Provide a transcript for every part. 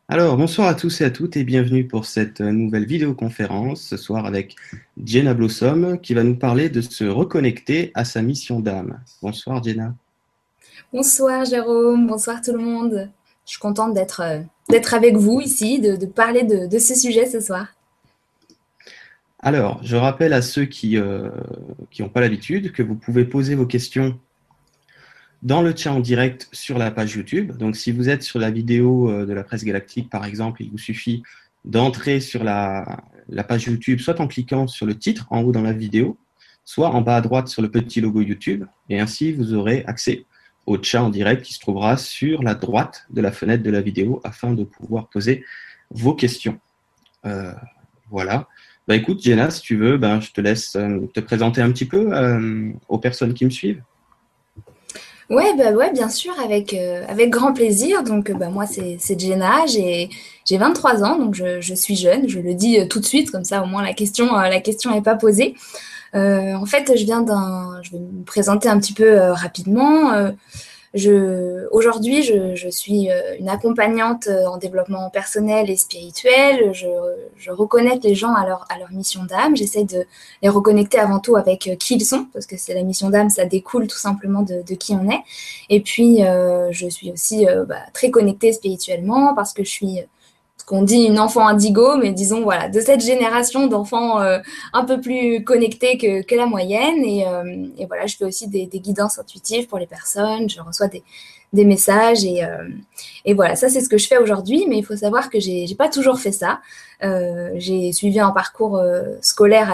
Alors, bonsoir à tous et à toutes et bienvenue pour cette nouvelle vidéoconférence ce soir avec Jenna Blossom qui va nous parler de se reconnecter à sa mission d'âme. Bonsoir Jenna. Bonsoir Jérôme, bonsoir tout le monde. Je suis contente d'être avec vous ici, de parler de ce sujet ce soir. Alors, je rappelle à ceux qui n'ont pas l'habitude que vous pouvez poser vos questions dans le chat en direct sur la page YouTube. Donc, si vous êtes sur la vidéo de la presse galactique, par exemple, il vous suffit d'entrer sur la page YouTube, soit en cliquant sur le titre en haut dans la vidéo, soit en bas à droite sur le petit logo YouTube. Et ainsi, vous aurez accès au chat en direct qui se trouvera sur la droite de la fenêtre de la vidéo afin de pouvoir poser vos questions. Euh, voilà. Bah, écoute, Jenna, si tu veux, je te laisse te présenter un petit peu aux personnes qui me suivent. Ouais, bien sûr, avec grand plaisir. Donc, moi, c'est Jenna, j'ai 23 ans, donc je suis jeune, je le dis tout de suite, comme ça, au moins, la question n'est pas posée. En fait, je vais me présenter un petit peu rapidement. Aujourd'hui, je suis une accompagnante en développement personnel et spirituel. Je reconnecte les gens à leur mission d'âme. J'essaie de les reconnecter avant tout avec qui ils sont, parce que c'est la mission d'âme, ça découle tout simplement de qui on est. Et puis, je suis aussi très connectée spirituellement parce que je suis ce qu'on dit une enfant indigo, mais disons voilà, de cette génération d'enfants un peu plus connectés que la moyenne. Et voilà, je fais aussi des guidances intuitives pour les personnes, je reçois des messages et voilà, ça c'est ce que je fais aujourd'hui, mais il faut savoir que j'ai pas toujours fait ça. J'ai suivi un parcours scolaire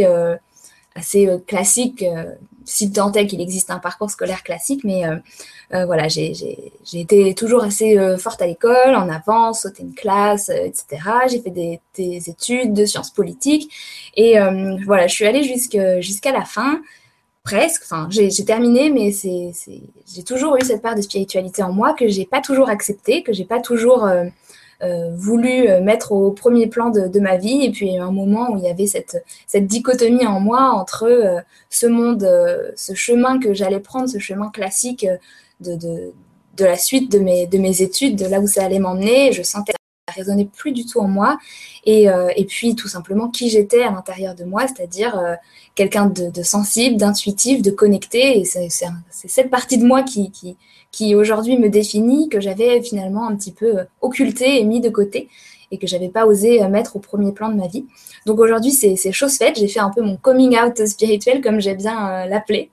assez classique, si tant est qu'il existe un parcours scolaire classique, mais voilà, j'ai été toujours assez forte à l'école, en avance, sauter une classe, etc. J'ai fait des études de sciences politiques et voilà, je suis allée jusqu'à la fin, presque. Enfin, j'ai terminé, mais j'ai toujours eu cette part de spiritualité en moi que j'ai pas toujours acceptée, que j'ai pas toujours voulu mettre au premier plan de ma vie. Et puis, il y a eu un moment où il y avait cette dichotomie en moi entre ce monde, ce chemin que j'allais prendre, ce chemin classique de, de, de la suite de mes études, de là où ça allait m'emmener. Je sentais que ça résonnait plus du tout en moi. Et puis, tout simplement, qui j'étais à l'intérieur de moi, c'est-à-dire quelqu'un de sensible, d'intuitif, de connecté. Et c'est cette partie de moi qui aujourd'hui me définit, que j'avais finalement un petit peu occulté et mis de côté et que j'avais pas osé mettre au premier plan de ma vie. Donc aujourd'hui, c'est chose faite. J'ai fait un peu mon coming out spirituel, comme j'aime bien l'appeler.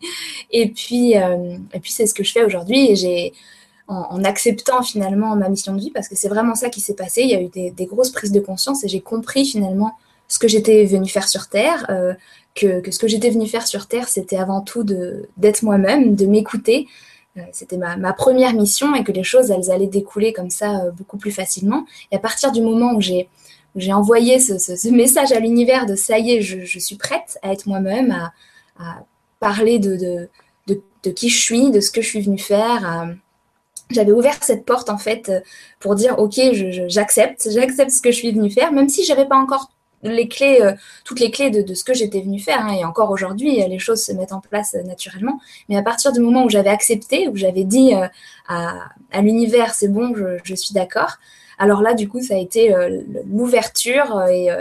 Et puis c'est ce que je fais aujourd'hui. Et en acceptant finalement ma mission de vie, parce que c'est vraiment ça qui s'est passé. Il y a eu des grosses prises de conscience et j'ai compris finalement ce que j'étais venue faire sur Terre, que ce que j'étais venue faire sur Terre, c'était avant tout d'être moi-même, de m'écouter. C'était ma première mission et que les choses, elles allaient découler comme ça beaucoup plus facilement. Et à partir du moment où j'ai envoyé ce message à l'univers de ça y est, je suis prête à être moi-même, à parler de qui je suis, de ce que je suis venue faire, j'avais ouvert cette porte en fait pour dire ok, j'accepte ce que je suis venue faire, même si j'avais pas encore les clés, toutes les clés de ce que j'étais venue faire, hein, et encore aujourd'hui les choses se mettent en place naturellement, mais à partir du moment où j'avais accepté, où j'avais dit à l'univers c'est bon, je suis d'accord, alors là du coup ça a été l'ouverture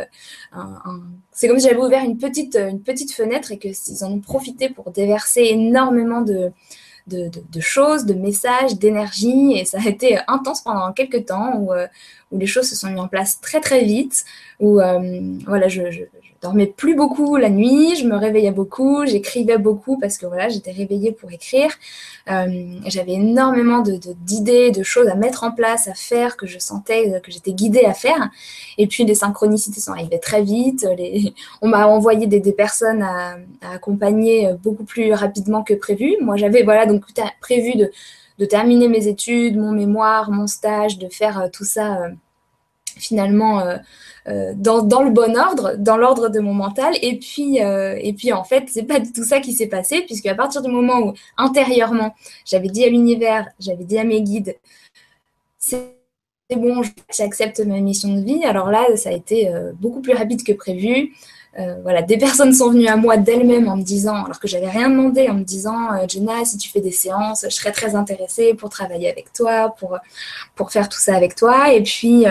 c'est comme si j'avais ouvert une petite fenêtre et qu'ils en ont profité pour déverser énormément de choses, de messages, d'énergie. Et ça a été intense pendant quelques temps où les choses se sont mises en place très très vite, où voilà, je dormais plus beaucoup la nuit, je me réveillais beaucoup, j'écrivais beaucoup parce que voilà, j'étais réveillée pour écrire. J'avais énormément d'idées, de choses à mettre en place, à faire, que je sentais que j'étais guidée à faire. Et puis les synchronicités sont arrivées très vite. On m'a envoyé des personnes à accompagner beaucoup plus rapidement que prévu. Moi, j'avais voilà donc prévu de terminer mes études, mon mémoire, mon stage, de faire tout ça finalement dans le bon ordre, dans l'ordre de mon mental. Et puis en fait, c'est pas du tout ça qui s'est passé, puisque à partir du moment où intérieurement, j'avais dit à l'univers, j'avais dit à mes guides, c'est bon, j'accepte ma mission de vie. Alors là, ça a été beaucoup plus rapide que prévu. voilà, des personnes sont venues à moi d'elles-mêmes en me disant, alors que j'avais rien demandé, en me disant, Jenna, si tu fais des séances, je serais très intéressée pour travailler avec toi, pour faire tout ça avec toi. Et puis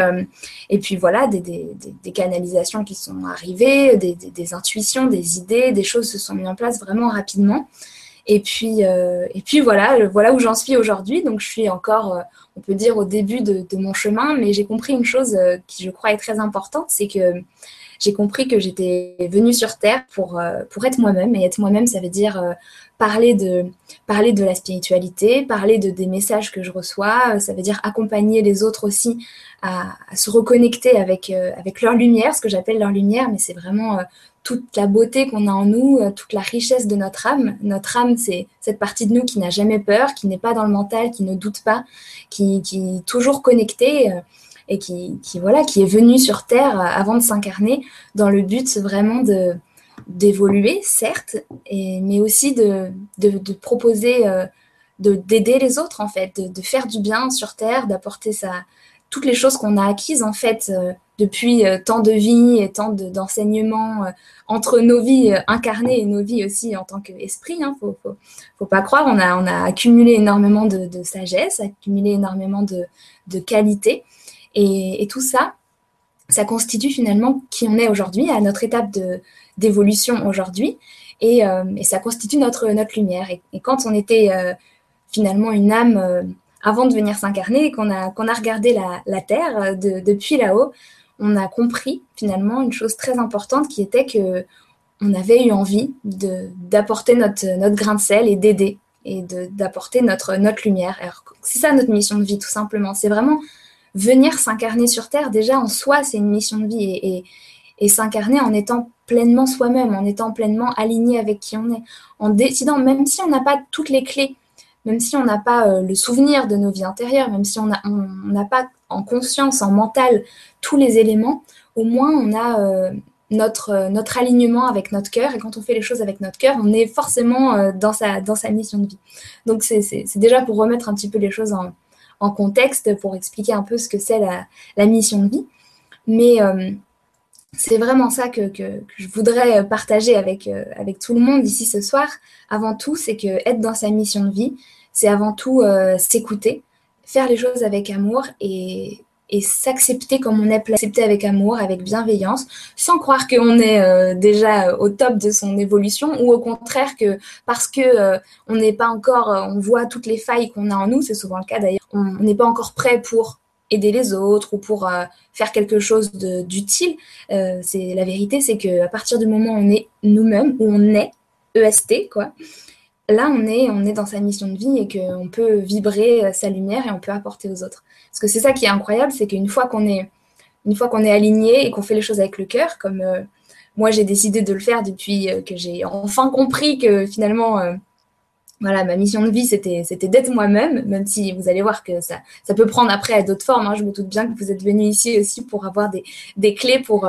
voilà, des canalisations qui sont arrivées, des intuitions, des idées, des choses se sont mises en place vraiment rapidement. Et puis voilà où j'en suis aujourd'hui. Donc je suis encore, on peut dire, au début de mon chemin, mais j'ai compris une chose qui, je crois, est très importante, c'est que j'ai compris que j'étais venue sur Terre pour être moi-même. Et être moi-même, ça veut dire parler de la spiritualité, parler des messages que je reçois. Ça veut dire accompagner les autres aussi à se reconnecter avec leur lumière, ce que j'appelle leur lumière, mais c'est vraiment toute la beauté qu'on a en nous, toute la richesse de notre âme. Notre âme, c'est cette partie de nous qui n'a jamais peur, qui n'est pas dans le mental, qui ne doute pas, qui est toujours connectée et qui est venue sur Terre avant de s'incarner dans le but vraiment d'évoluer, certes, mais aussi de proposer, d'aider les autres, en fait, de faire du bien sur Terre, d'apporter toutes les choses qu'on a acquises, en fait, depuis tant de vies et tant d'enseignements entre nos vies incarnées et nos vies aussi en tant qu'esprit. Hein, faut pas croire, on a accumulé énormément de sagesse, accumulé énormément de qualité. Et tout ça, ça constitue finalement qui on est aujourd'hui, à notre étape d'évolution aujourd'hui, et ça constitue notre lumière. Et quand on était finalement une âme avant de venir s'incarner, et qu'on a regardé la Terre depuis là-haut, on a compris finalement une chose très importante qui était que on avait eu envie d'apporter notre grain de sel et d'aider, et d'apporter notre lumière. Alors, c'est ça notre mission de vie, tout simplement. C'est vraiment venir s'incarner sur Terre, déjà en soi, c'est une mission de vie, et s'incarner en étant pleinement soi-même, en étant pleinement aligné avec qui on est, en décidant, même si on n'a pas toutes les clés, même si on n'a pas le souvenir de nos vies antérieures, même si on n'a pas en conscience, en mental, tous les éléments, au moins on a notre alignement avec notre cœur, et quand on fait les choses avec notre cœur, on est forcément dans sa mission de vie. Donc c'est déjà pour remettre un petit peu les choses en contexte, pour expliquer un peu ce que c'est la mission de vie. Mais c'est vraiment ça que je voudrais partager avec tout le monde ici ce soir. Avant tout, c'est que être dans sa mission de vie, c'est avant tout s'écouter, faire les choses avec amour et s'accepter comme on est, l'accepter avec amour, avec bienveillance, sans croire qu'on est déjà au top de son évolution, ou au contraire que parce que on n'est pas encore, on voit toutes les failles qu'on a en nous, c'est souvent le cas d'ailleurs, on n'est pas encore prêt pour aider les autres ou pour faire quelque chose d'utile. C'est la vérité, c'est qu'à partir du moment où on est nous-mêmes, où on est EST, quoi, là, on est dans sa mission de vie, et qu'on peut vibrer sa lumière et on peut apporter aux autres. Parce que c'est ça qui est incroyable, c'est qu'une fois qu'on est aligné et qu'on fait les choses avec le cœur, comme moi j'ai décidé de le faire depuis que j'ai enfin compris que finalement, voilà, ma mission de vie, c'était d'être moi-même, même si vous allez voir que ça peut prendre après d'autres formes. Hein. Je me doute bien que vous êtes venus ici aussi pour avoir des clés pour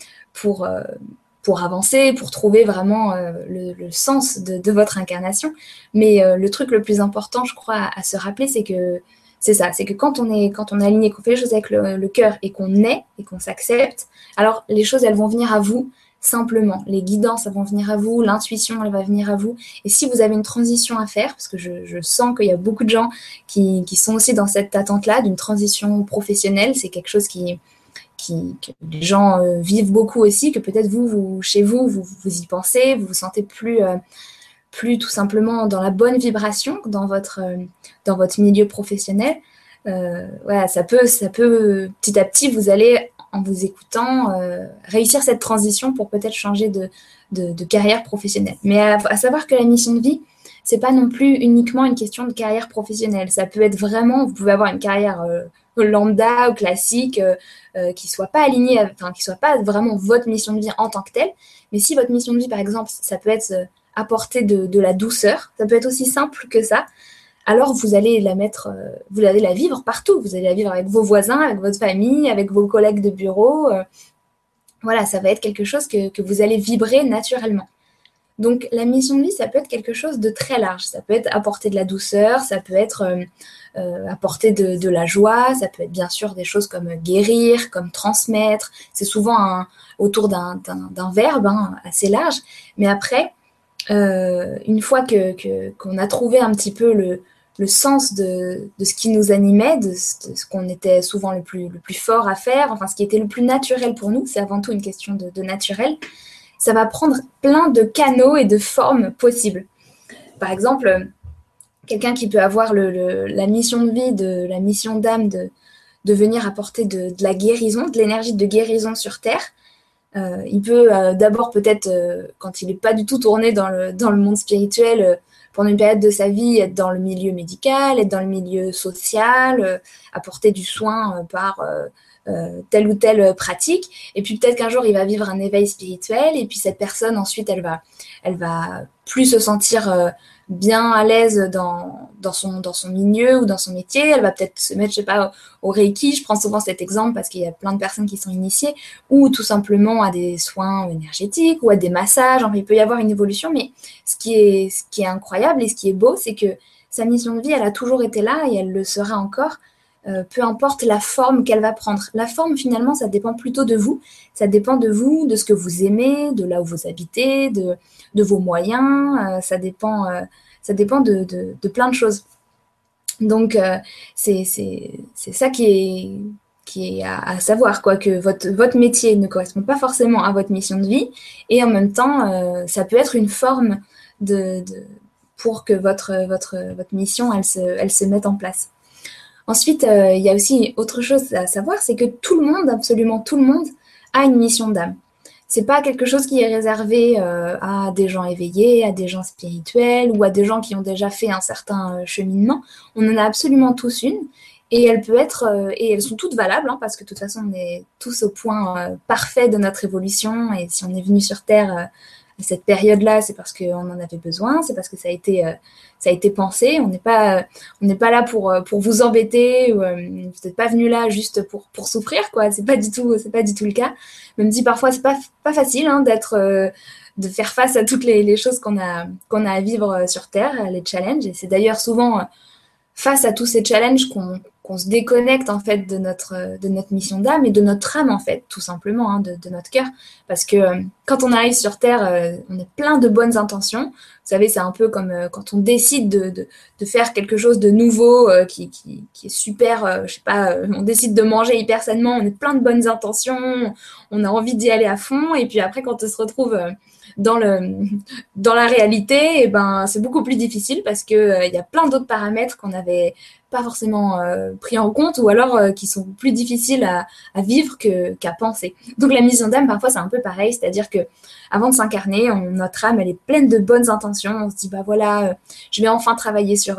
avancer, pour trouver vraiment le sens de votre incarnation. Mais le truc le plus important, je crois, à se rappeler, c'est que c'est ça, c'est que quand on est aligné, qu'on fait les choses avec le cœur, et qu'on est, et qu'on s'accepte, alors les choses, elles vont venir à vous simplement. Les guidances, elles vont venir à vous, l'intuition, elle va venir à vous. Et si vous avez une transition à faire, parce que je sens qu'il y a beaucoup de gens qui sont aussi dans cette attente-là, d'une transition professionnelle, c'est quelque chose que les gens vivent beaucoup aussi, que peut-être chez vous, vous y pensez, vous vous sentez plus tout simplement dans la bonne vibration dans votre milieu professionnel. Voilà, ça peut petit à petit, vous allez, en vous écoutant, réussir cette transition pour peut-être changer de carrière professionnelle. Mais à savoir que la mission de vie, c'est pas non plus uniquement une question de carrière professionnelle. Ça peut être vraiment, vous pouvez avoir une carrière lambda ou classique qui soit pas alignée, qui soit pas vraiment votre mission de vie en tant que telle. Mais si votre mission de vie, par exemple, ça peut être apporter de la douceur, ça peut être aussi simple que ça. Alors vous allez vous allez la vivre partout. Vous allez la vivre avec vos voisins, avec votre famille, avec vos collègues de bureau. Voilà, ça va être quelque chose que vous allez vibrer naturellement. Donc, la mission de vie, ça peut être quelque chose de très large. Ça peut être apporter de la douceur, ça peut être apporter de la joie, ça peut être bien sûr des choses comme guérir, comme transmettre. C'est souvent autour d'un verbe assez large. Mais après, une fois qu'on a trouvé un petit peu le sens de ce qui nous animait, de ce qu'on était souvent le plus fort à faire, enfin ce qui était le plus naturel pour nous, c'est avant tout une question de naturel, ça va prendre plein de canaux et de formes possibles. Par exemple, quelqu'un qui peut avoir la mission de vie, la mission d'âme de venir apporter de la guérison, de l'énergie de guérison sur Terre. Il peut d'abord peut-être, quand il n'est pas du tout tourné dans le monde spirituel, pendant une période de sa vie, être dans le milieu médical, être dans le milieu social, apporter du soin par telle ou telle pratique. Et puis peut-être qu'un jour, il va vivre un éveil spirituel. Et puis cette personne, ensuite, elle va plus se sentir bien à l'aise dans son milieu ou dans son métier. Elle va peut-être se mettre, je sais pas, au Reiki. Je prends souvent cet exemple parce qu'il y a plein de personnes qui sont initiées, ou tout simplement à des soins énergétiques ou à des massages. Enfin, il peut y avoir une évolution, mais ce qui est incroyable et ce qui est beau, c'est que sa mission de vie, elle a toujours été là et elle le sera encore. Peu importe la forme qu'elle va prendre. La forme, finalement, ça dépend plutôt de vous. Ça dépend de vous, de ce que vous aimez, de là où vous habitez, de vos moyens. Ça dépend de plein de choses. Donc, c'est ça qui est à savoir, quoi, que votre métier ne correspond pas forcément à votre mission de vie. Et en même temps, ça peut être une forme pour que votre mission, elle se mette en place. Ensuite, il y a aussi autre chose à savoir, c'est que tout le monde, absolument tout le monde, a une mission d'âme. C'est pas quelque chose qui est réservé à des gens éveillés, à des gens spirituels ou à des gens qui ont déjà fait un certain cheminement. On en a absolument tous une et elle peut être et elles sont toutes valables parce que de toute façon on est tous au point parfait de notre évolution et si on est venu sur Terre cette période-là, c'est parce qu'on en avait besoin, c'est parce que ça a été pensé. On n'est pas là pour vous embêter. Ou, vous n'êtes pas venu là juste pour souffrir, quoi. C'est pas du tout le cas. Même si parfois c'est pas facile de faire face à toutes les choses qu'on a à vivre sur Terre, les challenges. Et c'est d'ailleurs souvent face à tous ces challenges qu'on se déconnecte en fait de notre mission d'âme et de notre âme en fait, tout simplement, de notre cœur. Parce que quand on arrive sur Terre, on a plein de bonnes intentions. Vous savez, c'est un peu comme quand on décide de faire quelque chose de nouveau qui est super, je sais pas, on décide de manger hyper sainement, on a plein de bonnes intentions, on a envie d'y aller à fond, et puis après quand on se retrouve dans la réalité, et ben c'est beaucoup plus difficile parce que y a plein d'autres paramètres qu'on n'avait pas forcément pris en compte ou alors qui sont plus difficiles à vivre qu'à penser. Donc la mission d'âme, parfois c'est un peu pareil, c'est-à-dire que avant de s'incarner, notre âme elle est pleine de bonnes intentions. On se dit bah voilà, je vais enfin travailler sur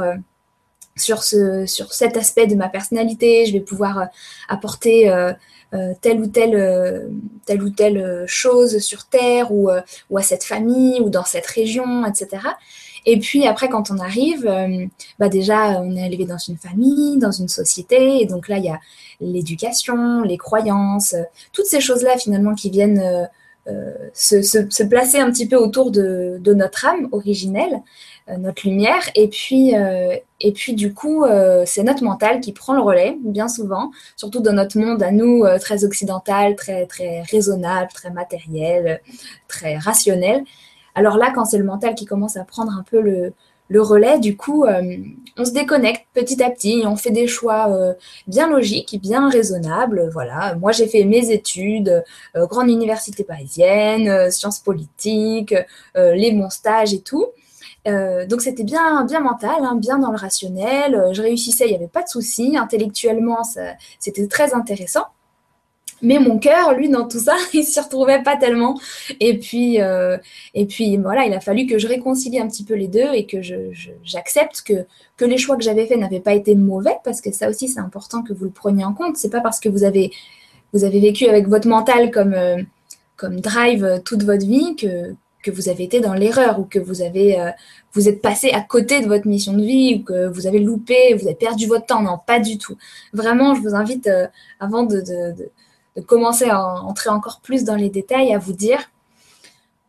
cet aspect de ma personnalité, je vais pouvoir apporter telle ou telle chose sur Terre ou à cette famille ou dans cette région, etc. Et puis après, quand on arrive, déjà, on est élevé dans une famille, dans une société, et donc là, il y a l'éducation, les croyances, toutes ces choses-là finalement qui viennent se placer un petit peu autour de notre âme originelle, notre lumière, et puis du coup, c'est notre mental qui prend le relais, bien souvent, surtout dans notre monde à nous, très occidental, très, très raisonnable, très matériel, très rationnel. Alors là, quand c'est le mental qui commence à prendre un peu le relais, du coup, on se déconnecte petit à petit et on fait des choix bien logiques, bien raisonnables. Voilà, moi j'ai fait mes études, grande université parisienne, sciences politiques, les bons stages et tout. Donc c'était bien, bien mental, bien dans le rationnel. Je réussissais, il n'y avait pas de souci. Intellectuellement, c'était très intéressant. Mais mon cœur, lui, dans tout ça, il s'y retrouvait pas tellement. Et puis voilà, il a fallu que je réconcilie un petit peu les deux et que j'accepte que les choix que j'avais faits n'avaient pas été mauvais, parce que ça aussi, c'est important que vous le preniez en compte. C'est pas parce que vous avez vécu avec votre mental comme drive toute votre vie que vous avez été dans l'erreur ou que vous êtes passé à côté de votre mission de vie ou que vous avez loupé, vous avez perdu votre temps. Non, pas du tout. Vraiment, je vous invite, avant de commencer à entrer encore plus dans les détails, à vous dire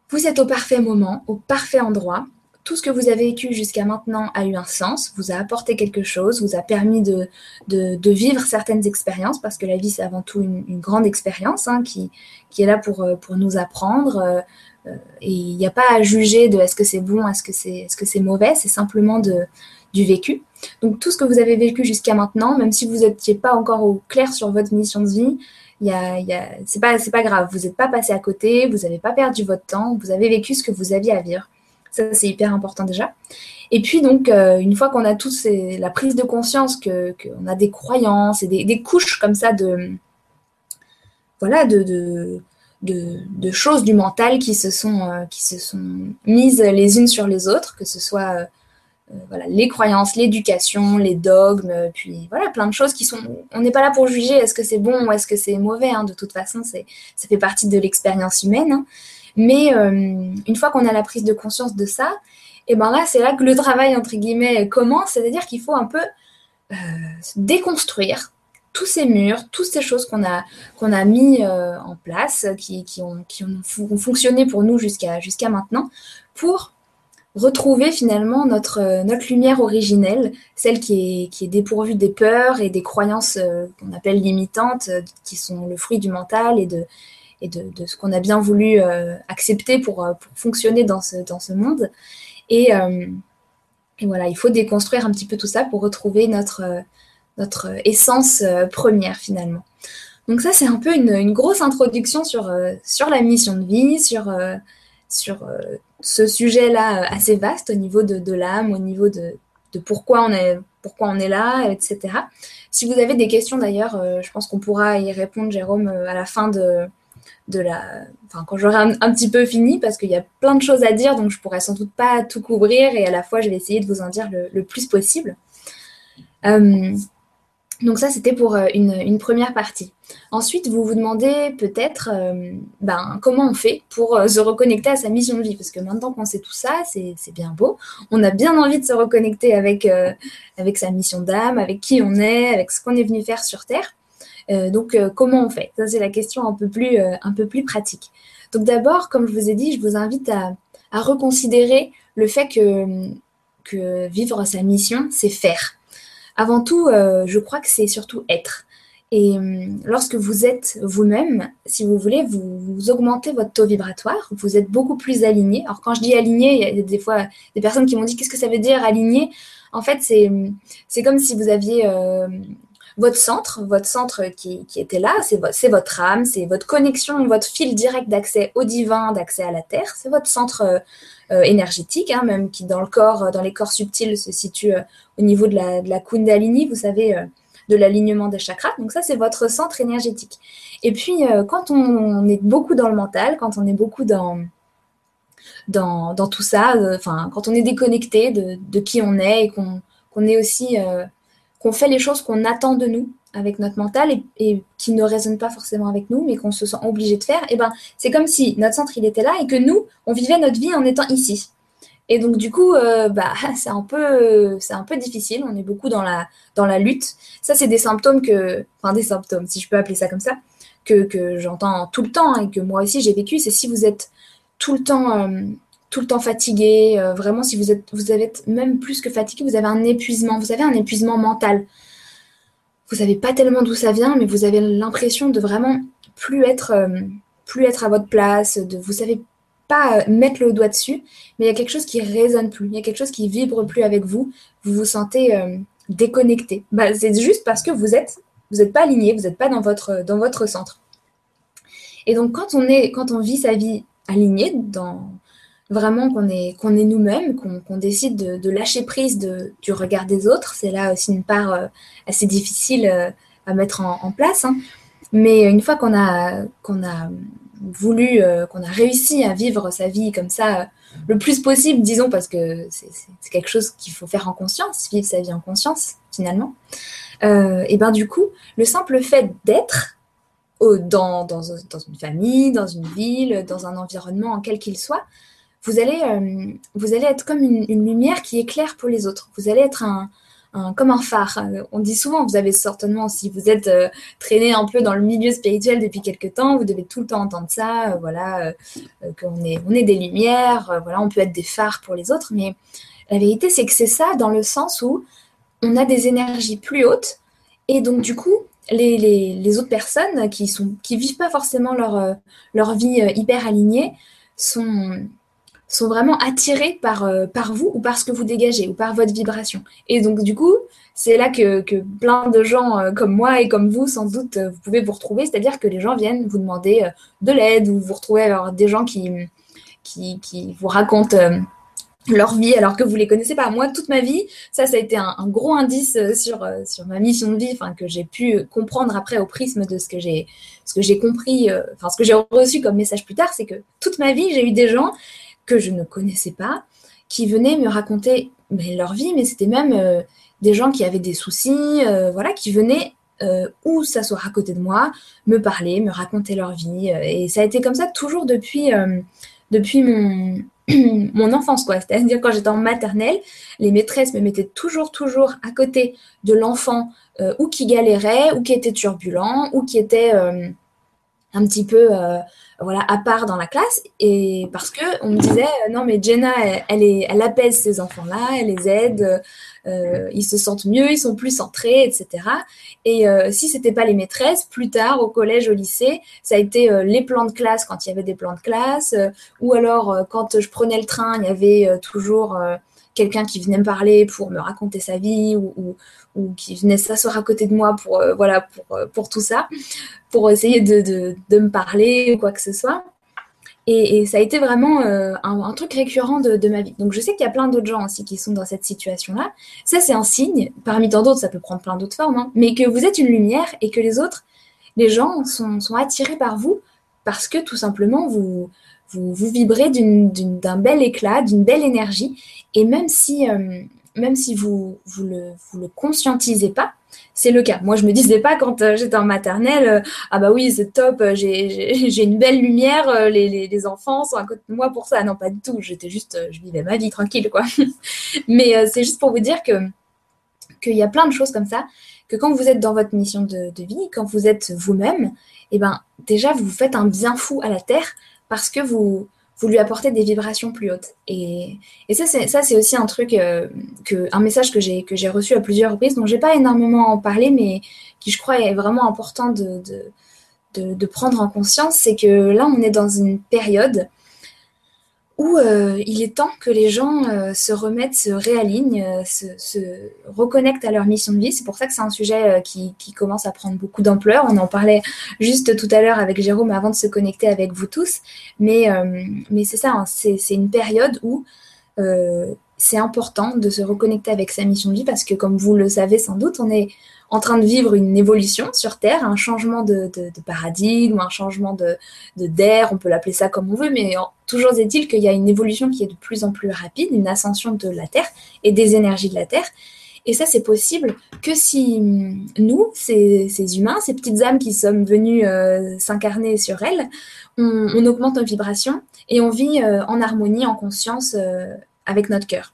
vous êtes au parfait moment, au parfait endroit. Tout ce que vous avez vécu jusqu'à maintenant a eu un sens, vous a apporté quelque chose, vous a permis de vivre certaines expériences, parce que la vie, c'est avant tout une grande expérience qui est là pour nous apprendre. Et il n'y a pas à juger de est-ce que c'est bon, est-ce que c'est mauvais, c'est simplement du vécu. Donc tout ce que vous avez vécu jusqu'à maintenant, même si vous n'étiez pas encore au clair sur votre mission de vie, c'est pas grave, vous n'êtes pas passé à côté, vous n'avez pas perdu votre temps, vous avez vécu ce que vous aviez à vivre. Ça, c'est hyper important déjà. Et puis donc, une fois qu'on a tous la prise de conscience qu'on a des croyances et des couches comme ça voilà, de choses du mental qui se sont mises les unes sur les autres, que ce soit voilà, les croyances, l'éducation, les dogmes, puis voilà, plein de choses qui sont... On n'est pas là pour juger est-ce que c'est bon ou est-ce que c'est mauvais, de toute façon, ça fait partie de l'expérience humaine. Mais une fois qu'on a la prise de conscience de ça, et ben là, c'est là que le travail, entre guillemets, commence, c'est-à-dire qu'il faut un peu déconstruire tous ces murs, toutes ces choses qu'on a mis en place, qui ont fonctionné pour nous jusqu'à maintenant, pour retrouver finalement notre lumière originelle, celle qui est dépourvue des peurs et des croyances qu'on appelle limitantes, qui sont le fruit du mental et de ce qu'on a bien voulu accepter pour fonctionner dans ce monde. Et voilà, il faut déconstruire un petit peu tout ça pour retrouver notre essence première finalement. Donc ça, c'est un peu une grosse introduction sur la mission de vie, sur ce sujet-là assez vaste au niveau de l'âme, au niveau de pourquoi on est là, etc. Si vous avez des questions d'ailleurs, je pense qu'on pourra y répondre, Jérôme, à la fin quand j'aurai un petit peu fini, parce qu'il y a plein de choses à dire, donc je pourrais sans doute pas tout couvrir, et à la fois je vais essayer de vous en dire le plus possible. Donc ça, c'était pour une première partie. Ensuite, vous vous demandez peut-être comment on fait pour se reconnecter à sa mission de vie. Parce que maintenant qu'on sait tout ça, c'est bien beau. On a bien envie de se reconnecter avec sa mission d'âme, avec qui on est, avec ce qu'on est venu faire sur Terre. Donc, comment on fait? Ça, c'est la question un peu plus pratique. Donc d'abord, comme je vous ai dit, je vous invite à reconsidérer le fait que vivre sa mission, c'est faire. Avant tout, je crois que c'est surtout être. Et lorsque vous êtes vous-même, si vous voulez, vous augmentez votre taux vibratoire, vous êtes beaucoup plus aligné. Alors quand je dis aligné, il y a des fois des personnes qui m'ont dit qu'est-ce que ça veut dire aligné. En fait, c'est comme si vous aviez votre centre qui était là, c'est votre âme, c'est votre connexion, votre fil direct d'accès au divin, d'accès à la terre, c'est votre centre énergétique, même qui dans les corps subtils se situe au niveau de la Kundalini, vous savez, de l'alignement des chakras. Donc ça, c'est votre centre énergétique. Et puis, quand on est beaucoup dans le mental, quand on est beaucoup dans tout ça, quand on est déconnecté de qui on est et qu'on est aussi... qu'on fait les choses qu'on attend de nous avec notre mental et qui ne résonnent pas forcément avec nous, mais qu'on se sent obligé de faire, et c'est comme si notre centre, il était là et que nous, on vivait notre vie en étant ici. Et donc, du coup, c'est un peu difficile. On est beaucoup dans la lutte. Ça, c'est des symptômes des symptômes, si je peux appeler ça comme ça, que j'entends tout le temps et que moi aussi j'ai vécu. C'est si vous êtes tout le temps fatigué, vraiment, si vous avez même plus que fatigué, vous avez un épuisement mental. Vous savez pas tellement d'où ça vient, mais vous avez l'impression de vraiment plus être à votre place, vous savez pas mettre le doigt dessus, mais il y a quelque chose qui résonne plus, il y a quelque chose qui vibre plus avec vous, vous vous sentez déconnecté. C'est juste parce que vous êtes pas aligné, vous n'êtes pas dans votre centre. Et donc quand on vit sa vie alignée, vraiment qu'on est nous-mêmes, qu'on décide de lâcher prise du regard des autres, c'est là aussi une part assez difficile à mettre en place. Mais une fois qu'on a voulu, qu'on a réussi à vivre sa vie comme ça le plus possible, disons, parce que c'est quelque chose qu'il faut faire en conscience, vivre sa vie en conscience finalement, et du coup, le simple fait d'être dans une famille, dans une ville, dans un environnement quel qu'il soit, vous allez être comme une lumière qui éclaire pour les autres. Vous allez être un comme un phare. On dit souvent, vous avez certainement, si vous êtes traîné un peu dans le milieu spirituel depuis quelque temps, vous devez tout le temps entendre ça, qu'on est des lumières, voilà, on peut être des phares pour les autres, mais la vérité, c'est que c'est ça dans le sens où on a des énergies plus hautes, et donc du coup, les autres personnes qui vivent pas forcément leur vie hyper alignée sont vraiment attirées par vous ou par ce que vous dégagez ou par votre vibration. Et donc du coup, c'est là que plein de gens comme moi et comme vous, sans doute, vous pouvez vous retrouver, c'est-à-dire que les gens viennent vous demander de l'aide ou vous retrouvez alors des gens qui vous racontent leur vie alors que vous les connaissez pas. Moi, toute ma vie, ça a été un gros indice sur ma mission de vie, enfin que j'ai pu comprendre après au prisme de ce que j'ai compris, ce que j'ai reçu comme message plus tard, c'est que toute ma vie, j'ai eu des gens que je ne connaissais pas qui venaient me raconter leur vie, mais c'était même des gens qui avaient des soucis, qui venaient ou s'asseoir à côté de moi, me parler, me raconter leur vie, et ça a été comme ça toujours depuis mon enfance, quoi. C'est-à-dire quand j'étais en maternelle, les maîtresses me mettaient toujours à côté de l'enfant ou qui galérait, ou qui était turbulent, ou qui était un petit peu à part dans la classe, et parce que on me disait non mais Jenna elle apaise ces enfants-là, elle les aide, ils se sentent mieux, ils sont plus centrés, etc. Et si c'était pas les maîtresses, plus tard au collège, au lycée, ça a été les plans de classe quand il y avait des plans de classe, ou alors quand je prenais le train, il y avait toujours quelqu'un qui venait me parler pour me raconter sa vie, ou qui venait s'asseoir à côté de moi pour tout ça, pour essayer de me parler ou quoi que ce soit. Et ça a été vraiment un truc récurrent de ma vie. Donc je sais qu'il y a plein d'autres gens aussi qui sont dans cette situation-là. Ça, c'est un signe, parmi tant d'autres, ça peut prendre plein d'autres formes, hein, mais que vous êtes une lumière et que les gens sont attirés par vous parce que tout simplement, vous vibrez d'un bel éclat, d'une belle énergie. Et même si vous le conscientisez pas, c'est le cas. Moi, je me disais pas quand j'étais en maternelle, ah bah oui, c'est top, j'ai une belle lumière, les enfants sont à côté de moi pour ça. Non, pas du tout. J'étais juste, je vivais ma vie tranquille, quoi. Mais c'est juste pour vous dire qu'il y a plein de choses comme ça, que quand vous êtes dans votre mission de vie, quand vous êtes vous-même, eh ben, déjà, vous faites un bien fou à la Terre parce que vous lui apportez des vibrations plus hautes. Et ça, c'est aussi un truc, un message que j'ai reçu à plusieurs reprises, dont j'ai pas énormément parlé, mais qui, je crois, est vraiment important de prendre en conscience, c'est que là, on est dans une période où il est temps que les gens se remettent, se réalignent, se reconnectent à leur mission de vie. C'est pour ça que c'est un sujet qui commence à prendre beaucoup d'ampleur. On en parlait juste tout à l'heure avec Jérôme avant de se connecter avec vous tous. Mais c'est ça, hein, c'est une période où c'est important de se reconnecter avec sa mission de vie parce que, comme vous le savez sans doute, on est en train de vivre une évolution sur Terre, un changement de paradigme, un changement d'air, on peut l'appeler ça comme on veut, mais toujours est-il qu'il y a une évolution qui est de plus en plus rapide, une ascension de la Terre et des énergies de la Terre. Et ça, c'est possible que si nous, ces humains, ces petites âmes qui sommes venues s'incarner sur elles, on augmente nos vibrations et on vit en harmonie, en conscience avec notre cœur.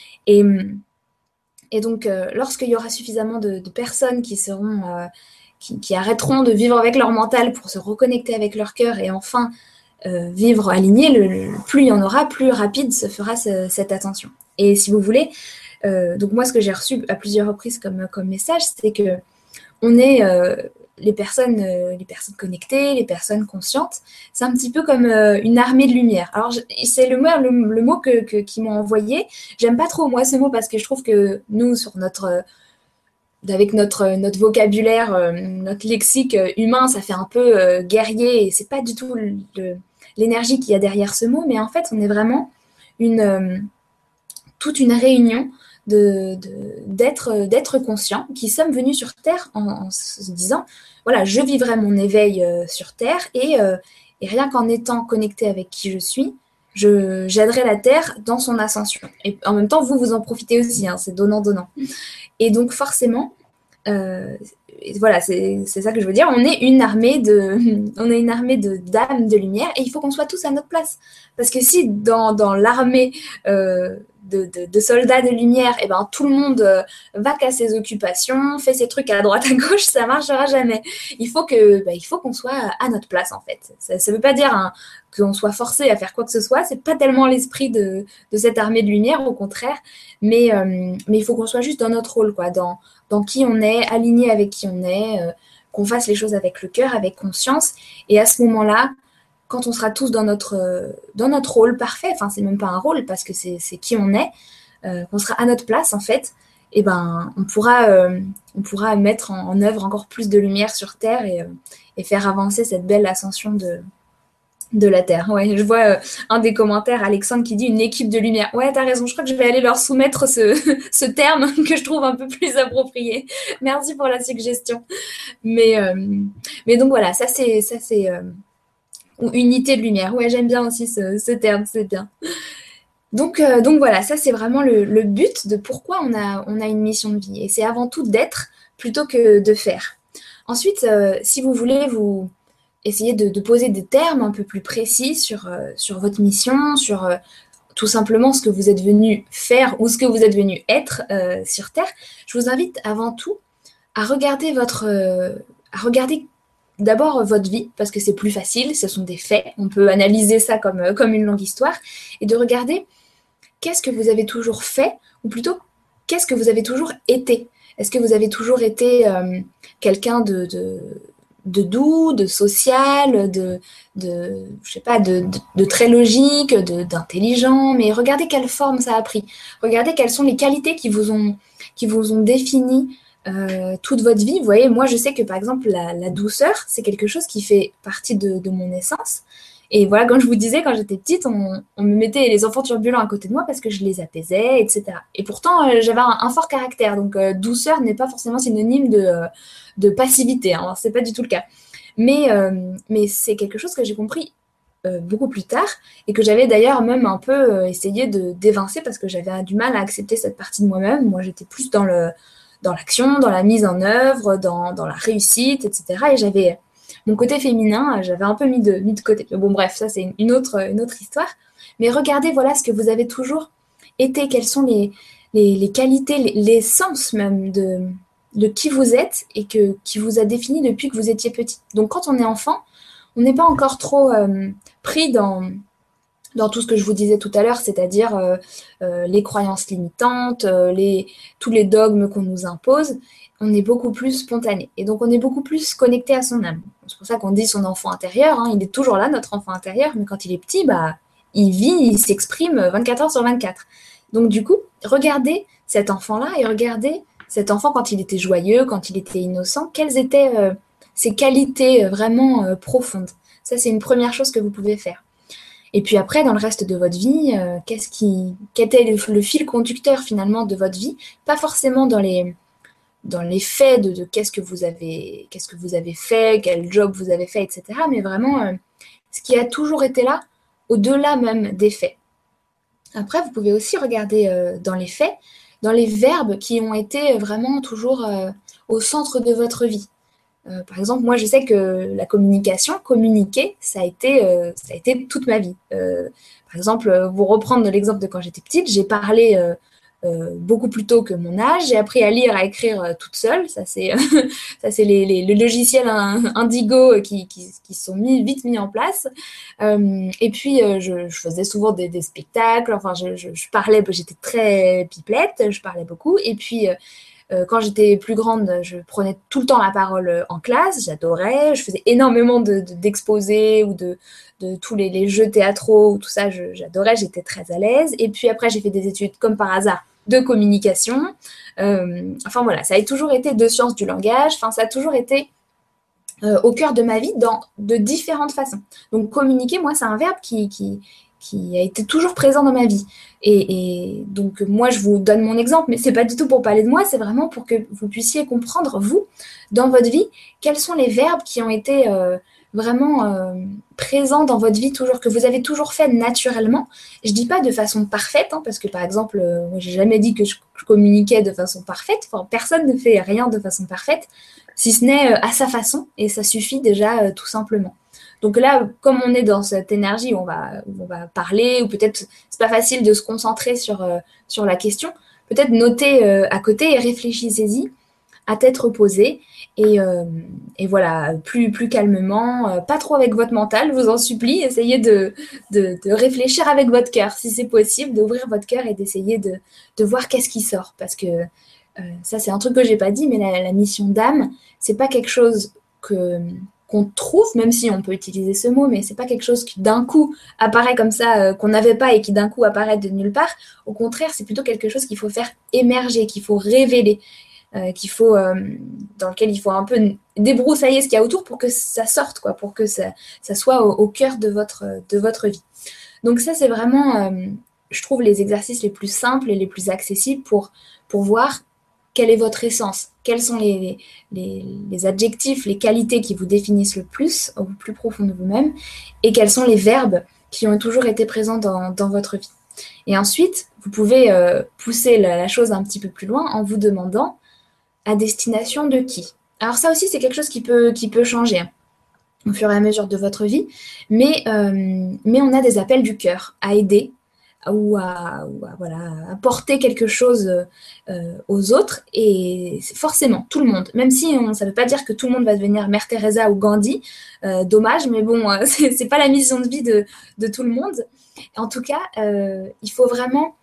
Et donc, lorsqu'il y aura suffisamment de personnes qui arrêteront de vivre avec leur mental pour se reconnecter avec leur cœur et enfin vivre aligné, plus il y en aura, plus rapide se fera cette ascension. Et si vous voulez, donc moi, ce que j'ai reçu à plusieurs reprises comme message, c'est que on est les personnes connectées, les personnes conscientes, c'est un petit peu comme une armée de lumière. Alors, c'est le mot qu'ils m'ont envoyé. J'aime pas trop, moi, ce mot, parce que je trouve que nous, avec notre vocabulaire, notre lexique humain, ça fait un peu guerrier, et c'est pas du tout l'énergie qu'il y a derrière ce mot, mais en fait, on est vraiment toute une réunion d'être conscients, qui sommes venus sur Terre en se disant, voilà, je vivrai mon éveil sur Terre, et rien qu'en étant connecté avec qui je suis, j'aiderai la Terre dans son ascension. Et en même temps, vous en profitez aussi, hein, c'est donnant-donnant. Et donc forcément, voilà, c'est ça que je veux dire, on est une armée d'âmes de lumière, et il faut qu'on soit tous à notre place. Parce que si dans l'armée de soldats de lumière, et ben tout le monde va qu'à ses occupations, fait ses trucs à droite à gauche, ça marchera jamais. Il faut qu'on soit à notre place en fait. Ça veut pas dire qu'on soit forcé à faire quoi que ce soit. C'est pas tellement l'esprit de cette armée de lumière, au contraire. Mais il faut qu'on soit juste dans notre rôle, quoi, dans qui on est, aligné avec qui on est, qu'on fasse les choses avec le cœur, avec conscience. Et à ce moment-là, quand on sera tous dans notre rôle parfait, enfin c'est même pas un rôle parce que c'est qui on est, qu'on sera à notre place en fait, et ben on pourra mettre en œuvre encore plus de lumière sur Terre et faire avancer cette belle ascension de la Terre. Ouais, je vois un des commentaires, Alexandre, qui dit une équipe de lumière. Ouais, t'as raison, je crois que je vais aller leur soumettre ce terme que je trouve un peu plus approprié. Merci pour la suggestion. Mais donc voilà, ça c'est ou unité de lumière. Ouais, j'aime bien aussi ce terme, c'est bien. Donc voilà, ça c'est vraiment le but de pourquoi on a une mission de vie. Et c'est avant tout d'être plutôt que de faire. Ensuite, si vous voulez vous essayer de poser des termes un peu plus précis sur votre mission, sur tout simplement ce que vous êtes venu faire ou ce que vous êtes venu être sur Terre, je vous invite avant tout à regarder d'abord votre vie, parce que c'est plus facile, ce sont des faits, on peut analyser ça comme une longue histoire, et de regarder qu'est-ce que vous avez toujours fait, ou plutôt qu'est-ce que vous avez toujours été. Est-ce que vous avez toujours été quelqu'un de doux, de social, je sais pas, de très logique, d'intelligent, mais regardez quelle forme ça a pris. Regardez quelles sont les qualités qui vous ont défini toute votre vie. Vous voyez, moi je sais que par exemple la douceur, c'est quelque chose qui fait partie de mon essence. Et voilà, comme je vous disais, quand j'étais petite, on me mettait les enfants turbulents à côté de moi parce que je les apaisais, etc. Et pourtant, j'avais un fort caractère. Donc, douceur n'est pas forcément synonyme de passivité. Hein. Alors, c'est pas du tout le cas. Mais c'est quelque chose que j'ai compris beaucoup plus tard et que j'avais d'ailleurs même un peu essayé d'évincer parce que j'avais du mal à accepter cette partie de moi-même. Moi, j'étais plus dans l'action, dans la mise en œuvre, dans la réussite, etc. Et j'avais mon côté féminin, j'avais un peu mis de côté. Mais bon, bref, ça, c'est une autre histoire. Mais regardez, voilà ce que vous avez toujours été, quelles sont les qualités, l'essence même de qui vous êtes et qui vous a défini depuis que vous étiez petit. Donc, quand on est enfant, on n'est pas encore trop pris dans tout ce que je vous disais tout à l'heure, c'est-à-dire les croyances limitantes, tous les dogmes qu'on nous impose. On est beaucoup plus spontané. Et donc, on est beaucoup plus connecté à son âme. C'est pour ça qu'on dit son enfant intérieur. Hein, il est toujours là, notre enfant intérieur. Mais quand il est petit, il vit, il s'exprime 24 heures sur 24. Donc, du coup, regardez cet enfant-là et regardez cet enfant quand il était joyeux, quand il était innocent. Quelles étaient ses qualités vraiment profondes. Ça, c'est une première chose que vous pouvez faire. Et puis après, dans le reste de votre vie, quel était le fil conducteur finalement de votre vie? Pas forcément dans les faits de qu'est-ce que vous avez fait, quel job vous avez fait, etc. Mais vraiment, ce qui a toujours été là, au-delà même des faits. Après, vous pouvez aussi regarder dans les faits, dans les verbes qui ont été vraiment toujours au centre de votre vie. Par exemple, moi, je sais que la communication, communiquer, ça a été toute ma vie. Par exemple, vous reprendre l'exemple de quand j'étais petite, j'ai parlé beaucoup plus tôt que mon âge. J'ai appris à lire, à écrire toute seule. Ça, c'est le logiciel Indigo qui sont vite mis en place. Et puis, je faisais souvent des spectacles. Enfin, je parlais, j'étais très pipelette, je parlais beaucoup. Et puis, quand j'étais plus grande, je prenais tout le temps la parole en classe, j'adorais, je faisais énormément d'exposés ou de tous les jeux théâtraux ou tout ça, j'adorais, j'étais très à l'aise. Et puis après, j'ai fait des études comme par hasard de communication. Enfin voilà, ça a toujours été de sciences du langage, enfin ça a toujours été au cœur de ma vie de différentes façons. Donc communiquer, moi, c'est un verbe qui a été toujours présent dans ma vie. Et donc, moi, je vous donne mon exemple, mais c'est pas du tout pour parler de moi, c'est vraiment pour que vous puissiez comprendre, vous, dans votre vie, quels sont les verbes qui ont été vraiment présents dans votre vie, toujours, que vous avez toujours fait naturellement. Je dis pas de façon parfaite, hein, parce que, par exemple, moi, j'ai jamais dit que je communiquais de façon parfaite. Enfin, personne ne fait rien de façon parfaite, si ce n'est à sa façon, et ça suffit déjà tout simplement. Donc là, comme on est dans cette énergie, on va parler, ou peut-être c'est pas facile de se concentrer sur la question. Peut-être notez à côté et réfléchissez-y à tête reposée et voilà, plus calmement, pas trop avec votre mental, je vous en supplie, essayez de réfléchir avec votre cœur, si c'est possible, d'ouvrir votre cœur et d'essayer de voir qu'est-ce qui sort, parce que ça c'est un truc que j'ai pas dit, mais la mission d'âme, c'est pas quelque chose qu'on trouve, même si on peut utiliser ce mot, mais c'est pas quelque chose qui d'un coup apparaît comme ça, qu'on n'avait pas et qui d'un coup apparaît de nulle part. Au contraire, c'est plutôt quelque chose qu'il faut faire émerger, qu'il faut révéler, dans lequel il faut un peu débroussailler ce qu'il y a autour pour que ça sorte, quoi, pour que ça soit au cœur de votre vie. Donc ça, c'est vraiment, je trouve, les exercices les plus simples et les plus accessibles pour voir quelle est votre essence, quels sont les adjectifs, les qualités qui vous définissent le plus, au plus profond de vous-même, et quels sont les verbes qui ont toujours été présents dans votre vie. Et ensuite, vous pouvez pousser la chose un petit peu plus loin en vous demandant à destination de qui. Alors ça aussi, c'est quelque chose qui peut changer au fur et à mesure de votre vie, mais on a des appels du cœur à aider ou à porter quelque chose aux autres, et forcément tout le monde, même si ça ne veut pas dire que tout le monde va devenir Mère Teresa ou Gandhi, dommage, mais bon, c'est pas la mission de vie de tout le monde. En tout cas, il faut vraiment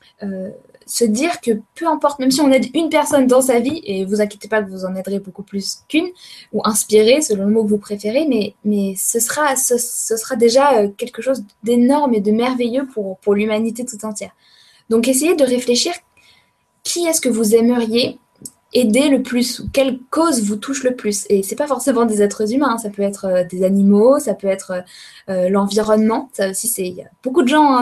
se dire que peu importe, même si on aide une personne dans sa vie, et vous inquiétez pas que vous en aiderez beaucoup plus qu'une, ou inspirer selon le mot que vous préférez, mais ce sera déjà quelque chose d'énorme et de merveilleux pour l'humanité tout entière. Donc essayez de réfléchir, qui est-ce que vous aimeriez aider le plus, ou quelle cause vous touche le plus. Et c'est pas forcément des êtres humains, hein, ça peut être des animaux, ça peut être l'environnement. Ça aussi, il y a beaucoup de gens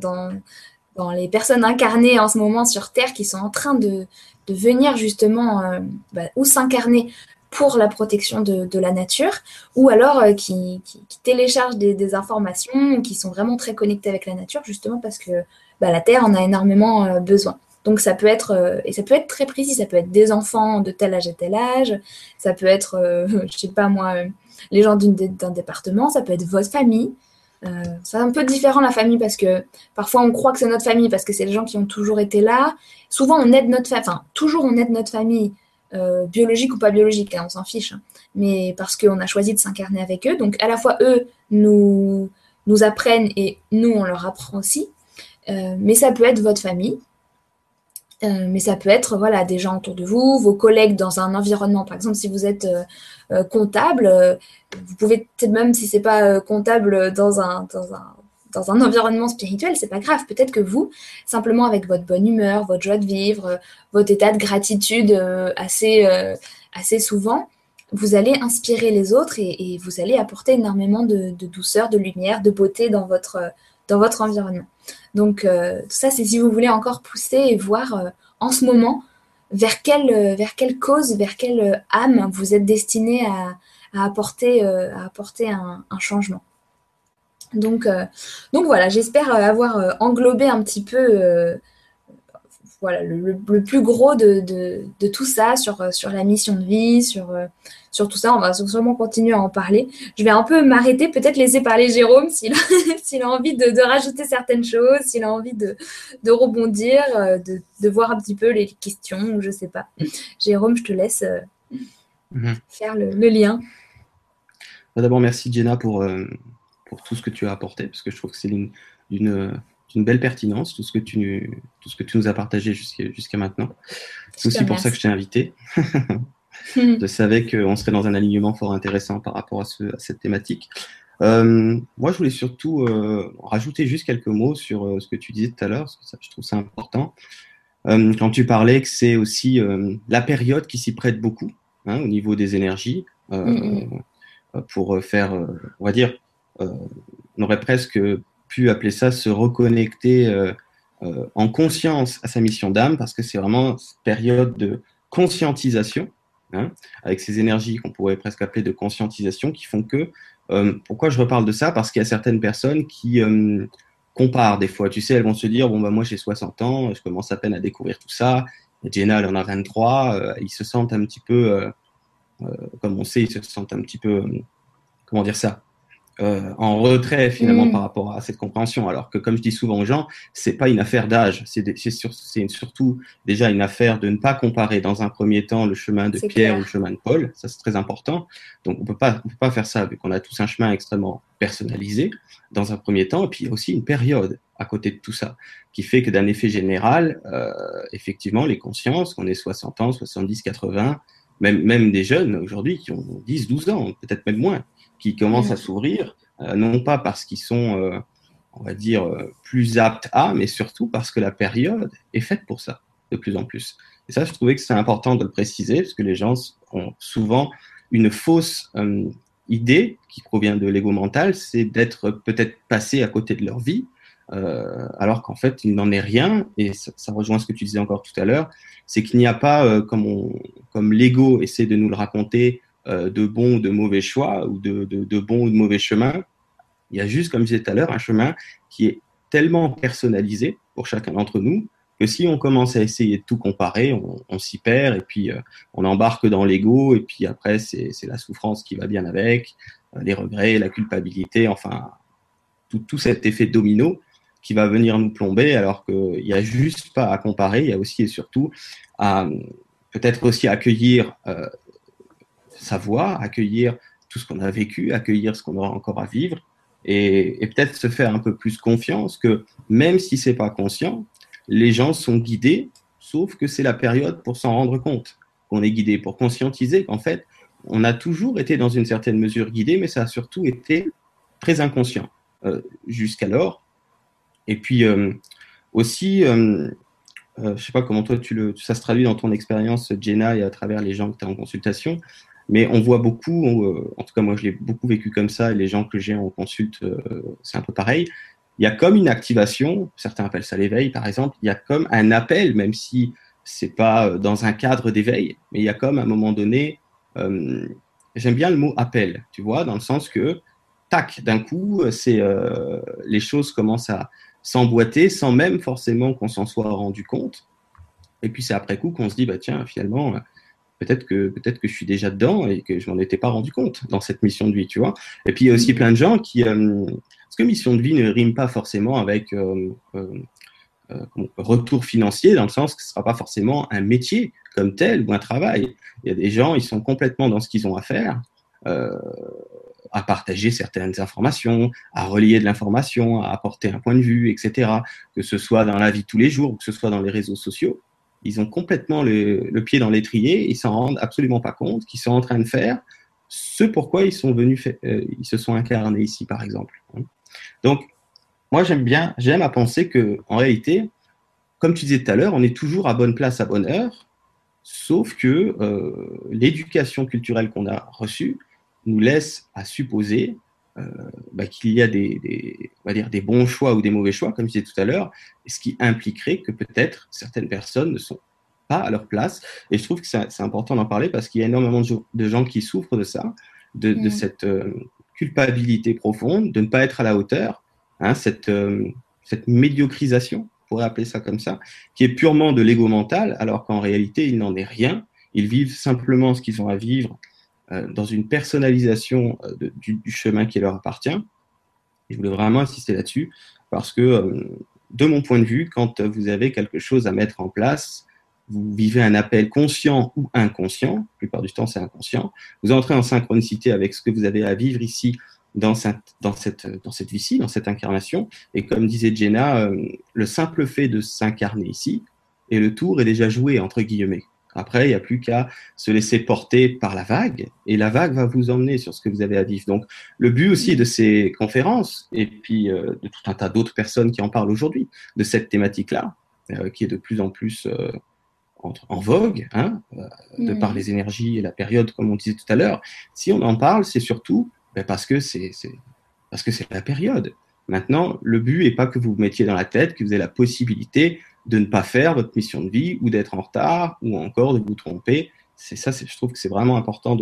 dans les personnes incarnées en ce moment sur Terre qui sont en train de venir justement ou s'incarner pour la protection de la nature, ou alors qui téléchargent des informations, qui sont vraiment très connectés avec la nature, justement parce que la Terre en a énormément besoin. Donc ça peut être, et ça peut être très précis, ça peut être des enfants de tel âge et tel âge, ça peut être, je sais pas moi, les gens d'un département, ça peut être votre famille. C'est un peu différent la famille, parce que parfois on croit que c'est notre famille parce que c'est les gens qui ont toujours été là. Souvent on aide notre famille, enfin toujours on aide notre famille, biologique ou pas biologique, hein, on s'en fiche, hein, mais parce qu'on a choisi de s'incarner avec eux. Donc à la fois eux nous apprennent et nous on leur apprend aussi. Mais ça peut être votre famille. Mais ça peut être des gens autour de vous, vos collègues dans un environnement. Par exemple, si vous êtes comptable, vous pouvez peut-être, même si c'est pas comptable dans un environnement spirituel, c'est pas grave. Peut-être que vous, simplement avec votre bonne humeur, votre joie de vivre, votre état de gratitude assez souvent, vous allez inspirer les autres et vous allez apporter énormément de douceur, de lumière, de beauté dans votre environnement. Donc, tout ça, c'est si vous voulez encore pousser et voir en ce moment vers quelle cause, vers quelle âme vous êtes destiné à apporter un changement. Donc voilà, j'espère avoir englobé un petit peu le plus gros de tout ça sur la mission de vie, sur tout ça. On va sûrement continuer à en parler. Je vais un peu m'arrêter, peut-être laisser parler Jérôme s'il a envie de rajouter certaines choses, s'il a envie de rebondir, de voir un petit peu les questions, je sais pas. Jérôme, je te laisse faire le lien. D'abord, merci Jenna pour tout ce que tu as apporté, parce que je trouve que c'est d'une belle pertinence, tout ce que tu nous as partagé jusqu'à maintenant. C'est aussi pour ça que je t'ai invité. Je savais qu'on serait dans un alignement fort intéressant par rapport à cette thématique. Moi, je voulais surtout rajouter juste quelques mots sur ce que tu disais tout à l'heure, parce que je trouve ça important. Quand tu parlais que c'est aussi la période qui s'y prête beaucoup, hein, au niveau des énergies, pour faire, on va dire, on aurait presque pu appeler ça se reconnecter en conscience à sa mission d'âme, parce que c'est vraiment cette période de conscientisation, hein, avec ces énergies qu'on pourrait presque appeler de conscientisation, qui font que, pourquoi je reparle de ça? Parce qu'il y a certaines personnes qui comparent des fois, tu sais, elles vont se dire, bon, bah, moi j'ai 60 ans, je commence à peine à découvrir tout ça, Jenna elle en a 23, ils se sentent un petit peu, comme on sait, ils se sentent un petit peu, comment dire ça, en retrait finalement par rapport à cette compréhension. Alors que, comme je dis souvent aux gens, c'est pas une affaire d'âge, c'est surtout déjà une affaire de ne pas comparer dans un premier temps le chemin de Pierre ou le chemin de Paul. Ça, c'est très important. Donc, on peut pas faire ça vu qu'on a tous un chemin extrêmement personnalisé dans un premier temps. Et puis, il y a aussi une période à côté de tout ça qui fait que d'un effet général, effectivement, les consciences, qu'on ait 60 ans, 70, 80, même des jeunes aujourd'hui qui ont 10, 12 ans, peut-être même moins, qui commencent à s'ouvrir, non pas parce qu'ils sont, on va dire, plus aptes à, mais surtout parce que la période est faite pour ça, de plus en plus. Et ça, je trouvais que c'est important de le préciser, parce que les gens ont souvent une fausse idée qui provient de l'ego mental, c'est d'être peut-être passé à côté de leur vie, alors qu'en fait, il n'en est rien, et ça rejoint ce que tu disais encore tout à l'heure, c'est qu'il n'y a pas, comme l'ego essaie de nous le raconter, de bons ou de mauvais choix, ou de bons ou de mauvais chemins. Il y a juste, comme je disais tout à l'heure, un chemin qui est tellement personnalisé pour chacun d'entre nous, que si on commence à essayer de tout comparer, on s'y perd, et puis on embarque dans l'ego, et puis après, c'est la souffrance qui va bien avec, les regrets, la culpabilité, enfin, tout cet effet domino qui va venir nous plomber, alors qu'il n'y a juste pas à comparer, il y a aussi et surtout à peut-être aussi accueillir sa voix, accueillir tout ce qu'on a vécu, accueillir ce qu'on aura encore à vivre, et peut-être se faire un peu plus confiance que même si c'est pas conscient, les gens sont guidés, sauf que c'est la période pour s'en rendre compte qu'on est guidé, pour conscientiser qu'en fait, on a toujours été dans une certaine mesure guidé, mais ça a surtout été très inconscient jusqu'alors. Et puis aussi, je ne sais pas comment toi ça se traduit dans ton expérience, Jenna, et à travers les gens que tu as en consultation, mais on voit beaucoup, en tout cas moi je l'ai beaucoup vécu comme ça, et les gens que j'ai en consulte, c'est un peu pareil. Il y a comme une activation, certains appellent ça l'éveil par exemple, il y a comme un appel, même si c'est pas dans un cadre d'éveil, mais il y a comme à un moment donné, j'aime bien le mot appel, tu vois, dans le sens que, tac, d'un coup, les choses commencent à s'emboîter sans même forcément qu'on s'en soit rendu compte. Et puis c'est après coup qu'on se dit, bah tiens, finalement, peut-être que je suis déjà dedans et que je m'en étais pas rendu compte dans cette mission de vie, tu vois. Et puis il y a aussi plein de gens qui, parce que mission de vie ne rime pas forcément avec retour financier, dans le sens que ce sera pas forcément un métier comme tel ou un travail. Il y a des gens, ils sont complètement dans ce qu'ils ont à faire. À partager certaines informations, à relier de l'information, à apporter un point de vue, etc. Que ce soit dans la vie de tous les jours, ou que ce soit dans les réseaux sociaux. Ils ont complètement le pied dans l'étrier, ils s'en rendent absolument pas compte, qu'ils sont en train de faire ce pourquoi ils sont venus, ils se sont incarnés ici, par exemple. Donc, moi, j'aime à penser que, en réalité, comme tu disais tout à l'heure, on est toujours à bonne place à bonne heure, sauf que l'éducation culturelle qu'on a reçue nous laisse à supposer qu'il y a on va dire des bons choix ou des mauvais choix, comme je disais tout à l'heure, ce qui impliquerait que peut-être certaines personnes ne sont pas à leur place. Et je trouve que c'est important d'en parler parce qu'il y a énormément de gens qui souffrent de ça, de cette culpabilité profonde, de ne pas être à la hauteur, hein, cette médiocrisation, on pourrait appeler ça comme ça, qui est purement de l'ego mental, alors qu'en réalité, il n'en est rien. Ils vivent simplement ce qu'ils ont à vivre dans une personnalisation du chemin qui leur appartient. Et je voulais vraiment insister là-dessus parce que, de mon point de vue, quand vous avez quelque chose à mettre en place, vous vivez un appel conscient ou inconscient, la plupart du temps c'est inconscient, vous entrez en synchronicité avec ce que vous avez à vivre ici dans cette vie-ci, dans cette incarnation. Et comme disait Jenna, le simple fait de s'incarner ici, et le tour est déjà joué, entre guillemets. Après, il n'y a plus qu'à se laisser porter par la vague, et la vague va vous emmener sur ce que vous avez à vivre. Donc, le but aussi de ces conférences, et puis de tout un tas d'autres personnes qui en parlent aujourd'hui, de cette thématique-là, qui est de plus en plus en vogue, hein, de par les énergies et la période, comme on disait tout à l'heure, si on en parle, c'est surtout parce que c'est la période. Maintenant, le but n'est pas que vous vous mettiez dans la tête que vous avez la possibilité de ne pas faire votre mission de vie ou d'être en retard ou encore de vous tromper. C'est ça, je trouve que c'est vraiment important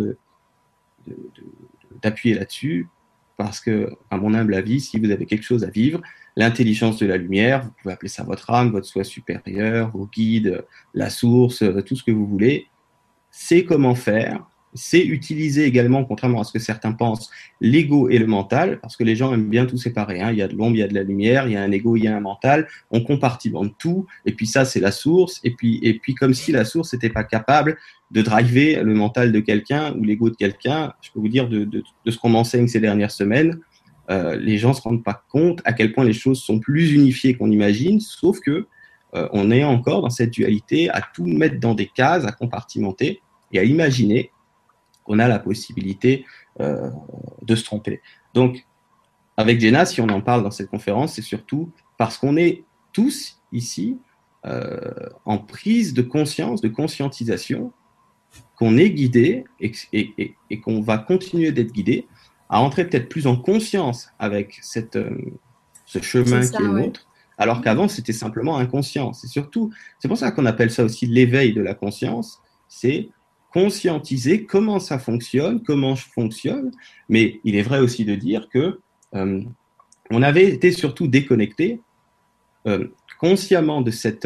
d'appuyer là-dessus parce que, à mon humble avis, si vous avez quelque chose à vivre, l'intelligence de la lumière, vous pouvez appeler ça votre âme, votre soi supérieur, vos guides, la source, tout ce que vous voulez, c'est comment faire c'est utiliser également, contrairement à ce que certains pensent, l'ego et le mental, parce que les gens aiment bien tout séparer. Hein. Il y a de l'ombre, il y a de la lumière, il y a un ego, il y a un mental. On compartimente tout, et puis ça, c'est la source. Et puis comme si la source n'était pas capable de driver le mental de quelqu'un ou l'ego de quelqu'un. Je peux vous dire de ce qu'on m'enseigne ces dernières semaines, les gens ne se rendent pas compte à quel point les choses sont plus unifiées qu'on imagine, sauf que on est encore dans cette dualité à tout mettre dans des cases, à compartimenter et à imaginer qu'on a la possibilité de se tromper. Donc, avec Jenna, si on en parle dans cette conférence, c'est surtout parce qu'on est tous ici en prise de conscience, de conscientisation, qu'on est guidé et qu'on va continuer d'être guidé, à entrer peut-être plus en conscience avec ce chemin qui est le nôtre, alors qu'avant, c'était simplement inconscient. C'est pour ça qu'on appelle ça aussi l'éveil de la conscience, c'est conscientiser comment ça fonctionne, comment je fonctionne, mais il est vrai aussi de dire que on avait été surtout déconnecté consciemment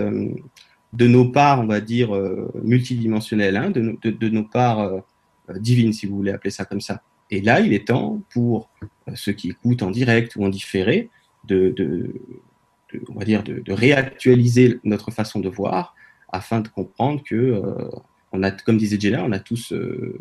de nos parts, on va dire, multidimensionnelles, hein, de nos parts divines, si vous voulez appeler ça comme ça. Et là, il est temps pour ceux qui écoutent en direct ou en différé on va dire de réactualiser notre façon de voir afin de comprendre que on a, comme disait Jenna, on est tous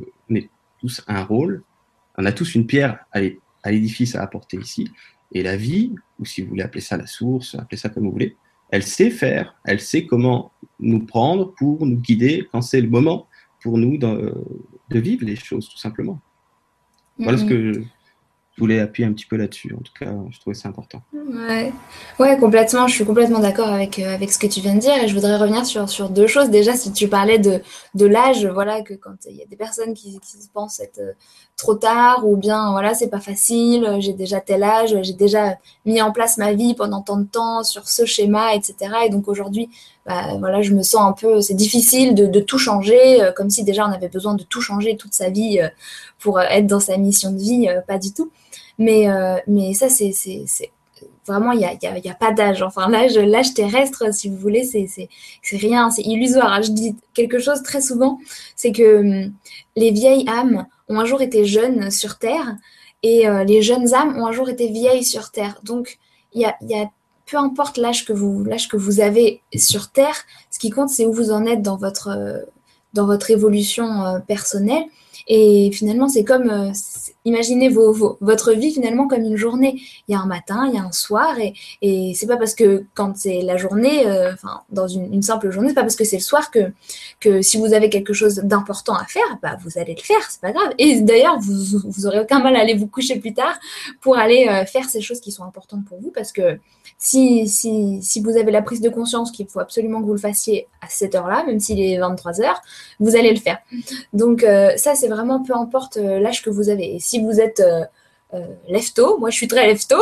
un rôle, on a tous une pierre à l'édifice à apporter ici. Et la vie, ou si vous voulez appeler ça la source, appelez ça comme vous voulez, elle sait faire, elle sait comment nous prendre pour nous guider quand c'est le moment pour nous de vivre les choses, tout simplement. Voilà ce que je voulais appuyer un petit peu là-dessus. En tout cas, je trouvais ça important. Ouais, complètement. Je suis complètement d'accord avec ce que tu viens de dire. Et je voudrais revenir sur deux choses. Déjà, si tu parlais de l'âge, voilà, que quand il y a des personnes qui pensent être trop tard, ou bien, voilà, c'est pas facile, j'ai déjà tel âge, j'ai déjà mis en place ma vie pendant tant de temps sur ce schéma, etc. Et donc aujourd'hui, voilà, je me sens un peu, c'est difficile de tout changer, comme si déjà on avait besoin de tout changer toute sa vie pour être dans sa mission de vie, pas du tout. Mais ça, c'est vraiment, il y a pas d'âge. Enfin, l'âge terrestre, si vous voulez, c'est rien, c'est illusoire. Je dis quelque chose très souvent, c'est que les vieilles âmes ont un jour été jeunes sur Terre, et les jeunes âmes ont un jour été vieilles sur Terre. Donc, il y a peu importe l'âge que vous avez sur Terre, ce qui compte, c'est où vous en êtes dans votre évolution personnelle. Et finalement, c'est comme, imaginez votre vie finalement comme une journée. Il y a un matin, il y a un soir, et c'est pas parce que quand c'est la journée, dans une simple journée, c'est pas parce que c'est le soir que si vous avez quelque chose d'important à faire, vous allez le faire, c'est pas grave. Et d'ailleurs, vous aurez aucun mal à aller vous coucher plus tard pour aller faire ces choses qui sont importantes pour vous, parce que si vous avez la prise de conscience qu'il faut absolument que vous le fassiez à cette heure-là, même s'il est 23h, vous allez le faire. Donc ça, c'est vraiment peu importe l'âge que vous avez. Et si vous êtes lève-tôt, moi je suis très lève-tôt,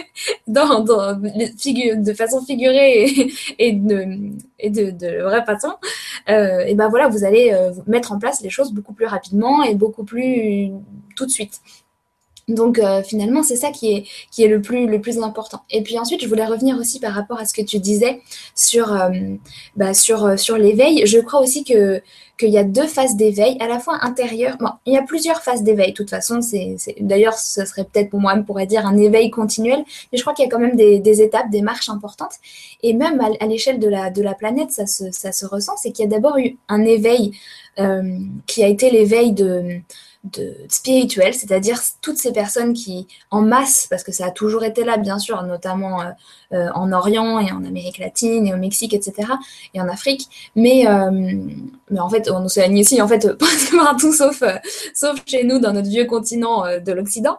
de façon figurée et de vraie façon, et voilà, vous allez mettre en place les choses beaucoup plus rapidement et beaucoup plus tout de suite. Donc finalement, c'est ça qui est le plus important. Et puis ensuite, je voulais revenir aussi par rapport à ce que tu disais sur l'éveil. Je crois aussi qu'il y a deux phases d'éveil, à la fois intérieure. Bon, il y a plusieurs phases d'éveil. De toute façon, d'ailleurs, ce serait peut-être, pour moi, on pourrait dire un éveil continuel. Mais je crois qu'il y a quand même des étapes, des marches importantes. Et même à l'échelle de la planète, ça se ressent. C'est qu'il y a d'abord eu un éveil qui a été l'éveil spirituel, c'est-à-dire toutes ces personnes qui, en masse, parce que ça a toujours été là, bien sûr, notamment en Orient et en Amérique latine et au Mexique, etc., et en Afrique, mais en fait, en Océanie aussi, en fait, partout sauf chez nous, dans notre vieux continent de l'Occident.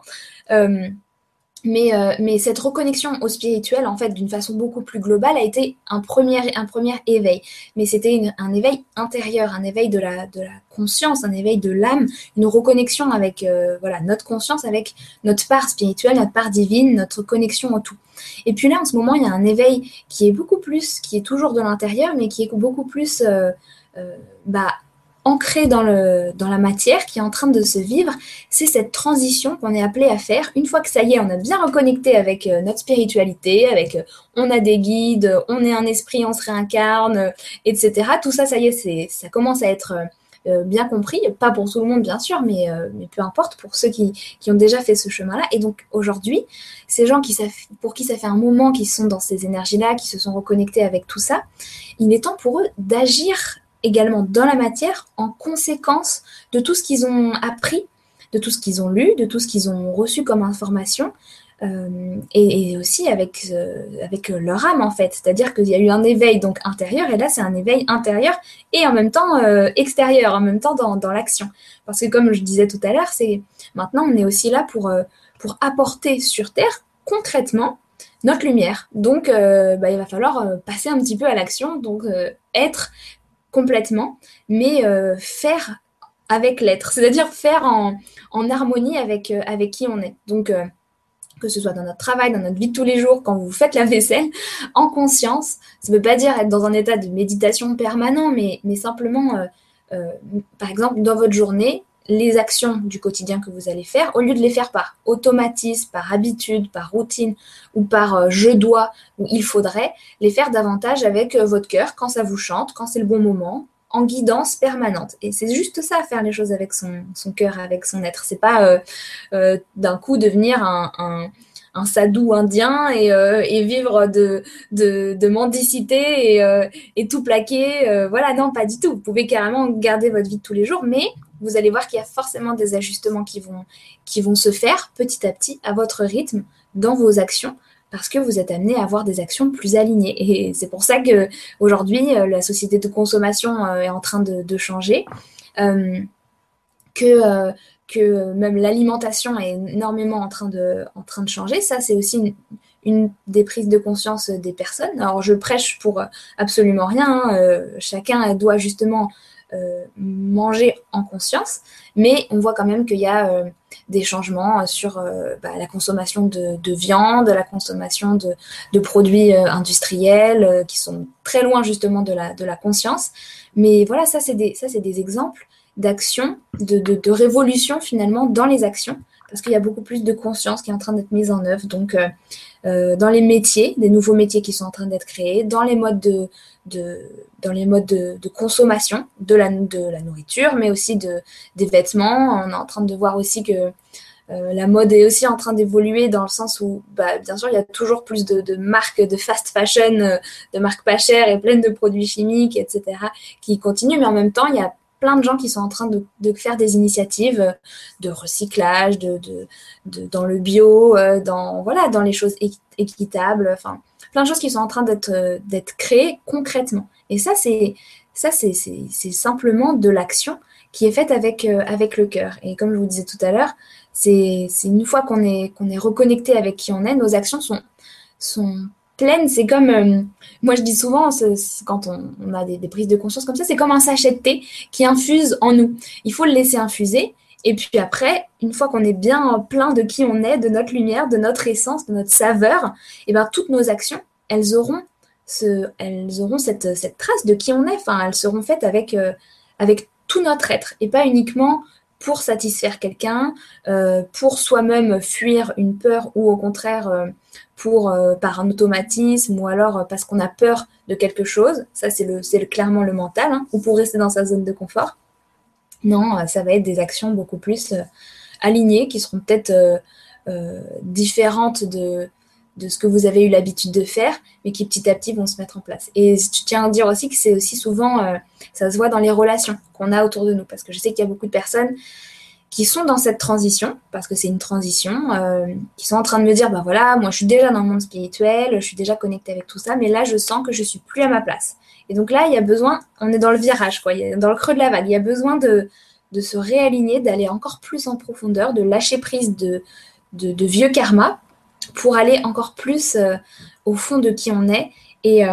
Mais cette reconnexion au spirituel, en fait, d'une façon beaucoup plus globale, a été un premier éveil. Mais c'était un éveil intérieur, un éveil de la conscience, un éveil de l'âme, une reconnexion avec notre conscience, avec notre part spirituelle, notre part divine, notre connexion au tout. Et puis là, en ce moment, il y a un éveil qui est toujours de l'intérieur, mais qui est beaucoup plus ancré dans la matière, qui est en train de se vivre. C'est cette transition qu'on est appelé à faire. Une fois que ça y est, on a bien reconnecté avec notre spiritualité, on a des guides, on est un esprit, on se réincarne, etc. Tout ça, ça y est, ça commence à être bien compris, pas pour tout le monde bien sûr, mais peu importe, pour ceux qui ont déjà fait ce chemin-là. Et donc aujourd'hui, ces gens pour qui ça fait un moment qu'ils sont dans ces énergies-là, qui se sont reconnectés avec tout ça, il est temps pour eux d'agir également dans la matière en conséquence de tout ce qu'ils ont appris, de tout ce qu'ils ont lu, de tout ce qu'ils ont reçu comme information, et aussi avec leur âme en fait. C'est-à-dire qu'il y a eu un éveil donc intérieur, et là c'est un éveil intérieur et en même temps extérieur, en même temps dans l'action. Parce que comme je disais tout à l'heure, maintenant on est aussi là pour apporter sur Terre concrètement notre lumière. Donc il va falloir passer un petit peu à l'action, donc être complètement, mais faire avec l'être, c'est-à-dire faire en harmonie avec qui on est. Donc que ce soit dans notre travail, dans notre vie de tous les jours, quand vous faites la vaisselle, en conscience. Ça ne veut pas dire être dans un état de méditation permanent, mais simplement, par exemple, dans votre journée, les actions du quotidien que vous allez faire, au lieu de les faire par automatisme, par habitude, par routine, ou par je dois, ou il faudrait, les faire davantage avec votre cœur, quand ça vous chante, quand c'est le bon moment, en guidance permanente. Et c'est juste ça, faire les choses avec son cœur, avec son être. C'est pas d'un coup devenir un sadhu indien et vivre de mendicité et tout plaquer. Voilà, non, pas du tout. Vous pouvez carrément garder votre vie de tous les jours, mais vous allez voir qu'il y a forcément des ajustements qui vont se faire petit à petit à votre rythme dans vos actions, parce que vous êtes amené à avoir des actions plus alignées. Et c'est pour ça qu'aujourd'hui, la société de consommation est en train de changer, que même l'alimentation est énormément en train de changer. Ça, c'est aussi une des prises de conscience des personnes. Alors, je prêche pour absolument rien, hein. Chacun doit justement manger en conscience, mais on voit quand même qu'il y a des changements sur la consommation de viande, la consommation de produits industriels qui sont très loin justement de la conscience. Mais voilà, ça c'est des exemples d'actions, de révolution finalement dans les actions, parce qu'il y a beaucoup plus de conscience qui est en train d'être mise en œuvre. Donc dans les métiers, des nouveaux métiers qui sont en train d'être créés, dans les modes de consommation de la nourriture, mais aussi des vêtements. On est en train de voir aussi que la mode est aussi en train d'évoluer dans le sens où, bien sûr, il y a toujours plus de marques de fast fashion, de marques pas chères et pleines de produits chimiques, etc., qui continuent, mais en même temps, il y a plein de gens qui sont en train de faire des initiatives de recyclage, dans le bio, dans les choses équitables, enfin, plein de choses qui sont en train d'être créées concrètement. Et ça, c'est simplement de l'action qui est faite avec le cœur. Et comme je vous disais tout à l'heure, c'est une fois qu'on est reconnecté avec qui on est, nos actions sont pleines. C'est comme, moi je dis souvent, quand on a des prises de conscience comme ça, c'est comme un sachet de thé qui infuse en nous. Il faut le laisser infuser. Et puis après, une fois qu'on est bien plein de qui on est, de notre lumière, de notre essence, de notre saveur, et ben toutes nos actions, elles auront cette trace de qui on est. Enfin, elles seront faites avec tout notre être et pas uniquement pour satisfaire quelqu'un, pour soi-même fuir une peur ou au contraire par un automatisme ou alors parce qu'on a peur de quelque chose. Ça, c'est clairement le mental, hein, ou pour rester dans sa zone de confort. Non, ça va être des actions beaucoup plus alignées qui seront peut-être différentes de ce que vous avez eu l'habitude de faire, mais qui petit à petit vont se mettre en place. Et je tiens à dire aussi que c'est aussi souvent, ça se voit dans les relations qu'on a autour de nous, parce que je sais qu'il y a beaucoup de personnes qui sont dans cette transition, parce que c'est une transition, qui sont en train de me dire, voilà, moi je suis déjà dans le monde spirituel, je suis déjà connectée avec tout ça, mais là je sens que je suis plus à ma place. Et donc là, il y a besoin, on est dans le virage, quoi, dans le creux de la vague, il y a besoin de se réaligner, d'aller encore plus en profondeur, de lâcher prise de vieux karma, pour aller encore plus au fond de qui on est et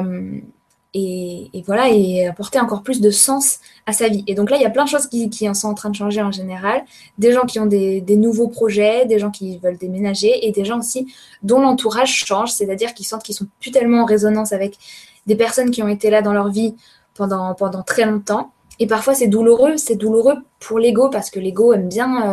voilà, et apporter encore plus de sens à sa vie. Et donc là, il y a plein de choses qui sont en train de changer en général. Des gens qui ont des nouveaux projets, des gens qui veulent déménager et des gens aussi dont l'entourage change, c'est-à-dire qu'ils sentent qu'ils sont plus tellement en résonance avec des personnes qui ont été là dans leur vie pendant très longtemps. Et parfois, c'est douloureux pour l'ego parce que l'ego aime bien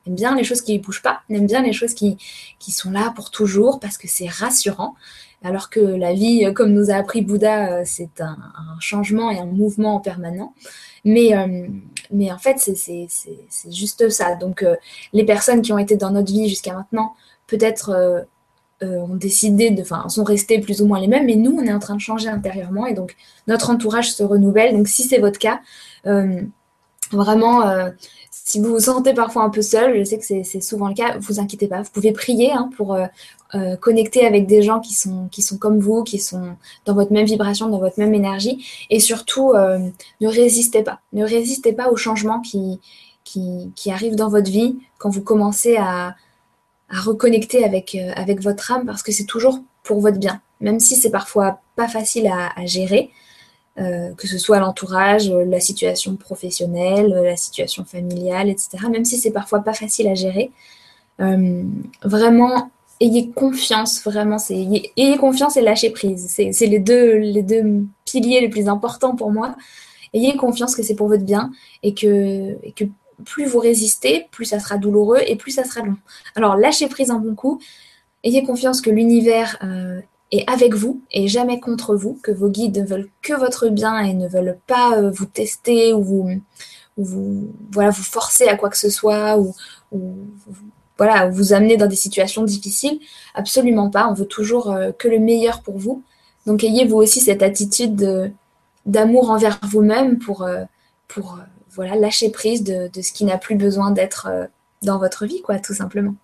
aime bien les choses qui ne bougent pas, on aime bien les choses qui sont là pour toujours parce que c'est rassurant. Alors que la vie, comme nous a appris Bouddha, c'est un changement et un mouvement permanent. Mais en fait, c'est juste ça. Donc, les personnes qui ont été dans notre vie jusqu'à maintenant, peut-être ont décidé sont restées plus ou moins les mêmes, mais nous, on est en train de changer intérieurement et donc notre entourage se renouvelle. Donc, si c'est votre cas, vraiment, si vous vous sentez parfois un peu seul, je sais que c'est souvent le cas, vous inquiétez pas, vous pouvez prier pour connecter avec des gens qui sont comme vous, qui sont dans votre même vibration, dans votre même énergie, et surtout ne résistez pas. Ne résistez pas aux changements qui arrivent dans votre vie quand vous commencez à reconnecter avec votre âme, parce que c'est toujours pour votre bien, même si c'est parfois pas facile à gérer. Que ce soit l'entourage, la situation professionnelle, la situation familiale, etc. Même si c'est parfois pas facile à gérer, vraiment ayez confiance, vraiment, ayez confiance et lâcher prise. C'est les deux piliers les plus importants pour moi. Ayez confiance que c'est pour votre bien et que plus vous résistez, plus ça sera douloureux et plus ça sera long. Alors lâchez prise un bon coup. Ayez confiance que l'univers est avec vous et jamais contre vous, que vos guides ne veulent que votre bien et ne veulent pas vous tester ou vous forcer à quoi que ce soit ou vous amener dans des situations difficiles. Absolument pas. On veut toujours que le meilleur pour vous. Donc ayez vous aussi cette attitude d'amour envers vous-même pour lâcher prise de ce qui n'a plus besoin d'être dans votre vie, quoi, tout simplement.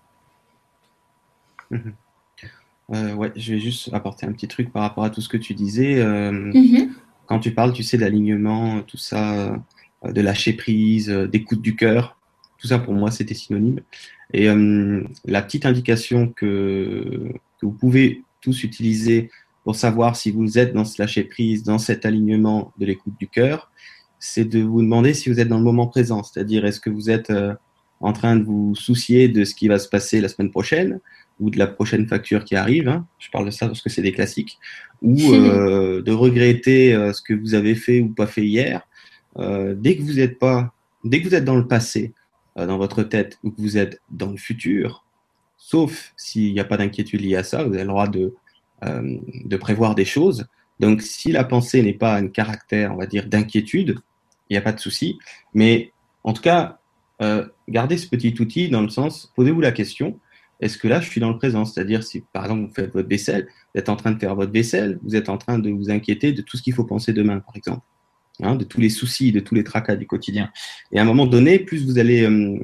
Ouais, je vais juste apporter un petit truc par rapport à tout ce que tu disais. Quand tu parles, tu sais, d'alignement, tout ça, de lâcher prise, d'écoute du cœur, tout ça pour moi c'était synonyme. Et la petite indication que vous pouvez tous utiliser pour savoir si vous êtes dans ce lâcher prise, dans cet alignement de l'écoute du cœur, c'est de vous demander si vous êtes dans le moment présent. C'est-à-dire, est-ce que vous êtes en train de vous soucier de ce qui va se passer la semaine prochaine ou de la prochaine facture qui arrive, hein, je parle de ça parce que c'est des classiques, ou de regretter ce que vous avez fait ou pas fait hier. Dès que vous êtes dans le passé, dans votre tête, ou que vous êtes dans le futur, sauf s'il n'y a pas d'inquiétude liée à ça, vous avez le droit de prévoir des choses. Donc, si la pensée n'est pas un caractère, on va dire, d'inquiétude, il n'y a pas de souci. Mais en tout cas, gardez ce petit outil dans le sens, posez-vous la question, est-ce que là, je suis dans le présent? C'est-à-dire, si par exemple, vous faites votre vaisselle, vous êtes en train de faire votre vaisselle, vous êtes en train de vous inquiéter de tout ce qu'il faut penser demain, par exemple, hein, de tous les soucis, de tous les tracas du quotidien. Et à un moment donné, plus vous allez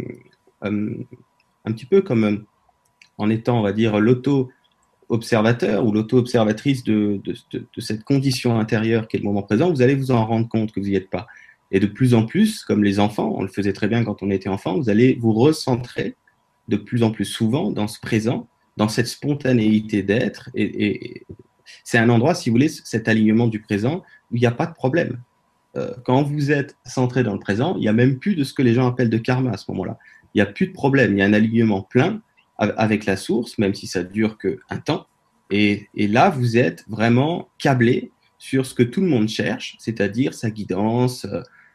un petit peu comme en étant, on va dire, l'auto-observateur ou l'auto-observatrice de cette condition intérieure qui est le moment présent, vous allez vous en rendre compte que vous n'y êtes pas. Et de plus en plus, comme les enfants, on le faisait très bien quand on était enfant, vous allez vous recentrer de plus en plus souvent dans ce présent, dans cette spontanéité d'être. Et c'est un endroit, si vous voulez, cet alignement du présent, où il n'y a pas de problème. Quand vous êtes centré dans le présent, il n'y a même plus de ce que les gens appellent de karma à ce moment-là. Il n'y a plus de problème, il y a un alignement plein avec la source, même si ça dure qu'un temps. Et là, vous êtes vraiment câblé sur ce que tout le monde cherche, c'est-à-dire sa guidance,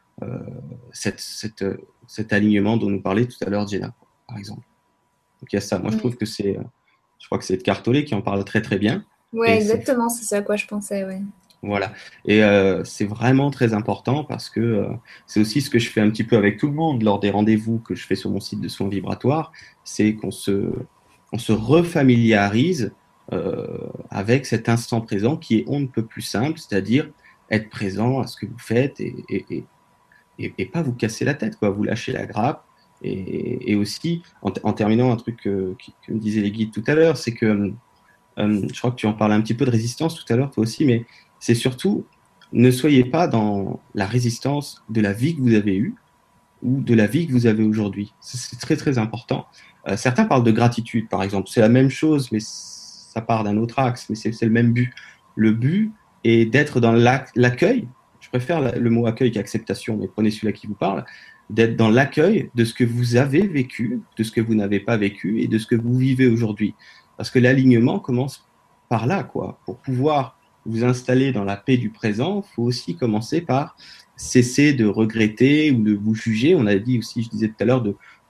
cet alignement dont nous parlait tout à l'heure Jenna, par exemple. Donc il y a ça. Moi, je trouve que je crois que c'est Cartolé qui en parle très très bien. Ouais, exactement, c'est ça à quoi je pensais, ouais. Voilà. Et c'est vraiment très important parce que c'est aussi ce que je fais un petit peu avec tout le monde lors des rendez-vous que je fais sur mon site de soins vibratoires, c'est qu'on se refamiliarise avec cet instant présent qui est on ne peut plus simple, c'est-à-dire être présent à ce que vous faites et pas vous casser la tête, quoi, vous lâcher la grappe. Et aussi, en terminant, un truc que me disaient les guides tout à l'heure, c'est que je crois que tu en parlais un petit peu de résistance tout à l'heure, toi aussi, mais c'est surtout, ne soyez pas dans la résistance de la vie que vous avez eue ou de la vie que vous avez aujourd'hui. C'est très, très important. Certains parlent de gratitude, par exemple. C'est la même chose, mais ça part d'un autre axe, mais c'est le même but. Le but est d'être dans l'accueil. Je préfère le mot accueil qu'acceptation, mais prenez celui-là qui vous parle. D'être dans l'accueil de ce que vous avez vécu, de ce que vous n'avez pas vécu et de ce que vous vivez aujourd'hui. Parce que l'alignement commence par là, quoi. Pour pouvoir vous installer dans la paix du présent, il faut aussi commencer par cesser de regretter ou de vous juger. On a dit aussi, je disais tout à l'heure, de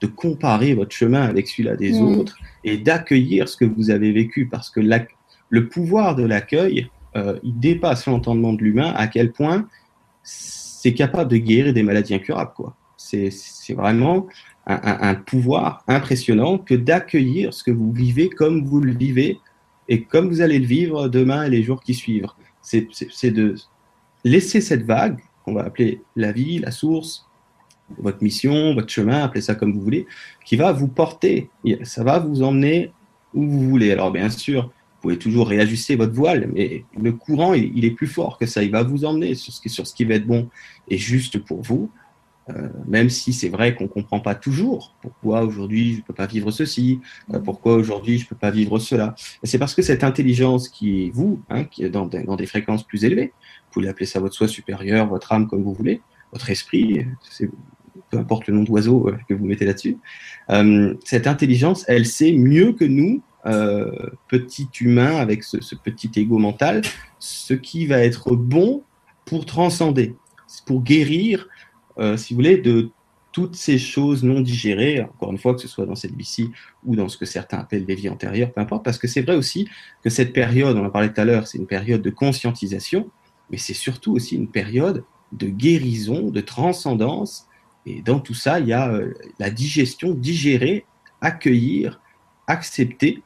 de comparer votre chemin avec celui-là des autres et d'accueillir ce que vous avez vécu, parce que le pouvoir de l'accueil, il dépasse l'entendement de l'humain, à quel point c'est capable de guérir des maladies incurables, quoi. C'est vraiment un pouvoir impressionnant que d'accueillir ce que vous vivez comme vous le vivez et comme vous allez le vivre demain et les jours qui suivent. C'est de laisser cette vague, qu'on va appeler la vie, la source, votre mission, votre chemin, appelez ça comme vous voulez, qui va vous porter. Ça va vous emmener où vous voulez. Alors bien sûr, vous pouvez toujours réajuster votre voile, mais le courant, il est plus fort que ça. Il va vous emmener sur ce qui va être bon et juste pour vous. Même si c'est vrai qu'on ne comprend pas toujours pourquoi aujourd'hui je ne peux pas vivre ceci, pourquoi aujourd'hui je ne peux pas vivre cela. Et c'est parce que cette intelligence qui est vous, qui est dans des fréquences plus élevées, vous pouvez appeler ça votre soi supérieur, votre âme, comme vous voulez, votre esprit, peu importe le nom d'oiseau que vous mettez là-dessus, cette intelligence, elle sait mieux que nous, petit humain avec ce petit ego mental, ce qui va être bon pour transcender, pour guérir, si vous voulez, de toutes ces choses non digérées, encore une fois, que ce soit dans cette vie-ci ou dans ce que certains appellent des vies antérieures, peu importe, parce que c'est vrai aussi que cette période, on en parlait tout à l'heure, c'est une période de conscientisation, mais c'est surtout aussi une période de guérison, de transcendance, et dans tout ça, il y a la digestion, digérer, accueillir, accepter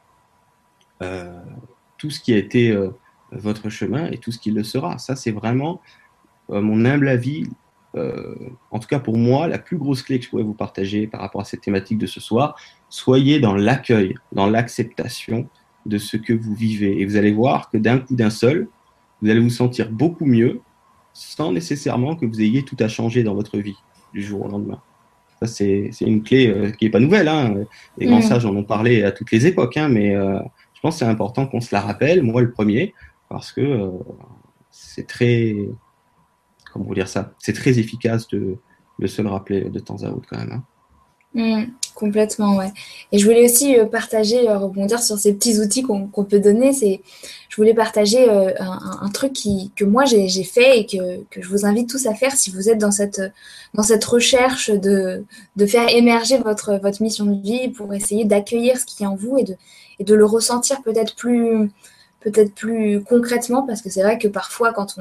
tout ce qui a été votre chemin et tout ce qui le sera. Ça, c'est vraiment, mon humble avis, en tout cas pour moi, la plus grosse clé que je pourrais vous partager par rapport à cette thématique de ce soir. Soyez dans l'accueil, dans l'acceptation de ce que vous vivez. Et vous allez voir que d'un coup d'un seul, vous allez vous sentir beaucoup mieux sans nécessairement que vous ayez tout à changer dans votre vie du jour au lendemain. Ça, c'est une clé qui n'est pas nouvelle. Les grands sages en ont parlé à toutes les époques, mais je pense que c'est important qu'on se la rappelle, moi le premier, parce que c'est très... Comment vous dire ça? C'est très efficace de se le rappeler de temps à autre quand même. Complètement, ouais. Et je voulais aussi partager, rebondir sur ces petits outils qu'on peut donner. Je voulais partager un truc que moi j'ai fait et que je vous invite tous à faire si vous êtes dans cette recherche de faire émerger votre mission de vie pour essayer d'accueillir ce qui est en vous et de le ressentir peut-être plus concrètement, parce que c'est vrai que parfois quand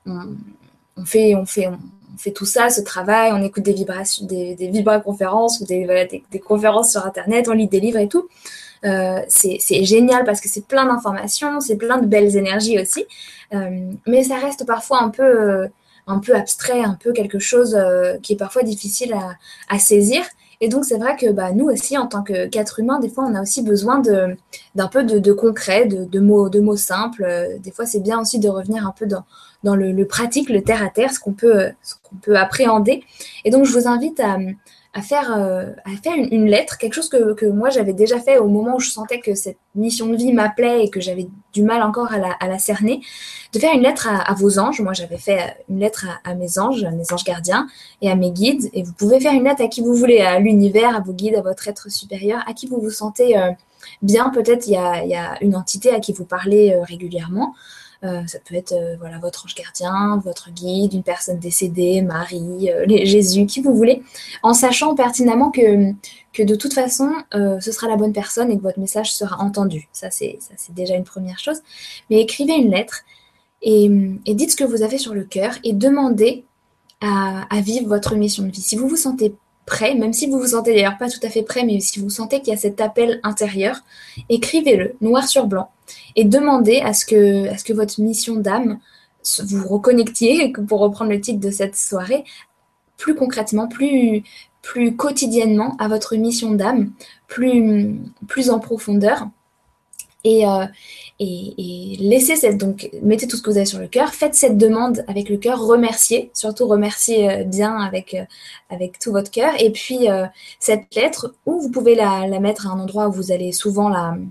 on fait tout ça, ce travail, on écoute des vibrations, des vibra-conférences ou des conférences sur Internet, on lit des livres et tout. C'est génial parce que c'est plein d'informations, c'est plein de belles énergies aussi. Mais ça reste parfois un peu abstrait, un peu quelque chose qui est parfois difficile à saisir. Et donc, c'est vrai que nous aussi, en tant qu'êtres humains, des fois, on a aussi besoin d'un peu de concret, de mots simples. Des fois, c'est bien aussi de revenir un peu dans le pratique, le terre-à-terre, ce qu'on peut appréhender. Et donc, je vous invite à faire une lettre, quelque chose que moi, j'avais déjà fait au moment où je sentais que cette mission de vie m'appelait et que j'avais du mal encore à la cerner, de faire une lettre à vos anges. Moi, j'avais fait une lettre à mes anges gardiens et à mes guides. Et vous pouvez faire une lettre à qui vous voulez, à l'univers, à vos guides, à votre être supérieur, à qui vous vous sentez bien. Peut-être il y a une entité à qui vous parlez régulièrement. Ça peut être votre ange gardien, votre guide, une personne décédée, Marie, Jésus, qui vous voulez, en sachant pertinemment que de toute façon, ce sera la bonne personne et que votre message sera entendu. Ça, c'est déjà une première chose. Mais écrivez une lettre et dites ce que vous avez sur le cœur et demandez à vivre votre mission de vie. Si vous vous sentez prêt, même si vous vous sentez d'ailleurs pas tout à fait prêt, mais si vous sentez qu'il y a cet appel intérieur, écrivez-le noir sur blanc et demandez à ce que votre mission d'âme, vous reconnectiez, pour reprendre le titre de cette soirée, plus concrètement, plus quotidiennement à votre mission d'âme, plus en profondeur. Et laissez donc mettez tout ce que vous avez sur le cœur, faites cette demande avec le cœur, remerciez, surtout remerciez bien avec tout votre cœur, et puis cette lettre, ou vous pouvez la mettre à un endroit où vous allez souvent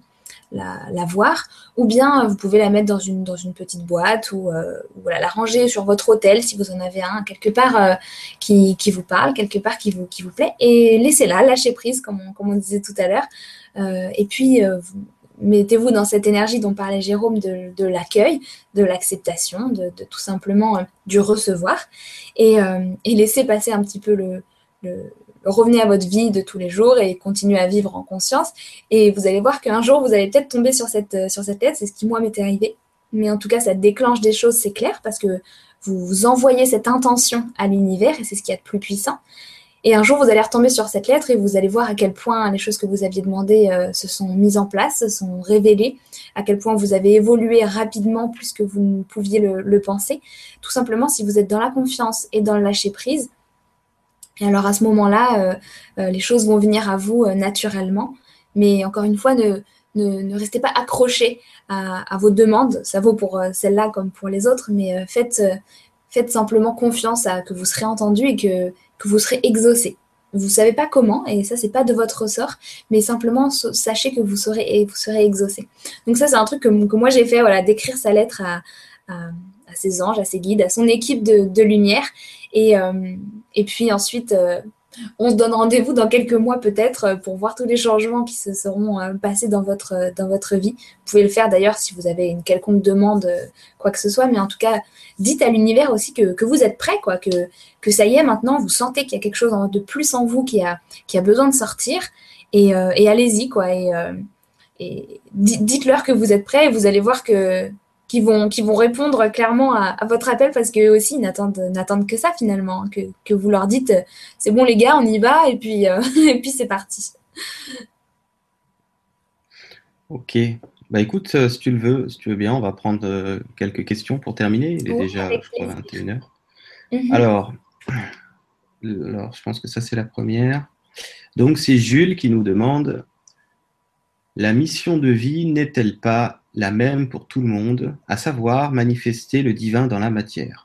la voir, ou bien vous pouvez la mettre dans une petite boîte ou la ranger sur votre autel si vous en avez un quelque part qui vous parle, quelque part qui vous plaît, et laissez-la, lâchez prise comme on disait tout à l'heure, et puis mettez-vous dans cette énergie dont parlait Jérôme de l'accueil, de l'acceptation, de tout simplement du recevoir, et laissez passer un petit peu revenez à votre vie de tous les jours et continuez à vivre en conscience. Et vous allez voir qu'un jour, vous allez peut-être tomber sur cette lettre. C'est ce qui, moi, m'était arrivé. Mais en tout cas, ça déclenche des choses, c'est clair, parce que vous envoyez cette intention à l'univers et c'est ce qu'il y a de plus puissant. Et un jour, vous allez retomber sur cette lettre et vous allez voir à quel point les choses que vous aviez demandées se sont mises en place, se sont révélées, à quel point vous avez évolué rapidement plus que vous ne pouviez le penser. Tout simplement, si vous êtes dans la confiance et dans le lâcher-prise, et alors à ce moment-là, les choses vont venir à vous naturellement. Mais encore une fois, ne restez pas accrochés à vos demandes. Ça vaut pour celle-là comme pour les autres, mais faites simplement confiance à que vous serez entendu et que vous serez exaucé. Vous ne savez pas comment, et ça, c'est pas de votre ressort, mais simplement sachez que vous serez exaucé. Donc ça, c'est un truc que moi, j'ai fait, voilà, d'écrire sa lettre à ses anges, à ses guides, à son équipe de lumière. Et puis ensuite, on se donne rendez-vous dans quelques mois peut-être pour voir tous les changements qui se seront passés dans votre vie. Vous pouvez le faire d'ailleurs si vous avez une quelconque demande, quoi que ce soit, mais en tout cas, dites à l'univers aussi que vous êtes prêt, quoi, que ça y est maintenant, vous sentez qu'il y a quelque chose de plus en vous qui a besoin de sortir, et allez-y, quoi, et dites-leur que vous êtes prêt et vous allez voir qu'ils vont répondre clairement à votre appel, parce qu'eux aussi, ils n'attendent que ça finalement, que vous leur dites c'est bon les gars, on y va, et puis, et puis c'est parti. Ok. Bah écoute, si tu veux bien, on va prendre quelques questions pour terminer. Il est déjà, je crois, 21h. Alors, je pense que ça, c'est la première. Donc, c'est Jules qui nous demande: la mission de vie n'est-elle pas la même pour tout le monde, à savoir manifester le divin dans la matière?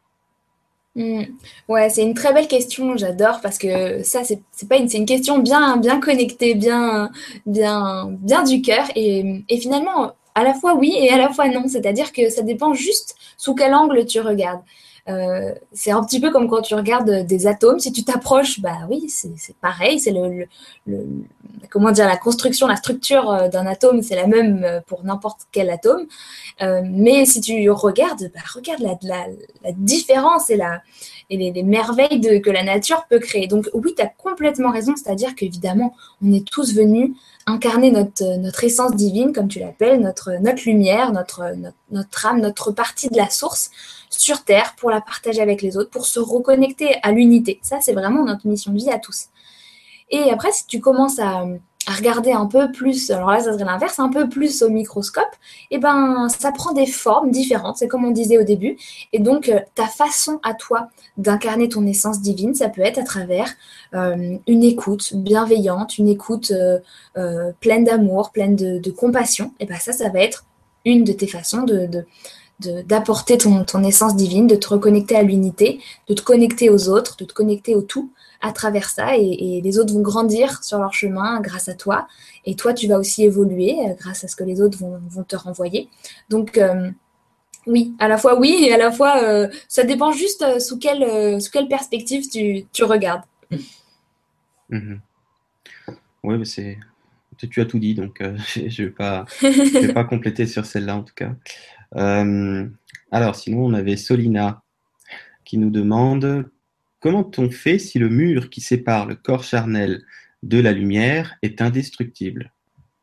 Ouais, c'est une très belle question, j'adore, parce que ça, c'est une question bien connectée, bien du cœur, et finalement, à la fois oui et à la fois non, c'est-à-dire que ça dépend juste sous quel angle tu regardes. C'est un petit peu comme quand tu regardes des atomes. Si tu t'approches, bah oui, c'est pareil. C'est comment dire, la construction, la structure d'un atome, c'est la même pour n'importe quel atome. Mais si tu regardes, bah, regarde la différence et les merveilles que la nature peut créer. Donc oui, tu as complètement raison. C'est-à-dire qu'évidemment, on est tous venus incarner notre essence divine, comme tu l'appelles, notre lumière, notre âme, notre partie de la source sur Terre, pour la partager avec les autres, pour se reconnecter à l'unité. Ça, c'est vraiment notre mission de vie à tous. Et après, si tu commences à regarder un peu plus, alors là, ça serait l'inverse, un peu plus au microscope, et ben, ça prend des formes différentes, c'est comme on disait au début. Et donc, ta façon à toi d'incarner ton essence divine, ça peut être à travers une écoute bienveillante, une écoute pleine d'amour, pleine de compassion. Et ben ça va être une de tes façons d'apporter ton essence divine, de te reconnecter à l'unité, de te connecter aux autres, de te connecter au tout à travers ça, et les autres vont grandir sur leur chemin grâce à toi, et toi tu vas aussi évoluer grâce à ce que les autres vont te renvoyer. Donc oui, à la fois oui, et à la fois ça dépend juste sous quelle perspective tu regardes. Oui, mais tu as tout dit, donc je vais pas compléter sur celle-là en tout cas. Alors, sinon, on avait Solina qui nous demande: comment on fait si le mur qui sépare le corps charnel de la lumière est indestructible?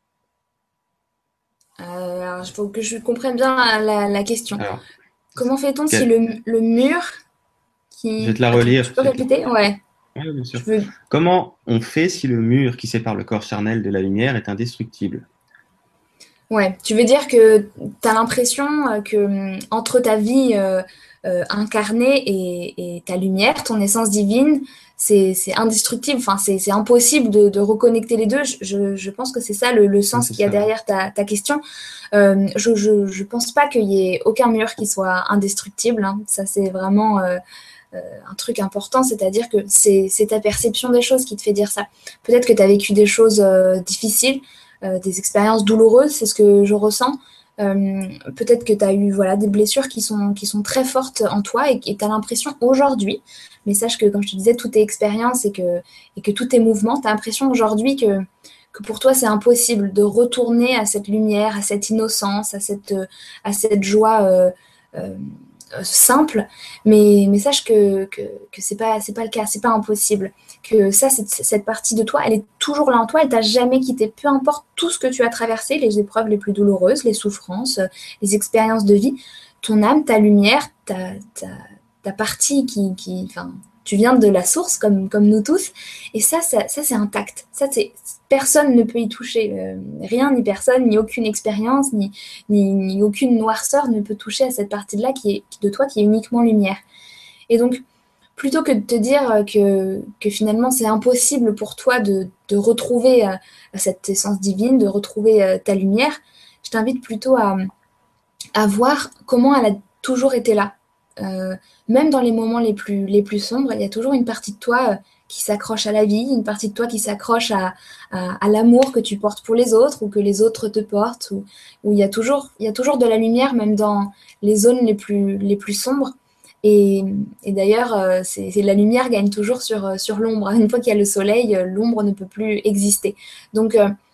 Alors, il faut que je comprenne bien la question. Alors, comment fait-on si le mur qui... Je vais te la relire. Tu peux répéter? Ouais. Oui, bien sûr. Comment on fait si le mur qui sépare le corps charnel de la lumière est indestructible? Ouais, tu veux dire que tu as l'impression que entre ta vie incarnée et ta lumière, ton essence divine, c'est indestructible, enfin, c'est impossible de reconnecter les deux. Je pense que c'est ça le sens qu'il y a derrière ta question. Je pense pas qu'il y ait aucun mur qui soit indestructible, hein. Ça, c'est vraiment un truc important, c'est-à-dire que c'est ta perception des choses qui te fait dire ça. Peut-être que tu as vécu des choses difficiles, des expériences douloureuses, c'est ce que je ressens. Peut-être que tu as eu des blessures qui sont très fortes en toi, et tu as l'impression aujourd'hui, mais sache que, comme je te disais, tout est expérience et que tout est mouvement. Tu as l'impression aujourd'hui que pour toi, c'est impossible de retourner à cette lumière, à cette innocence, à cette joie simple, mais sache que c'est pas le cas, c'est pas impossible. que ça, cette partie de toi, elle est toujours là en toi, elle t'a jamais quitté. Peu importe tout ce que tu as traversé, les épreuves les plus douloureuses, les souffrances, les expériences de vie, ton âme, ta lumière, ta partie enfin, tu viens de la source comme nous tous, et ça c'est intact. Personne ne peut y toucher. Rien ni personne, ni aucune expérience, ni aucune noirceur ne peut toucher à cette partie-là de toi qui est uniquement lumière. Et donc, plutôt que de te dire que finalement c'est impossible pour toi de retrouver cette essence divine, de retrouver ta lumière, je t'invite plutôt à voir comment elle a toujours été là. Même dans les moments les plus sombres, il y a toujours une partie de toi qui s'accroche à la vie, une partie de toi qui s'accroche à l'amour que tu portes pour les autres ou que les autres te portent, où il y a toujours de la lumière même dans les zones les plus sombres. Et d'ailleurs, la lumière gagne toujours sur l'ombre. Une fois qu'il y a le soleil, l'ombre ne peut plus exister. Donc,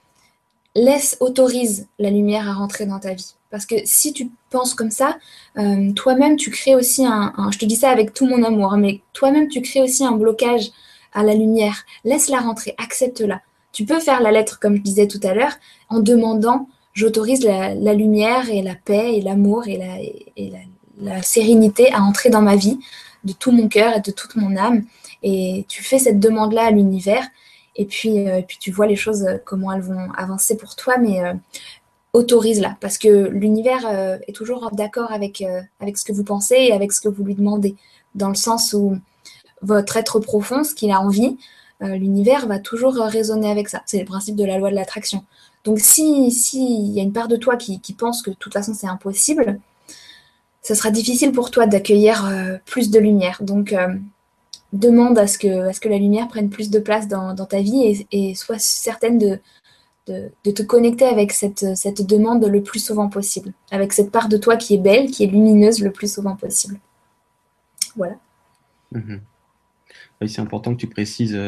autorise la lumière à rentrer dans ta vie. Parce que si tu penses comme ça, toi-même, tu crées aussi je te dis ça avec tout mon amour, mais toi-même, tu crées aussi un blocage à la lumière. Laisse-la rentrer, accepte-la. Tu peux faire la lettre, comme je disais tout à l'heure, en demandant, j'autorise la lumière et la paix et l'amour et la sérénité à entrer dans ma vie, de tout mon cœur et de toute mon âme. Et tu fais cette demande-là à l'univers, et puis tu vois les choses, comment elles vont avancer pour toi, mais autorise-la, parce que l'univers est toujours d'accord avec ce que vous pensez et avec ce que vous lui demandez, dans le sens où votre être profond, ce qu'il a envie, l'univers va toujours résonner avec ça. C'est le principe de la loi de l'attraction. Donc si y a une part de toi qui pense que de toute façon c'est impossible, ça sera difficile pour toi d'accueillir plus de lumière. Donc demande à ce que la lumière prenne plus de place dans ta vie et sois certaine de te connecter avec cette demande le plus souvent possible, avec cette part de toi qui est belle, qui est lumineuse le plus souvent possible. Voilà. Mm-hmm. Oui, c'est important que tu précises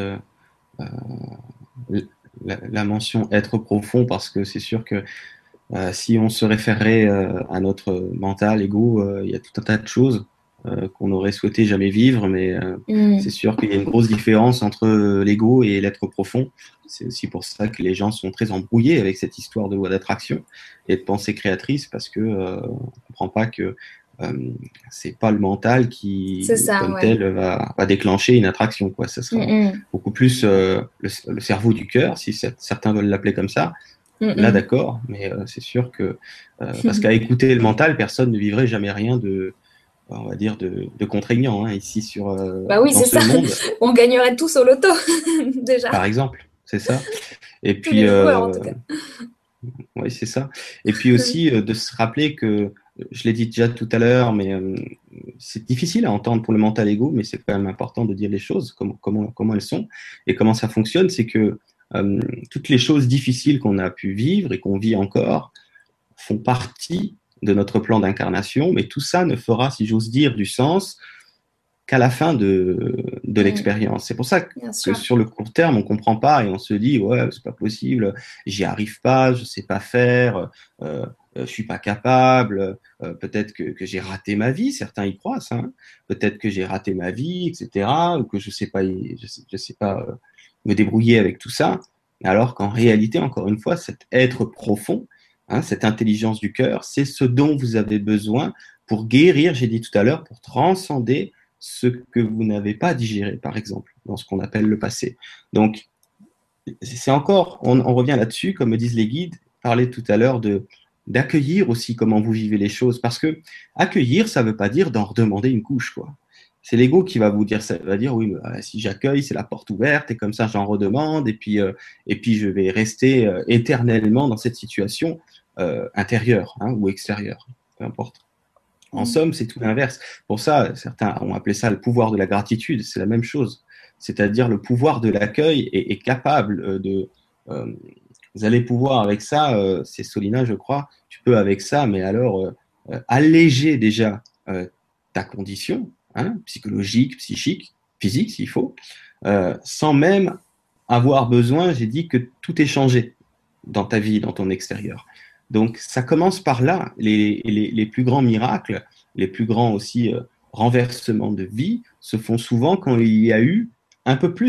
la mention être profond, parce que c'est sûr que si on se référait à notre mental, ego, il y a tout un tas de choses qu'on aurait souhaité jamais vivre, mais c'est sûr qu'il y a une grosse différence entre l'ego et l'être profond. C'est aussi pour ça que les gens sont très embrouillés avec cette histoire de loi d'attraction et de pensée créatrice, parce que on comprend pas que c'est pas le mental qui, tel, va déclencher une attraction, quoi. Ça sera beaucoup plus le cerveau du cœur, si certains veulent l'appeler comme ça. Là, d'accord, mais c'est sûr que parce qu'à écouter le mental, personne ne vivrait jamais rien on va dire, de contraignant, hein, ici sur bah oui, c'est ça. Monde. On gagnerait tous au loto, déjà. Par exemple, c'est ça. Et puis, les joueurs, en tout cas. Oui, c'est ça. Et puis aussi de se rappeler que, je l'ai dit déjà tout à l'heure, mais c'est difficile à entendre pour le mental ego, mais c'est quand même important de dire les choses, comment elles sont et comment ça fonctionne. C'est que toutes les choses difficiles qu'on a pu vivre et qu'on vit encore font partie de notre plan d'incarnation, mais tout ça ne fera, si j'ose dire, du sens qu'à la fin de l'expérience. C'est pour ça que sur le court terme, on comprend pas et on se dit, ouais, c'est pas possible, j'y arrive pas, je sais pas faire, je suis pas capable, peut-être que j'ai raté ma vie, certains y croient, ça, hein. Peut-être que j'ai raté ma vie, etc., ou que je sais pas me débrouiller avec tout ça, alors qu'en réalité, encore une fois, cet être profond, hein, cette intelligence du cœur, c'est ce dont vous avez besoin pour guérir, j'ai dit tout à l'heure, pour transcender ce que vous n'avez pas digéré, par exemple, dans ce qu'on appelle le passé. Donc, c'est encore, on revient là-dessus, comme me disent les guides, parler tout à l'heure d'accueillir aussi comment vous vivez les choses, parce que accueillir, ça ne veut pas dire d'en redemander une couche, quoi. C'est l'ego qui va vous dire, ça va dire, oui, mais, si j'accueille, c'est la porte ouverte, et comme ça, j'en redemande, et puis je vais rester éternellement dans cette situation intérieure, hein, ou extérieure, peu importe. En somme, c'est tout l'inverse. Pour ça, certains ont appelé ça le pouvoir de la gratitude. C'est la même chose. C'est-à-dire le pouvoir de l'accueil est capable de... vous allez pouvoir avec ça, c'est Solina, je crois, tu peux avec ça, mais alors alléger déjà ta condition, hein, psychologique, psychique, physique s'il faut, sans même avoir besoin, j'ai dit, que tout est changé dans ta vie, dans ton extérieur. Donc, ça commence par là. Les plus grands miracles, les plus grands aussi renversements de vie se font souvent quand il y a eu un peu plus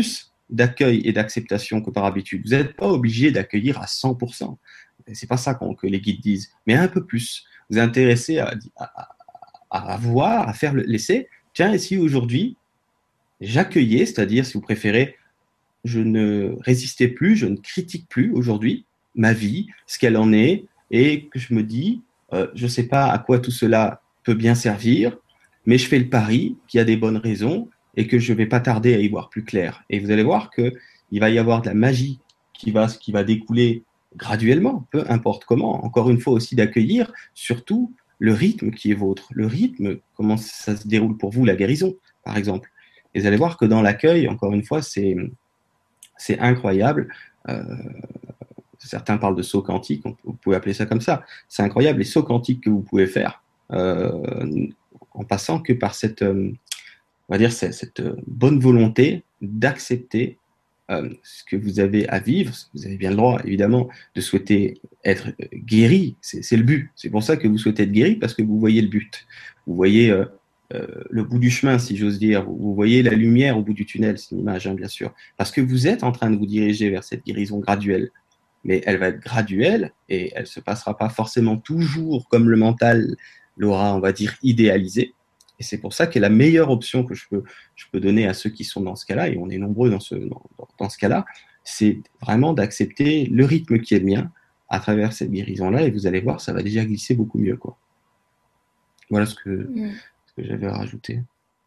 d'accueil et d'acceptation que par habitude. Vous n'êtes pas obligé d'accueillir à 100%. C'est pas ça que les guides disent, mais un peu plus. Vous êtes intéressé à voir, à faire l'essai. Tiens, et si aujourd'hui, j'accueillais, c'est-à-dire, si vous préférez, je ne résistais plus, je ne critique plus aujourd'hui ma vie, ce qu'elle en est, et que je me dis, je ne sais pas à quoi tout cela peut bien servir, mais je fais le pari qu'il y a des bonnes raisons et que je ne vais pas tarder à y voir plus clair. Et vous allez voir qu'il va y avoir de la magie qui va découler graduellement, peu importe comment. Encore une fois aussi d'accueillir surtout le rythme qui est vôtre. Le rythme, comment ça se déroule pour vous, la guérison, par exemple. Et vous allez voir que dans l'accueil, encore une fois, c'est incroyable. Certains parlent de saut quantique, vous pouvez appeler ça comme ça. C'est incroyable les sauts quantiques que vous pouvez faire en passant que par cette, on va dire, cette bonne volonté d'accepter ce que vous avez à vivre. Vous avez bien le droit, évidemment, de souhaiter être guéri. C'est le but. C'est pour ça que vous souhaitez être guéri, parce que vous voyez le but. Vous voyez le bout du chemin, si j'ose dire. Vous voyez la lumière au bout du tunnel, c'est une image, hein, bien sûr. Parce que vous êtes en train de vous diriger vers cette guérison graduelle. Mais elle va être graduelle et elle ne se passera pas forcément toujours comme le mental l'aura, on va dire, idéalisé. Et c'est pour ça que la meilleure option que je peux donner à ceux qui sont dans ce cas-là, et on est nombreux dans ce cas-là, c'est vraiment d'accepter le rythme qui est le mien à travers cette guérison-là, et vous allez voir, ça va déjà glisser beaucoup mieux, quoi. Voilà ce que j'avais à rajouter.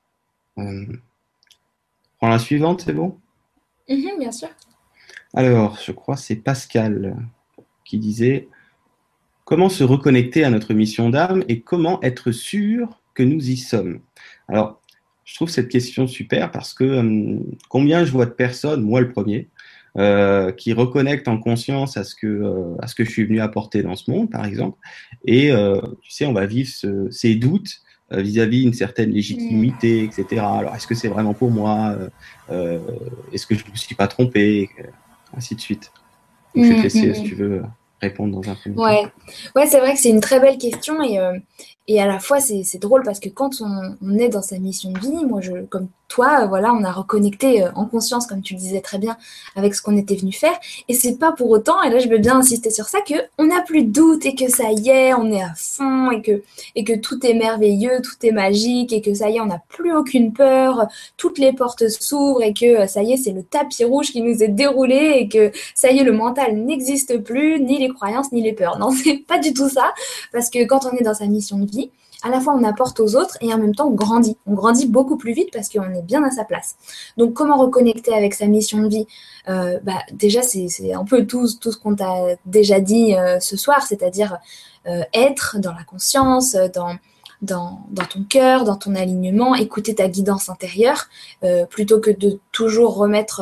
Prends la suivante, c'est bon ? Bien sûr. Alors, je crois que c'est Pascal qui disait « Comment se reconnecter à notre mission d'âme et comment être sûr que nous y sommes ?» Alors, je trouve cette question super parce que combien je vois de personnes, moi le premier, qui reconnectent en conscience à ce que je suis venu apporter dans ce monde, par exemple, et tu sais, on va vivre ces doutes vis-à-vis une certaine légitimité, etc. Alors, est-ce que c'est vraiment pour moi est-ce que je ne me suis pas trompé, ainsi de suite. Donc, je vais te laisser, si tu veux, répondre dans un premier temps. Ouais, c'est vrai que c'est une très belle question et à la fois c'est drôle parce que quand on est dans sa mission de vie, moi comme toi, voilà, on a reconnecté en conscience, comme tu le disais très bien, avec ce qu'on était venu faire. Et c'est pas pour autant, et là je veux bien insister sur ça, qu'on n'a plus de doute et que ça y est, on est à fond et que tout est merveilleux, tout est magique et que ça y est, on n'a plus aucune peur, toutes les portes s'ouvrent et que ça y est, c'est le tapis rouge qui nous est déroulé et que ça y est, le mental n'existe plus, ni les croyances, ni les peurs. Non, c'est pas du tout ça, parce que quand on est dans sa mission de vie, à la fois on apporte aux autres et en même temps on grandit. On grandit beaucoup plus vite parce qu'on est bien à sa place. Donc comment reconnecter avec sa mission de vie déjà c'est un peu tout ce qu'on t'a déjà dit ce soir, c'est-à-dire être dans la conscience, dans ton cœur, dans ton alignement, écouter ta guidance intérieure, plutôt que de toujours remettre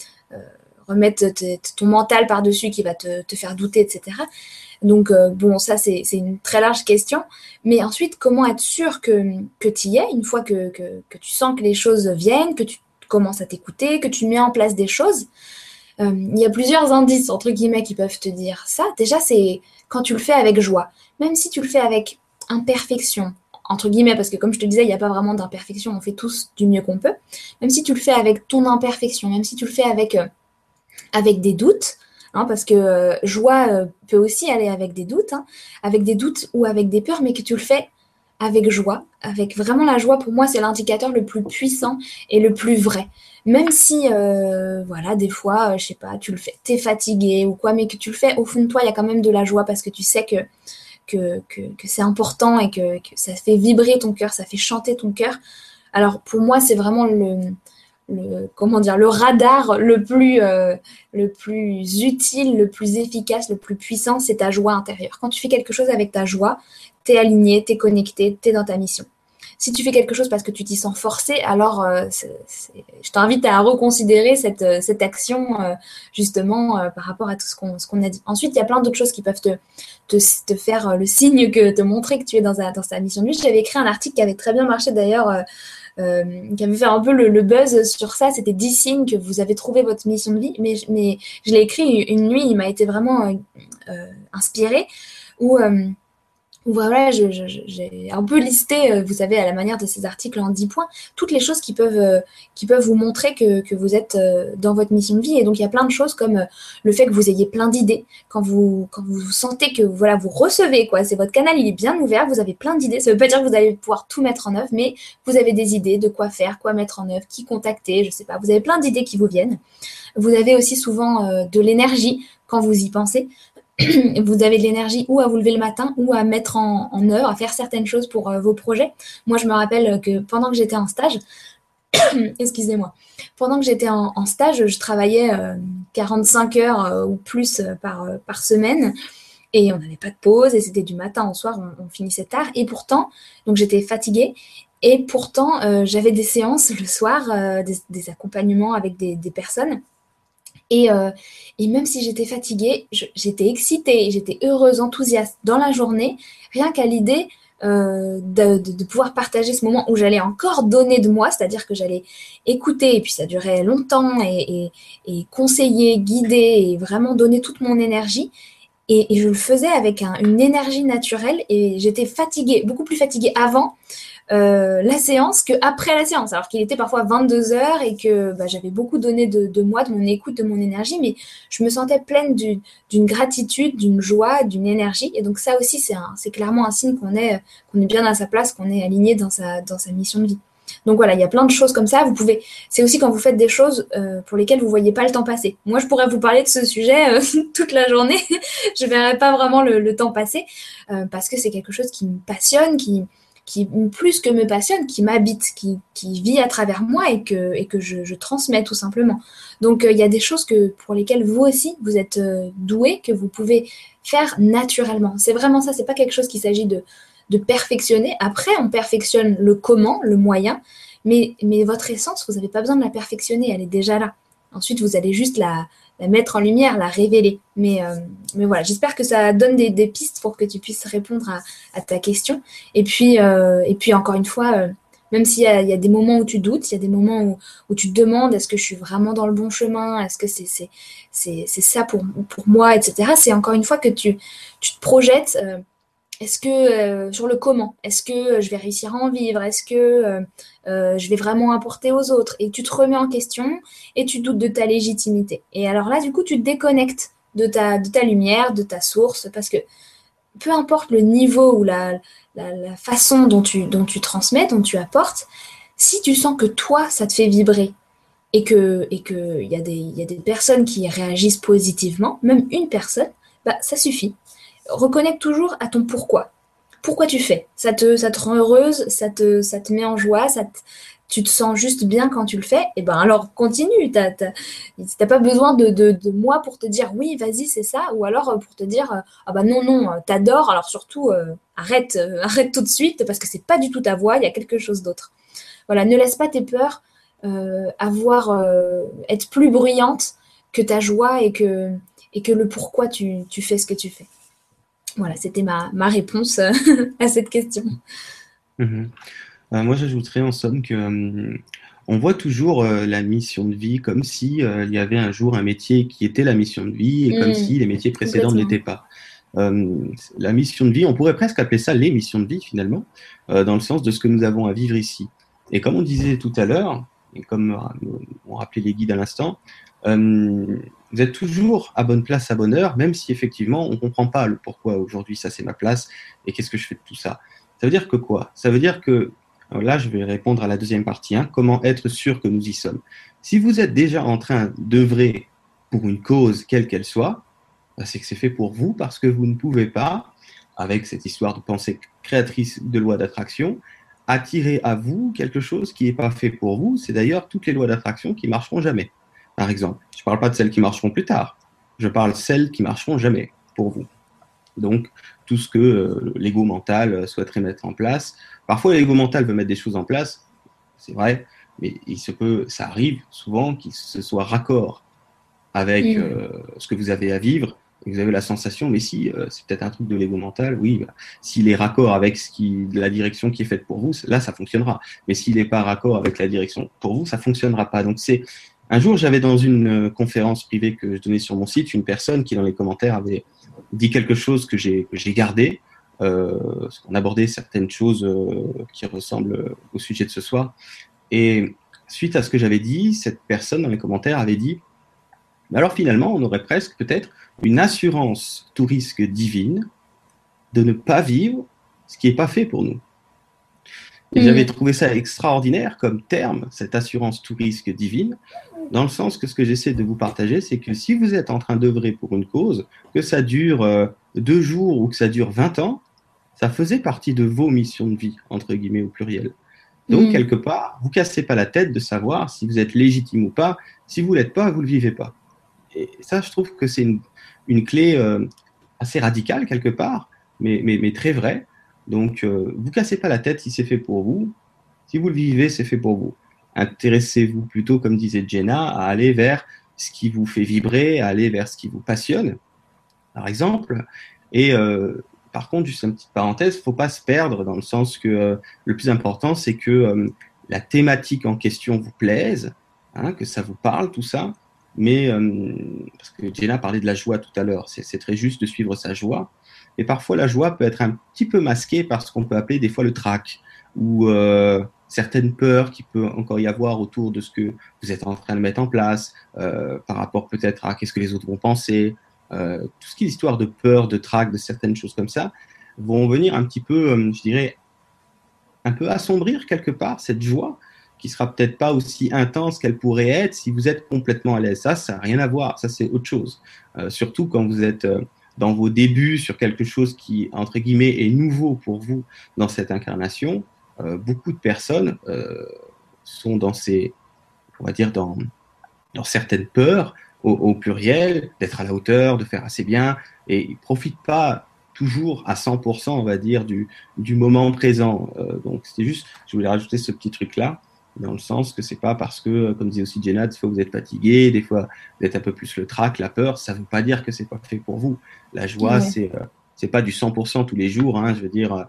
ton mental par-dessus qui va te faire douter, etc. Donc, ça, c'est une très large question. Mais ensuite, comment être sûr que tu y es, une fois que tu sens que les choses viennent, que tu commences à t'écouter, que tu mets en place des choses. Il y a plusieurs indices, entre guillemets, qui peuvent te dire ça. Déjà, c'est quand tu le fais avec joie. Même si tu le fais avec imperfection, entre guillemets, parce que comme je te disais, il n'y a pas vraiment d'imperfection, on fait tous du mieux qu'on peut. Même si tu le fais avec ton imperfection, même si tu le fais avec des doutes, parce que joie peut aussi aller avec des doutes, avec des doutes ou avec des peurs, mais que tu le fais avec joie, avec vraiment la joie. Pour moi, c'est l'indicateur le plus puissant et le plus vrai. Même si, des fois, je sais pas, tu le fais, t'es fatigué ou quoi, mais que tu le fais au fond de toi, il y a quand même de la joie parce que tu sais que c'est important et que ça fait vibrer ton cœur, ça fait chanter ton cœur. Alors pour moi, c'est vraiment le radar le plus utile, le plus efficace, le plus puissant, c'est ta joie intérieure. Quand tu fais quelque chose avec ta joie, t'es aligné, t'es connecté, t'es dans ta mission. Si tu fais quelque chose parce que tu t'y sens forcé, alors je t'invite à reconsidérer cette action justement par rapport à tout ce qu'on a dit. Ensuite, il y a plein d'autres choses qui peuvent te faire le signe, te montrer que tu es dans ta mission de vie. J'avais écrit un article qui avait très bien marché d'ailleurs, qui avait fait un peu le buzz sur ça. C'était 10 signes que vous avez trouvé votre mission de vie. Mais je l'ai écrit une nuit, il m'a été vraiment inspiré, où Voilà, j'ai un peu listé, vous savez, à la manière de ces articles en 10 points, toutes les choses qui peuvent vous montrer que vous êtes dans votre mission de vie. Et donc, il y a plein de choses comme le fait que vous ayez plein d'idées. Quand vous sentez que voilà, vous recevez, quoi, c'est votre canal, il est bien ouvert, vous avez plein d'idées. Ça ne veut pas dire que vous allez pouvoir tout mettre en œuvre, mais vous avez des idées de quoi faire, quoi mettre en œuvre, qui contacter, je sais pas. Vous avez plein d'idées qui vous viennent. Vous avez aussi souvent de l'énergie quand vous y pensez. Vous avez de l'énergie ou à vous lever le matin ou à mettre en œuvre, à faire certaines choses pour vos projets. Moi, je me rappelle que pendant que j'étais en stage, excusez-moi, pendant que j'étais en stage, je travaillais 45 heures ou plus par semaine et on n'avait pas de pause et c'était du matin au soir, on finissait tard et pourtant, donc j'étais fatiguée et pourtant j'avais des séances le soir, des accompagnements avec des personnes et, euh, et même si j'étais fatiguée, j'étais excitée, j'étais heureuse, enthousiaste dans la journée, rien qu'à l'idée de pouvoir partager ce moment où j'allais encore donner de moi, c'est-à-dire que j'allais écouter, et puis ça durait longtemps, et conseiller, guider, et vraiment donner toute mon énergie. Et je le faisais avec une énergie naturelle, et j'étais fatiguée, beaucoup plus fatiguée avant la séance qu'après la séance, alors qu'il était parfois 22 heures et que bah, j'avais beaucoup donné de moi, de mon écoute, de mon énergie, mais je me sentais pleine d'une gratitude, d'une joie, d'une énergie. Et donc ça aussi, c'est clairement un signe qu'on est bien à sa place, qu'on est aligné dans sa mission de vie. Donc voilà, il y a plein de choses comme ça. C'est aussi quand vous faites des choses pour lesquelles vous voyez pas le temps passer. Moi, je pourrais vous parler de ce sujet toute la journée. Je verrais pas vraiment le temps passer parce que c'est quelque chose qui me passionne, qui plus que me passionne, qui m'habite, qui vit à travers moi et que je transmets tout simplement. Donc il y a des choses pour lesquelles vous aussi, vous êtes doué, que vous pouvez faire naturellement. C'est vraiment ça, c'est pas quelque chose qu'il s'agit de perfectionner. Après, on perfectionne le comment, le moyen, mais votre essence, vous n'avez pas besoin de la perfectionner, elle est déjà là. Ensuite, vous allez juste la mettre en lumière, la révéler. Mais voilà, j'espère que ça donne des pistes pour que tu puisses répondre à ta question. Et puis encore une fois, même s'il y a des moments où tu doutes, il y a des moments où tu te demandes est-ce que je suis vraiment dans le bon chemin, est-ce que c'est ça pour moi, etc. C'est encore une fois que tu te projettes. Est-ce que sur le comment, est-ce que je vais réussir à en vivre? Est-ce que je vais vraiment apporter aux autres? Et tu te remets en question et tu doutes de ta légitimité. Et alors là, du coup, tu te déconnectes de ta lumière, de ta source, parce que peu importe le niveau ou la façon dont tu transmets, dont tu apportes, si tu sens que toi, ça te fait vibrer et que y a des personnes qui réagissent positivement, même une personne, bah, ça suffit. Reconnecte toujours à ton pourquoi. Pourquoi tu fais? Ça te rend heureuse, ça te met en joie, tu te sens juste bien quand tu le fais, et ben alors continue. T'as pas besoin de moi pour te dire oui, vas-y, c'est ça, ou alors pour te dire ah bah non, non, t'adores, alors surtout arrête, arrête tout de suite parce que c'est pas du tout ta voix, il y a quelque chose d'autre. Voilà, ne laisse pas tes peurs être plus bruyantes que ta joie et que le pourquoi tu fais ce que tu fais. Voilà, c'était ma réponse à cette question. Mhm. Moi, j'ajouterais en somme que on voit toujours la mission de vie comme si il y avait un jour un métier qui était la mission de vie et comme si les métiers précédents ne l'étaient pas. La mission de vie, on pourrait presque appeler ça les missions de vie finalement, dans le sens de ce que nous avons à vivre ici. Et comme on disait tout à l'heure, et comme on rappelait les guides à l'instant, vous êtes toujours à bonne place, à bonne heure, même si effectivement on ne comprend pas le pourquoi aujourd'hui ça c'est ma place et qu'est-ce que je fais de tout ça. Ça veut dire que quoi? Ça veut dire que, là je vais répondre à la deuxième partie, hein, comment être sûr que nous y sommes. Si vous êtes déjà en train d'œuvrer pour une cause quelle qu'elle soit, bah, c'est que c'est fait pour vous parce que vous ne pouvez pas, avec cette histoire de pensée créatrice de loi d'attraction, attirer à vous quelque chose qui n'est pas fait pour vous. C'est d'ailleurs toutes les lois d'attraction qui marcheront jamais. Par exemple, je ne parle pas de celles qui marcheront plus tard. Je parle de celles qui marcheront jamais pour vous. Donc, tout ce que l'ego mental souhaiterait mettre en place. Parfois, l'ego mental veut mettre des choses en place, c'est vrai, mais ça arrive souvent qu'il se soit raccord avec ce que vous avez à vivre. Et vous avez la sensation, mais si, c'est peut-être un truc de l'ego mental, oui, bah, s'il est raccord avec la direction qui est faite pour vous, là, ça fonctionnera. Mais s'il n'est pas raccord avec la direction pour vous, ça ne fonctionnera pas. Donc, un jour, j'avais dans une conférence privée que je donnais sur mon site, une personne qui, dans les commentaires, avait dit quelque chose que j'ai gardé. On abordait certaines choses qui ressemblent au sujet de ce soir. Et suite à ce que j'avais dit, cette personne dans les commentaires avait dit, alors finalement, on aurait presque peut-être une assurance tout risque divine de ne pas vivre ce qui n'est pas fait pour nous. Et j'avais trouvé ça extraordinaire comme terme, cette assurance tout risque divine, dans le sens que ce que j'essaie de vous partager, c'est que si vous êtes en train d'œuvrer pour une cause, que ça dure 2 jours ou que ça dure 20 ans, ça faisait partie de vos missions de vie, entre guillemets au pluriel. Donc, quelque part, vous ne cassez pas la tête de savoir si vous êtes légitime ou pas. Si vous ne l'êtes pas, vous ne le vivez pas. Et ça, je trouve que c'est une clé assez radicale, quelque part, mais très vraie. Donc, vous ne cassez pas la tête si c'est fait pour vous. Si vous le vivez, c'est fait pour vous. Intéressez-vous plutôt, comme disait Jenna, à aller vers ce qui vous fait vibrer, à aller vers ce qui vous passionne, par exemple. Et par contre, juste une petite parenthèse, il ne faut pas se perdre dans le sens que le plus important, c'est que la thématique en question vous plaise, hein, que ça vous parle, tout ça. Mais, parce que Jenna parlait de la joie tout à l'heure, c'est très juste de suivre sa joie. Et parfois, la joie peut être un petit peu masquée par ce qu'on peut appeler des fois le trac, ou certaines peurs qu'il peut encore y avoir autour de ce que vous êtes en train de mettre en place, par rapport peut-être à qu'est-ce que les autres vont penser, tout ce qui est histoire de peur, de trac, de certaines choses comme ça, vont venir un petit peu, je dirais, un peu assombrir quelque part cette joie qui sera peut-être pas aussi intense qu'elle pourrait être si vous êtes complètement à l'aise. Ça n'a rien à voir, ça c'est autre chose. Surtout quand vous êtes dans vos débuts sur quelque chose qui, entre guillemets, est nouveau pour vous dans cette incarnation, beaucoup de personnes sont dans ces, on va dire, dans certaines peurs, au pluriel, d'être à la hauteur, de faire assez bien, et ils ne profitent pas toujours à 100%, on va dire, du moment présent. Donc, c'était juste, je voulais rajouter ce petit truc-là, dans le sens que c'est pas parce que, comme disait aussi Jenna, des fois vous êtes fatigué, des fois vous êtes un peu plus le trac, la peur, ça ne veut pas dire que c'est pas fait pour vous. La joie, c'est pas du 100% tous les jours, hein, je veux dire.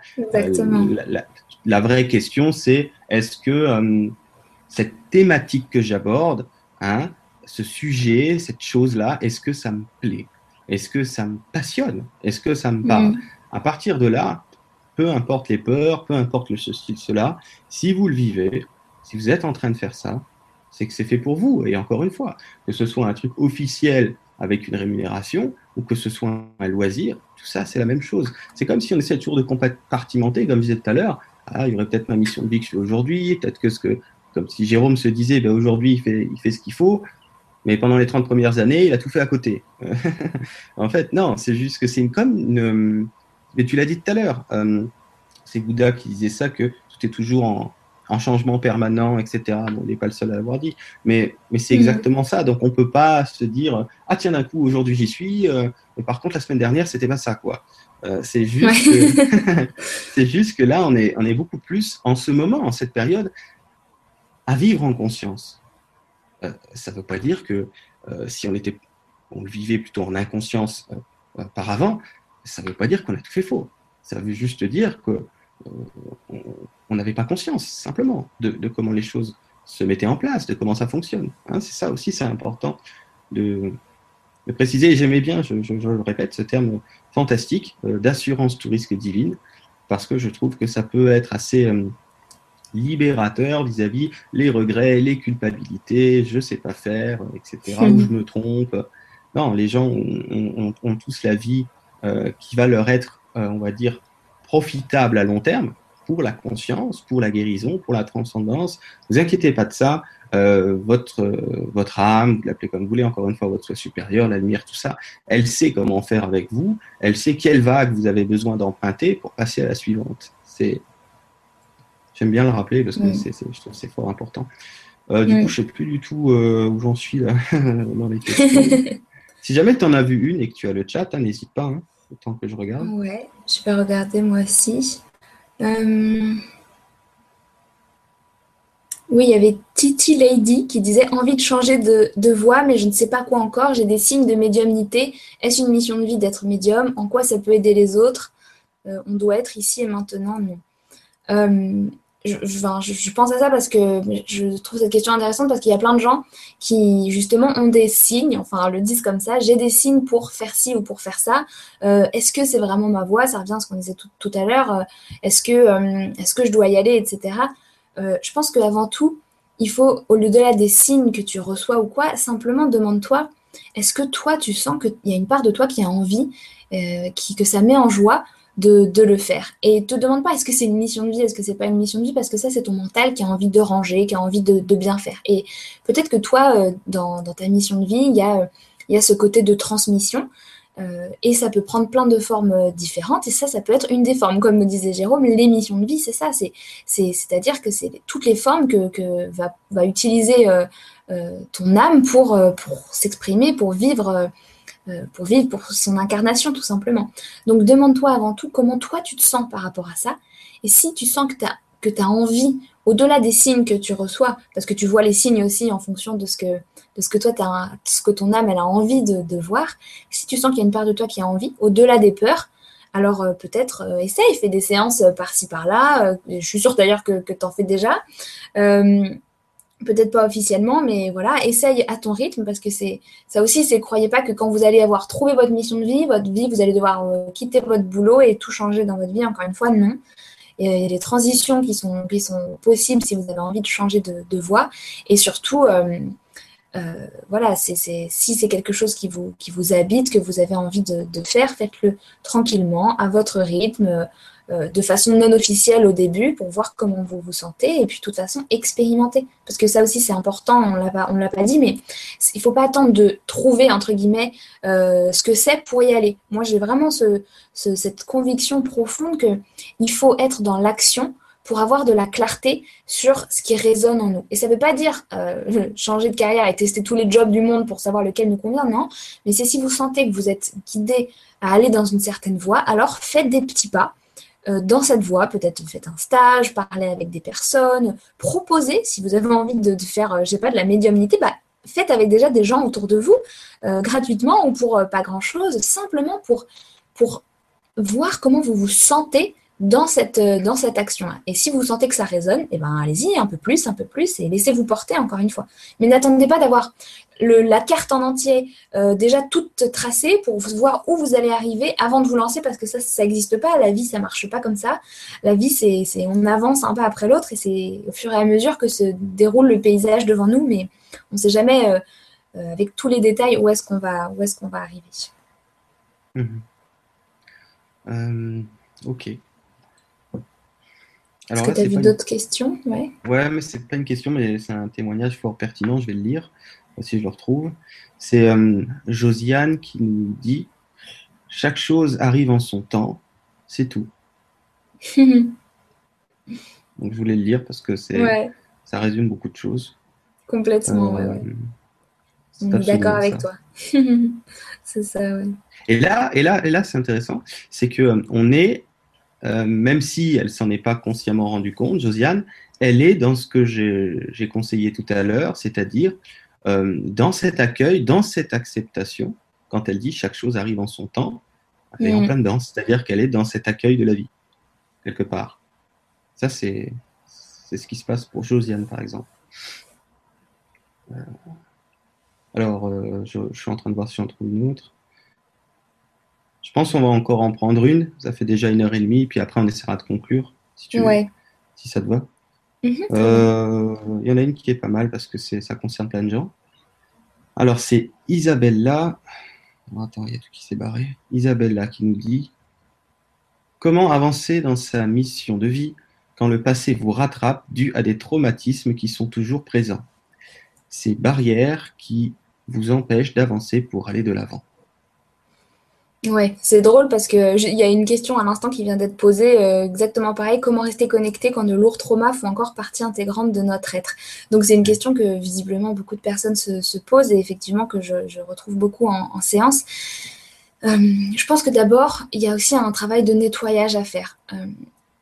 La vraie question, c'est est-ce que cette thématique que j'aborde, hein, ce sujet, cette chose-là, est-ce que ça me plaît? Est-ce que ça me passionne? Est-ce que ça me parle? À partir de là, peu importe les peurs, peu importe le ceci, cela, si vous le vivez, si vous êtes en train de faire ça, c'est que c'est fait pour vous. Et encore une fois, que ce soit un truc officiel avec une rémunération ou que ce soit un loisir, tout ça, c'est la même chose. C'est comme si on essayait toujours de compartimenter, comme je disais tout à l'heure. Ah, il y aurait peut-être ma mission de vie que je fais aujourd'hui, peut-être que comme si Jérôme se disait, ben aujourd'hui, il fait ce qu'il faut, mais pendant les 30 premières années, il a tout fait à côté. En fait, non, c'est juste que c'est comme une... Mais tu l'as dit tout à l'heure, c'est Bouddha qui disait ça, que tout est toujours en changement permanent, etc. Bon, il n'est pas le seul à l'avoir dit, mais c'est exactement ça. Donc, on ne peut pas se dire, ah tiens, d'un coup, aujourd'hui, j'y suis, mais par contre, la semaine dernière, c'était pas ça, quoi. C'est juste, c'est juste que là, on est beaucoup plus, en ce moment, en cette période, à vivre en conscience. Ça ne veut pas dire que si on le vivait plutôt en inconscience par avant, ça ne veut pas dire qu'on a tout fait faux. Ça veut juste dire que on n'avait pas conscience, simplement, de comment les choses se mettaient en place, de comment ça fonctionne. Hein, c'est ça aussi, c'est important de préciser. Et j'aimais bien, je le répète, ce terme fantastique d'assurance tout risque divine, parce que je trouve que ça peut être assez libérateur vis-à-vis les regrets, les culpabilités, je sais pas faire, etc., ou je me trompe. Non, les gens ont tous la vie qui va leur être, on va dire, profitable à long terme pour la conscience, pour la guérison, pour la transcendance. Ne vous inquiétez pas de ça. Votre âme, vous l'appelez comme vous voulez, encore une fois, votre soi supérieur, la lumière, tout ça, elle sait comment faire avec vous, elle sait quelle vague vous avez besoin d'emprunter pour passer à la suivante. J'aime bien le rappeler parce que je trouve que c'est fort important. Du coup, je ne sais plus du tout où j'en suis là dans les questions. Si jamais tu en as vu une et que tu as le chat, hein, n'hésite pas, hein, autant que je regarde. Ouais, je vais regarder moi aussi. Oui, il y avait Titi Lady qui disait « Envie de changer de voix, mais je ne sais pas quoi encore. J'ai des signes de médiumnité. Est-ce une mission de vie d'être médium? En quoi ça peut aider les autres? On doit être ici et maintenant, non. » je pense à ça parce que je trouve cette question intéressante parce qu'il y a plein de gens qui, justement, ont des signes, enfin, le disent comme ça, j'ai des signes pour faire ci ou pour faire ça. Est-ce que c'est vraiment ma voie? Ça revient à ce qu'on disait tout à l'heure. Est-ce que je dois y aller, etc. Je pense qu'avant tout, il faut, au-delà des signes que tu reçois ou quoi, simplement demande-toi, est-ce que toi, tu sens qu'il y a une part de toi qui a envie, que ça met en joie de le faire. Et te demande pas est-ce que c'est une mission de vie, est-ce que c'est pas une mission de vie, parce que ça, c'est ton mental qui a envie de ranger, qui a envie de bien faire. Et peut-être que toi, dans ta mission de vie, il y a ce côté de transmission. Et ça peut prendre plein de formes différentes. Et ça peut être une des formes. Comme me disait Jérôme, les missions de vie, c'est ça. C'est-à-dire que c'est toutes les formes que va utiliser ton âme pour s'exprimer, pour vivre pour son incarnation, tout simplement. Donc, demande-toi avant tout comment toi, tu te sens par rapport à ça. Et si tu sens que tu as envie, au-delà des signes que tu reçois, parce que tu vois les signes aussi en fonction de ce que toi, ce que ton âme, elle a envie de voir, si tu sens qu'il y a une part de toi qui a envie, au-delà des peurs, alors peut-être essaye, fais des séances par-ci, par-là. Je suis sûre d'ailleurs que tu en fais déjà. Peut-être pas officiellement, mais voilà, essaye à ton rythme, parce que ça aussi, croyez pas que quand vous allez avoir trouvé votre mission de vie, vous allez devoir quitter votre boulot et tout changer dans votre vie. Encore une fois, non. Et il y a des transitions qui sont possibles si vous avez envie de changer de voie. Et surtout, voilà, si c'est quelque chose qui vous habite, que vous avez envie de faire, faites-le tranquillement, à votre rythme, de façon non officielle au début, pour voir comment vous vous sentez, et puis de toute façon, expérimenter. Parce que ça aussi, c'est important, on l'a pas dit, mais il faut pas attendre de trouver, entre guillemets, ce que c'est pour y aller. Moi, j'ai vraiment cette conviction profonde qu'il faut être dans l'action pour avoir de la clarté sur ce qui résonne en nous. Et ça ne veut pas dire changer de carrière et tester tous les jobs du monde pour savoir lequel nous convient, non. Mais c'est si vous sentez que vous êtes guidé à aller dans une certaine voie, alors faites des petits pas dans cette voie. Peut-être faites un stage, parlez avec des personnes, proposez, si vous avez envie de faire, je sais pas, de la médiumnité, faites avec déjà des gens autour de vous, gratuitement ou pour pas grand-chose, simplement pour voir comment vous vous sentez dans cette action-là. Et si vous sentez que ça résonne, eh ben, allez-y, un peu plus, et laissez-vous porter, encore une fois. Mais n'attendez pas d'avoir la carte en entier déjà toute tracée pour voir où vous allez arriver avant de vous lancer, parce que ça n'existe pas. La vie, ça marche pas comme ça. La vie, c'est on avance un pas après l'autre, et c'est au fur et à mesure que se déroule le paysage devant nous, mais on ne sait jamais avec tous les détails où est-ce qu'on va arriver. Ok. Est-ce que tu as vu d'autres questions? Ouais, mais c'est pas une question, mais c'est un témoignage fort pertinent, je vais le lire, si je le retrouve. C'est Josiane qui nous dit « Chaque chose arrive en son temps, c'est tout. » Donc je voulais le lire parce que ça résume beaucoup de choses. Complètement, ouais. On est d'accord avec toi. C'est ça, ouais. Et là, c'est intéressant, c'est qu'on est, même si elle s'en est pas consciemment rendue compte, Josiane, elle est dans ce que j'ai conseillé tout à l'heure, c'est-à-dire dans cet accueil, dans cette acceptation, quand elle dit chaque chose arrive en son temps, elle est en plein dedans, c'est-à-dire qu'elle est dans cet accueil de la vie, quelque part. Ça, c'est ce qui se passe pour Josiane, par exemple. Alors, je suis en train de voir si j'en trouve une autre. Je pense qu'on va encore en prendre une. Ça fait déjà 1h30, puis après on essaiera de conclure, si tu veux, si ça te va. Il y en a une qui est pas mal parce que ça concerne plein de gens. Alors c'est Isabella. Attends, il y a tout qui s'est barré. Isabella qui nous dit « Comment avancer dans sa mission de vie quand le passé vous rattrape dû à des traumatismes qui sont toujours présents? Ces barrières qui vous empêchent d'avancer pour aller de l'avant. » Ouais, c'est drôle parce que il y a une question à l'instant qui vient d'être posée, exactement pareil. Comment rester connecté quand de lourds traumas font encore partie intégrante de notre être? Donc c'est une question que visiblement beaucoup de personnes se posent, et effectivement que je retrouve beaucoup en séance. Je pense que d'abord, il y a aussi un travail de nettoyage à faire.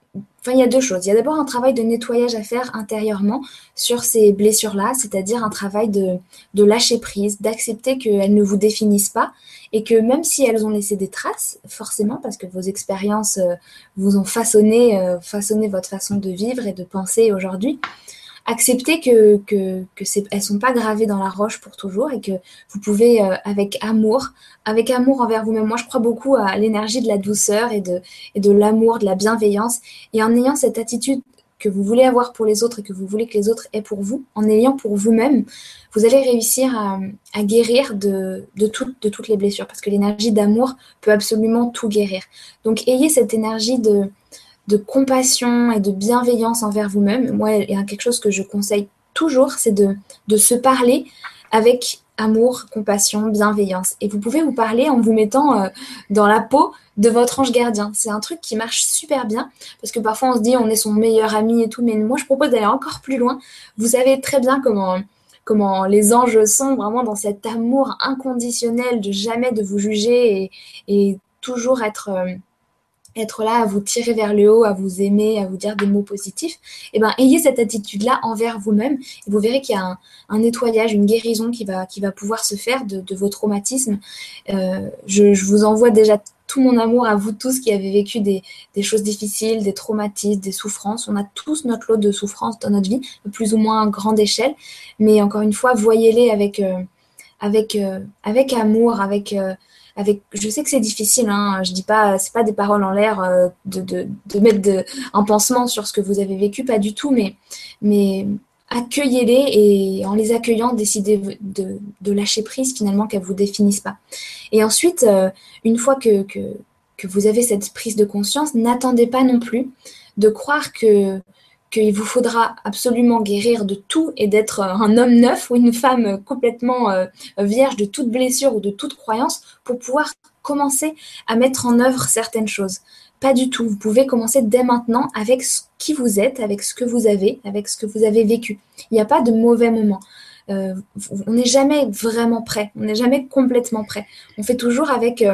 Enfin, il y a deux choses. Il y a d'abord un travail de nettoyage à faire intérieurement sur ces blessures-là, c'est-à-dire un travail de lâcher prise, d'accepter qu'elles ne vous définissent pas et que même si elles ont laissé des traces, forcément, parce que vos expériences vous ont façonné votre façon de vivre et de penser aujourd'hui, accepter que elles sont pas gravées dans la roche pour toujours et que vous pouvez, avec amour envers vous-même. Moi, je crois beaucoup à l'énergie de la douceur et de l'amour, de la bienveillance. Et en ayant cette attitude que vous voulez avoir pour les autres et que vous voulez que les autres aient pour vous, en ayant pour vous-même, vous allez réussir à guérir de toutes les blessures parce que l'énergie d'amour peut absolument tout guérir. Donc, ayez cette énergie de compassion et de bienveillance envers vous-même. Moi, il y a quelque chose que je conseille toujours, c'est de se parler avec amour, compassion, bienveillance. Et vous pouvez vous parler en vous mettant dans la peau de votre ange gardien. C'est un truc qui marche super bien, parce que parfois on se dit on est son meilleur ami et tout, mais moi je propose d'aller encore plus loin. Vous savez très bien comment les anges sont vraiment dans cet amour inconditionnel de jamais de vous juger et toujours être là à vous tirer vers le haut, à vous aimer, à vous dire des mots positifs, et ben ayez cette attitude-là envers vous-même et vous verrez qu'il y a un nettoyage, une guérison qui va pouvoir se faire de vos traumatismes. Je vous envoie déjà tout mon amour à vous tous qui avez vécu des choses difficiles, des traumatismes, des souffrances. On a tous notre lot de souffrances dans notre vie, plus ou moins à grande échelle, mais encore une fois, voyez-les avec amour, je sais que c'est difficile, hein, je dis pas, c'est pas des paroles en l'air de mettre un pansement sur ce que vous avez vécu, pas du tout, mais accueillez-les et en les accueillant, décidez de lâcher prise finalement qu'elles vous définissent pas. Et ensuite, une fois que vous avez cette prise de conscience, n'attendez pas non plus de croire qu'il vous faudra absolument guérir de tout et d'être un homme neuf ou une femme complètement vierge de toute blessure ou de toute croyance pour pouvoir commencer à mettre en œuvre certaines choses. Pas du tout. Vous pouvez commencer dès maintenant avec qui vous êtes, avec ce que vous avez, avec ce que vous avez vécu. Il n'y a pas de mauvais moment. On n'est jamais vraiment prêt. On n'est jamais complètement prêt. On fait toujours avec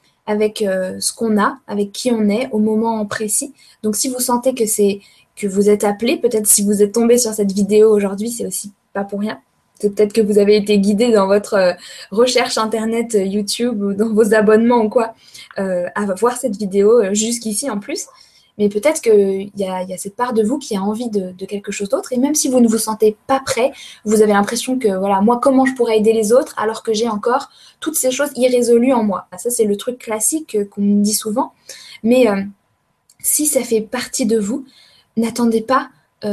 ce qu'on a, avec qui on est au moment précis. Donc si vous sentez que vous êtes appelé, peut-être si vous êtes tombé sur cette vidéo aujourd'hui, c'est aussi pas pour rien. C'est peut-être que vous avez été guidé dans votre recherche internet YouTube ou dans vos abonnements ou quoi à voir cette vidéo jusqu'ici en plus. Mais peut-être qu'il y a cette part de vous qui a envie de quelque chose d'autre. Et même si vous ne vous sentez pas prêt, vous avez l'impression que, voilà, moi, comment je pourrais aider les autres alors que j'ai encore toutes ces choses irrésolues en moi. Ça, c'est le truc classique qu'on me dit souvent. Mais si ça fait partie de vous, n'attendez pas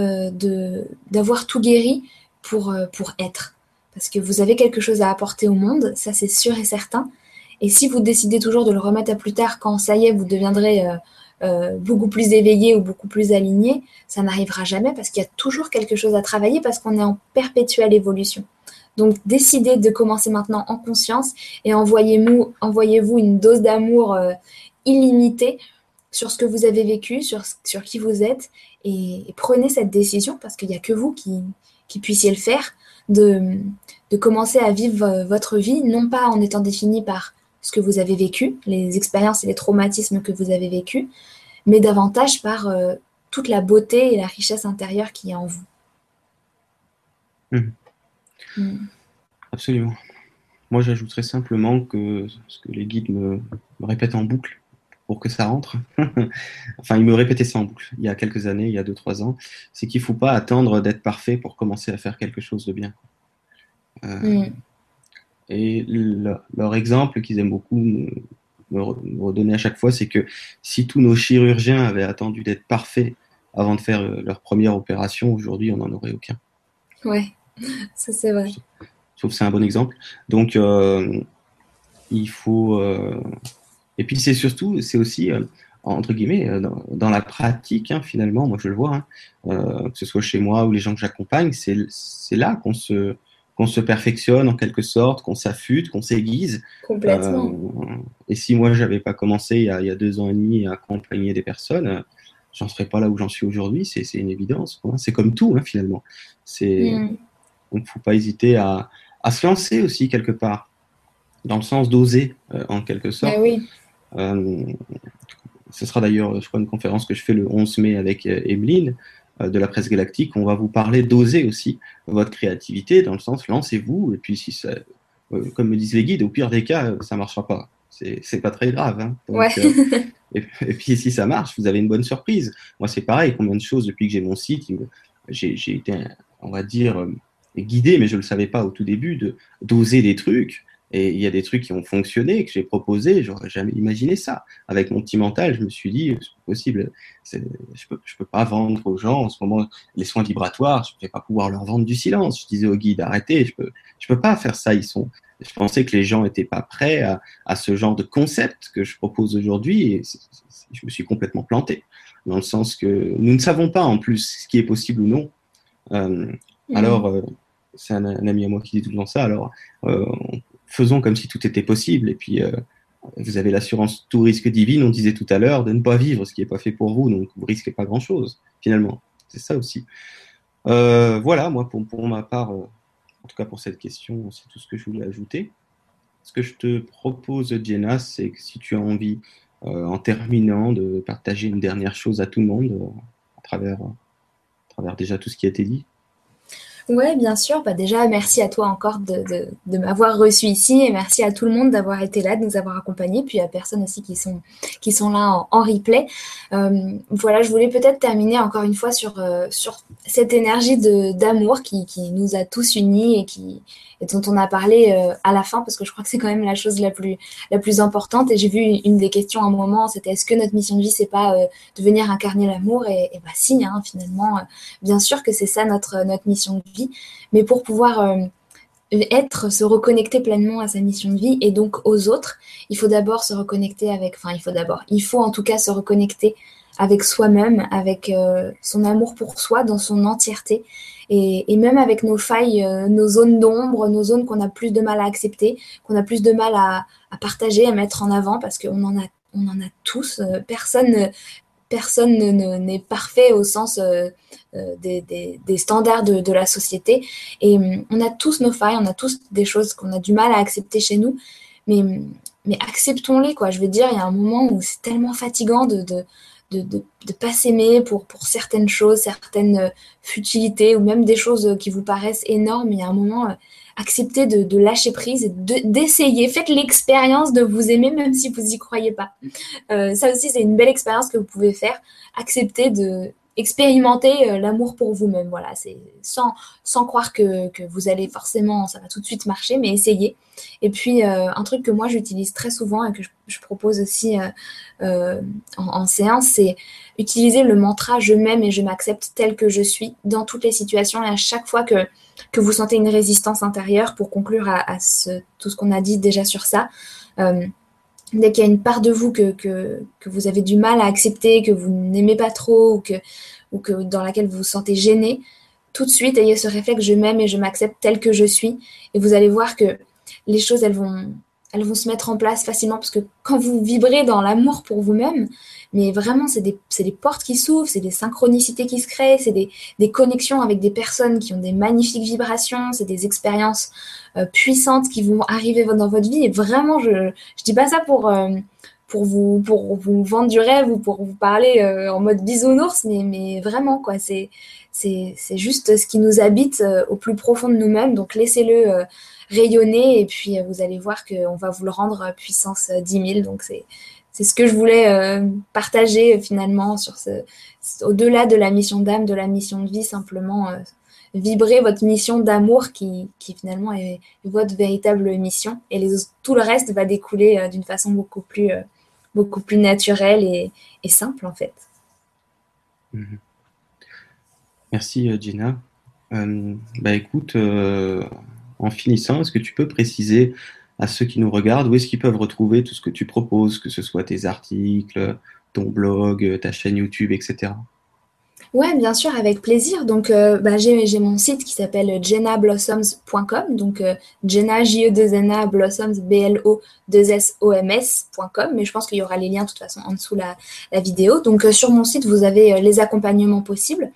d'avoir tout guéri pour être. Parce que vous avez quelque chose à apporter au monde, ça c'est sûr et certain. Et si vous décidez toujours de le remettre à plus tard, quand ça y est, vous deviendrez beaucoup plus éveillé ou beaucoup plus aligné, ça n'arrivera jamais parce qu'il y a toujours quelque chose à travailler parce qu'on est en perpétuelle évolution. Donc décidez de commencer maintenant en conscience et envoyez-vous une dose d'amour illimitée sur ce que vous avez vécu, sur qui vous êtes, et prenez cette décision, parce qu'il n'y a que vous qui puissiez le faire, de commencer à vivre votre vie, non pas en étant défini par ce que vous avez vécu, les expériences et les traumatismes que vous avez vécus, mais davantage par toute la beauté et la richesse intérieure qu'il y a en vous. Absolument. Moi, j'ajouterais simplement que ce que les guides me répètent en boucle, pour que ça rentre. Enfin, il me répétait ça en boucle il y a quelques années, il y a 2-3 ans, c'est qu'il ne faut pas attendre d'être parfait pour commencer à faire quelque chose de bien. Et leur exemple qu'ils aiment beaucoup me redonner à chaque fois, c'est que si tous nos chirurgiens avaient attendu d'être parfaits avant de faire leur première opération, aujourd'hui, on n'en aurait aucun. Ouais, ça c'est vrai. Sauf que c'est un bon exemple. Donc, il faut... Et puis c'est aussi, entre guillemets, dans la pratique, hein, finalement, moi je le vois, hein, que ce soit chez moi ou les gens que j'accompagne, c'est là qu'on se perfectionne en quelque sorte, qu'on s'affûte, qu'on s'aiguise. Complètement. Et si moi j'avais pas commencé il y a 2 ans et demi à accompagner des personnes, j'en serais pas là où j'en suis aujourd'hui, c'est une évidence, quoi. C'est comme tout, hein, finalement. Donc, faut pas hésiter à se lancer aussi quelque part, dans le sens d'oser, en quelque sorte. Oui. ce sera d'ailleurs, je crois, une conférence que je fais le 11 mai avec Emeline de la Presse Galactique. On va vous parler d'oser aussi votre créativité, dans le sens, lancez-vous, et puis si ça, comme me disent les guides, au pire des cas, ça ne marchera pas. C'est pas très grave. Hein. Donc, Ouais. et puis si ça marche, vous avez une bonne surprise. Moi, c'est pareil, combien de choses depuis que j'ai mon site, j'ai été, on va dire, guidé, mais je ne le savais pas au tout début, d'oser des trucs. Et il y a des trucs qui ont fonctionné, que j'ai proposés, j'aurais jamais imaginé ça. Avec mon petit mental, je me suis dit, c'est pas possible, je peux pas vendre aux gens en ce moment les soins vibratoires, je vais pas pouvoir leur vendre du silence. Je disais au guide, arrêtez, je peux pas faire ça. Je pensais que les gens étaient pas prêts à ce genre de concept que je propose aujourd'hui, et je me suis complètement planté. Dans le sens que nous ne savons pas en plus ce qui est possible ou non. Alors, c'est un ami à moi qui dit tout le temps ça, alors faisons comme si tout était possible. Et puis, vous avez l'assurance tout risque divine, on disait tout à l'heure, de ne pas vivre ce qui n'est pas fait pour vous, donc vous risquez pas grand-chose, finalement. C'est ça aussi. Voilà, moi, pour ma part, en tout cas pour cette question, c'est tout ce que je voulais ajouter. Ce que je te propose, Jenna, c'est que si tu as envie, en terminant, de partager une dernière chose à tout le monde, à travers déjà tout ce qui a été dit. Ouais, bien sûr. Bah déjà, merci à toi encore de m'avoir reçu ici et merci à tout le monde d'avoir été là, de nous avoir accompagnés, puis à personnes aussi qui sont là en replay. Voilà, je voulais peut-être terminer encore une fois sur cette énergie d'amour qui nous a tous unis et dont on a parlé à la fin, parce que je crois que c'est quand même la chose la plus importante. Et j'ai vu une des questions à un moment, c'était est-ce que notre mission de vie, c'est pas de venir incarner l'amour? Et bah si, hein, finalement, bien sûr que c'est ça notre mission de vie. Mais pour pouvoir se reconnecter pleinement à sa mission de vie et donc aux autres, il faut d'abord se reconnecter il faut en tout cas se reconnecter avec soi-même, avec son amour pour soi dans son entièreté. Et même avec nos failles, nos zones d'ombre, nos zones qu'on a plus de mal à accepter, qu'on a plus de mal à partager, à mettre en avant, parce qu'on en a tous. Personne n'est parfait au sens des standards de la société. Et on a tous nos failles, on a tous des choses qu'on a du mal à accepter chez nous. Mais acceptons-les, quoi. Je veux dire, il y a un moment où c'est tellement fatigant de pas s'aimer pour certaines choses, certaines futilités ou même des choses qui vous paraissent énormes. Il y a un moment, acceptez de lâcher prise et d'essayer. Faites l'expérience de vous aimer même si vous n'y croyez pas. Ça aussi, c'est une belle expérience que vous pouvez faire. Accepter de expérimenter l'amour pour vous-même. Voilà, c'est sans croire que vous allez forcément, ça va tout de suite marcher, mais essayez. Et puis, un truc que moi, j'utilise très souvent et que je propose aussi en séance, c'est utiliser le mantra « je m'aime et je m'accepte tel que je suis » dans toutes les situations et à chaque fois que vous sentez une résistance intérieure, pour conclure tout ce qu'on a dit déjà sur ça. Dès qu'il y a une part de vous que vous avez du mal à accepter, que vous n'aimez pas trop ou que dans laquelle vous vous sentez gêné, tout de suite, ayez ce réflexe « je m'aime et je m'accepte tel que je suis » et vous allez voir que les choses, elles vont se mettre en place facilement parce que quand vous vibrez dans l'amour pour vous-même, mais vraiment, c'est des portes qui s'ouvrent, c'est des synchronicités qui se créent, c'est des connexions avec des personnes qui ont des magnifiques vibrations, c'est des expériences puissantes qui vont arriver dans votre vie. Et vraiment, je dis pas ça pour vous vendre du rêve ou pour vous parler en mode bisounours, mais vraiment, quoi, c'est juste ce qui nous habite au plus profond de nous-mêmes. Donc, laissez-le rayonner et puis vous allez voir qu'on va vous le rendre puissance 10 000. Donc, c'est ce que je voulais partager finalement au-delà de la mission d'âme, de la mission de vie, simplement vibrer votre mission d'amour qui finalement est votre véritable mission. Et tout le reste va découler d'une façon beaucoup plus naturelle et simple en fait. Merci Gina. Écoute, en finissant, est-ce que tu peux préciser à ceux qui nous regardent où est-ce qu'ils peuvent retrouver tout ce que tu proposes, que ce soit tes articles, ton blog, ta chaîne YouTube, etc. Ouais, bien sûr, avec plaisir. Donc, j'ai mon site qui s'appelle jennablossoms.com. Donc, Jenna, J-E-2-N-A, Blossoms, B-L-O-2-S-O-M-S.com. Mais je pense qu'il y aura les liens, de toute façon, en dessous la vidéo. Donc, sur mon site, vous avez les accompagnements possibles.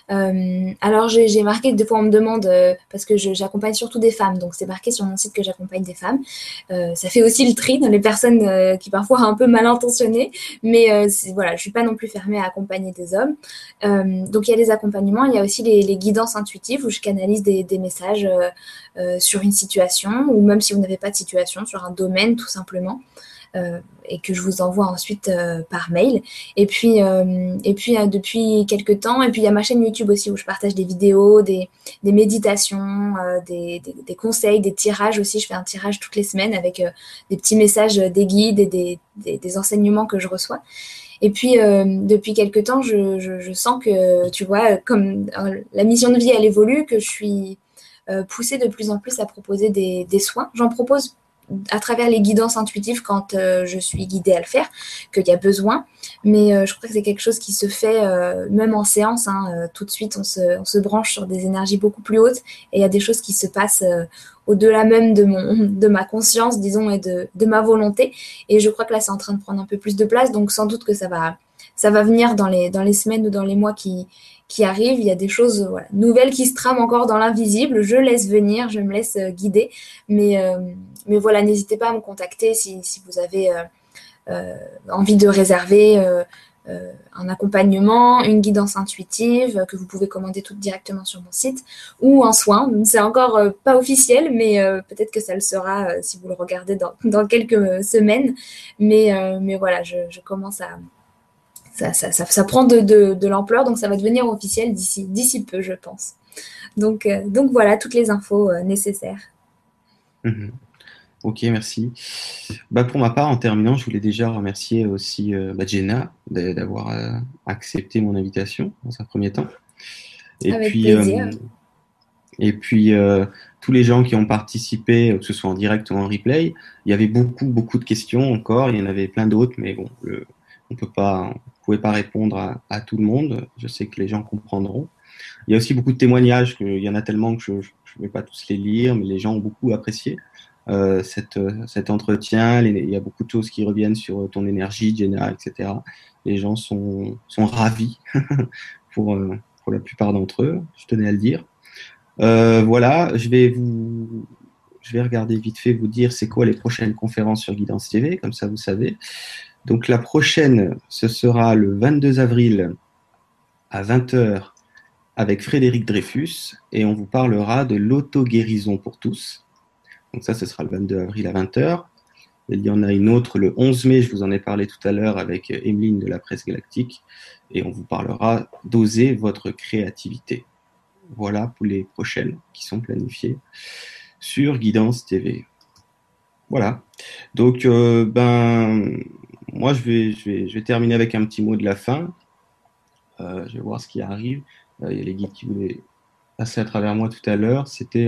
Alors j'ai marqué, des fois on me demande, parce que j'accompagne surtout des femmes, donc c'est marqué sur mon site que j'accompagne des femmes. Ça fait aussi le tri dans les personnes qui parfois un peu mal intentionnées, mais voilà, je suis pas non plus fermée à accompagner des hommes. Donc il y a les accompagnements, il y a aussi les guidances intuitives où je canalise des messages sur une situation, ou même si vous n'avez pas de situation, sur un domaine tout simplement. Et que je vous envoie ensuite par mail. Et puis depuis quelques temps, et puis il y a ma chaîne YouTube aussi où je partage des vidéos, des méditations, des conseils, des tirages aussi. Je fais un tirage toutes les semaines avec des petits messages, des guides et des enseignements que je reçois. Et puis, depuis quelques temps, je sens que, tu vois, comme la mission de vie, elle évolue, que je suis poussée de plus en plus à proposer des soins. J'en propose à travers les guidances intuitives quand je suis guidée à le faire, qu'il y a besoin. Mais je crois que c'est quelque chose qui se fait même en séance. Tout de suite, on se branche sur des énergies beaucoup plus hautes et il y a des choses qui se passent au-delà même de ma conscience, disons, et de ma volonté. Et je crois que là, c'est en train de prendre un peu plus de place. Donc, sans doute que ça va venir dans les semaines ou dans les mois qui arrivent. Il y a des choses nouvelles qui se trament encore dans l'invisible. Je laisse venir, je me laisse guider. Mais voilà, n'hésitez pas à me contacter si vous avez envie de réserver un accompagnement, une guidance intuitive que vous pouvez commander tout directement sur mon site, ou un soin. C'est encore pas officiel, mais peut-être que ça le sera si vous le regardez dans quelques semaines. Mais voilà, je commence à... Ça prend de l'ampleur, donc ça va devenir officiel d'ici peu, je pense. Donc voilà, toutes les infos nécessaires. Mhm. Ok, merci. Pour ma part, en terminant, je voulais déjà remercier aussi Jenna d'avoir accepté mon invitation dans un premier temps. Et Avec puis, plaisir. Tous les gens qui ont participé, que ce soit en direct ou en replay, il y avait beaucoup de questions encore. Il y en avait plein d'autres, mais bon, on pouvait pas répondre à tout le monde. Je sais que les gens comprendront. Il y a aussi beaucoup de témoignages, il y en a tellement que je ne vais pas tous les lire, mais les gens ont beaucoup apprécié cet entretien. Il y a beaucoup de choses qui reviennent sur ton énergie, Jenna, etc. Les gens sont ravis pour la plupart d'entre eux, je tenais à le dire. Voilà, je vais regarder vite fait, vous dire c'est quoi les prochaines conférences sur Guidance TV, comme ça vous savez. Donc la prochaine, ce sera le 22 avril à 20h avec Frédéric Dreyfus et on vous parlera de l'auto-guérison pour tous. Donc ça, ce sera le 22 avril à 20h. Il y en a une autre le 11 mai, je vous en ai parlé tout à l'heure avec Emeline de la Presse Galactique et on vous parlera d'oser votre créativité. Voilà pour les prochaines qui sont planifiées sur Guidance TV. Voilà. Donc, moi, je vais terminer avec un petit mot de la fin. Je vais voir ce qui arrive. Il y a les guides qui voulaient passer à travers moi tout à l'heure. C'était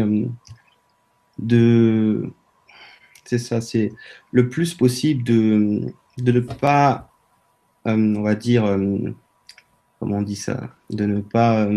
c'est ça, c'est le plus possible de ne pas, on va dire, comment on dit ça, de ne pas,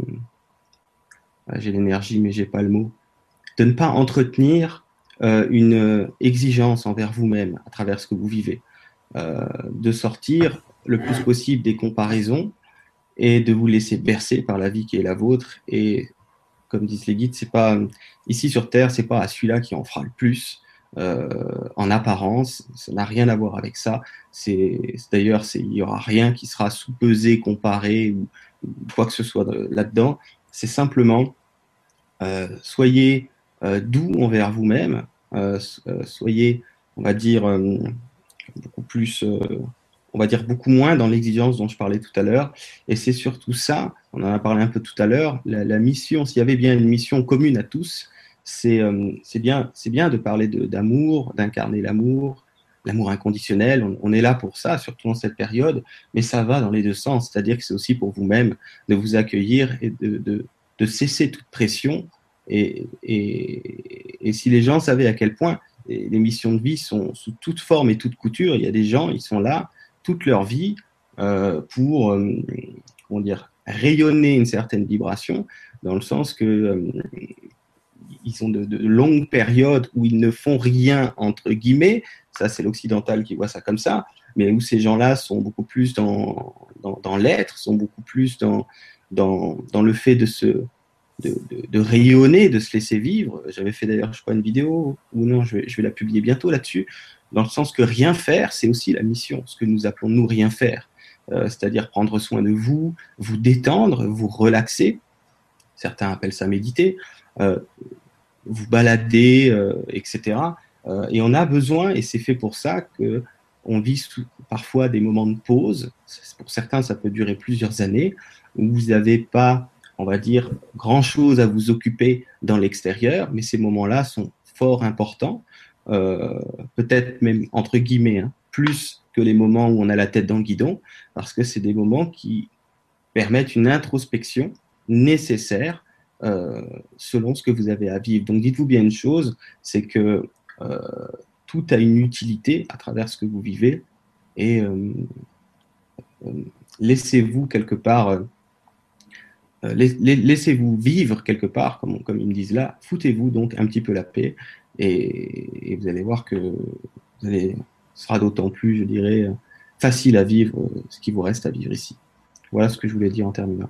j'ai l'énergie mais j'ai pas le mot, de ne pas entretenir une exigence envers vous-même à travers ce que vous vivez, de sortir le plus possible des comparaisons et de vous laisser bercer par la vie qui est la vôtre. Et comme disent les guides, c'est pas ici sur Terre, c'est pas à celui-là qui en fera le plus en apparence. Ça n'a rien à voir avec ça. D'ailleurs, il y aura rien qui sera sous-pesé, comparé ou quoi que ce soit là-dedans. C'est simplement soyez doux envers vous-même, soyez, on va dire, beaucoup plus, on va dire beaucoup moins dans l'exigence dont je parlais tout à l'heure. Et c'est surtout ça, on en a parlé un peu tout à l'heure, la mission, s'il y avait bien une mission commune à tous, c'est bien de parler d'amour, d'incarner l'amour inconditionnel. On est là pour ça, surtout dans cette période, mais ça va dans les deux sens, c'est-à-dire que c'est aussi pour vous-même de vous accueillir et de cesser toute pression. Et si les gens savaient à quel point les missions de vie sont sous toute forme et toute couture, il y a des gens, ils sont là toute leur vie pour comment dire, rayonner une certaine vibration, dans le sens que ils ont de longues périodes où ils ne font rien, entre guillemets, ça c'est l'occidental qui voit ça comme ça, mais où ces gens-là sont beaucoup plus dans l'être, sont beaucoup plus dans le fait de rayonner, de se laisser vivre. J'avais fait d'ailleurs, je crois, une vidéo, ou non, je vais la publier bientôt là-dessus, dans le sens que rien faire, c'est aussi la mission, ce que nous appelons, nous, rien faire. C'est-à-dire prendre soin de vous, vous détendre, vous relaxer. Certains appellent ça méditer, vous balader, etc. Et on a besoin, et c'est fait pour ça, qu'on vit parfois des moments de pause. Pour certains, ça peut durer plusieurs années, où vous n'avez pas, on va dire, grand-chose à vous occuper dans l'extérieur, mais ces moments-là sont fort importants, peut-être même, entre guillemets, hein, plus que les moments où on a la tête dans le guidon, parce que c'est des moments qui permettent une introspection nécessaire selon ce que vous avez à vivre. Donc dites-vous bien une chose, c'est que tout a une utilité à travers ce que vous vivez, et laissez-vous quelque part, laissez-vous vivre quelque part, comme ils me disent là, foutez-vous donc un petit peu la paix, et vous allez voir que ce sera d'autant plus, je dirais, facile à vivre ce qui vous reste à vivre ici. Voilà ce que je voulais dire en terminant.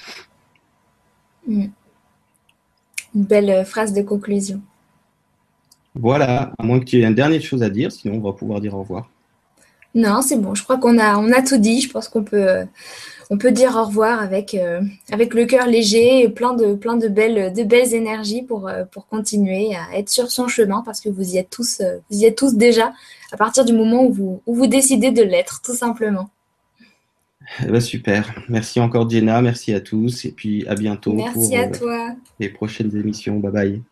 Une belle phrase de conclusion. Voilà, à moins que tu aies une dernière chose à dire, sinon on va pouvoir dire au revoir. Non, c'est bon, je crois qu'on a tout dit. Je pense qu'on peut dire au revoir avec le cœur léger et plein de belles énergies pour continuer à être sur son chemin, parce que vous y êtes tous déjà à partir du moment où vous décidez de l'être, tout simplement. Eh ben, super. Merci encore Jenna, merci à tous, et puis à bientôt Merci pour à toi. les prochaines émissions. Bye bye.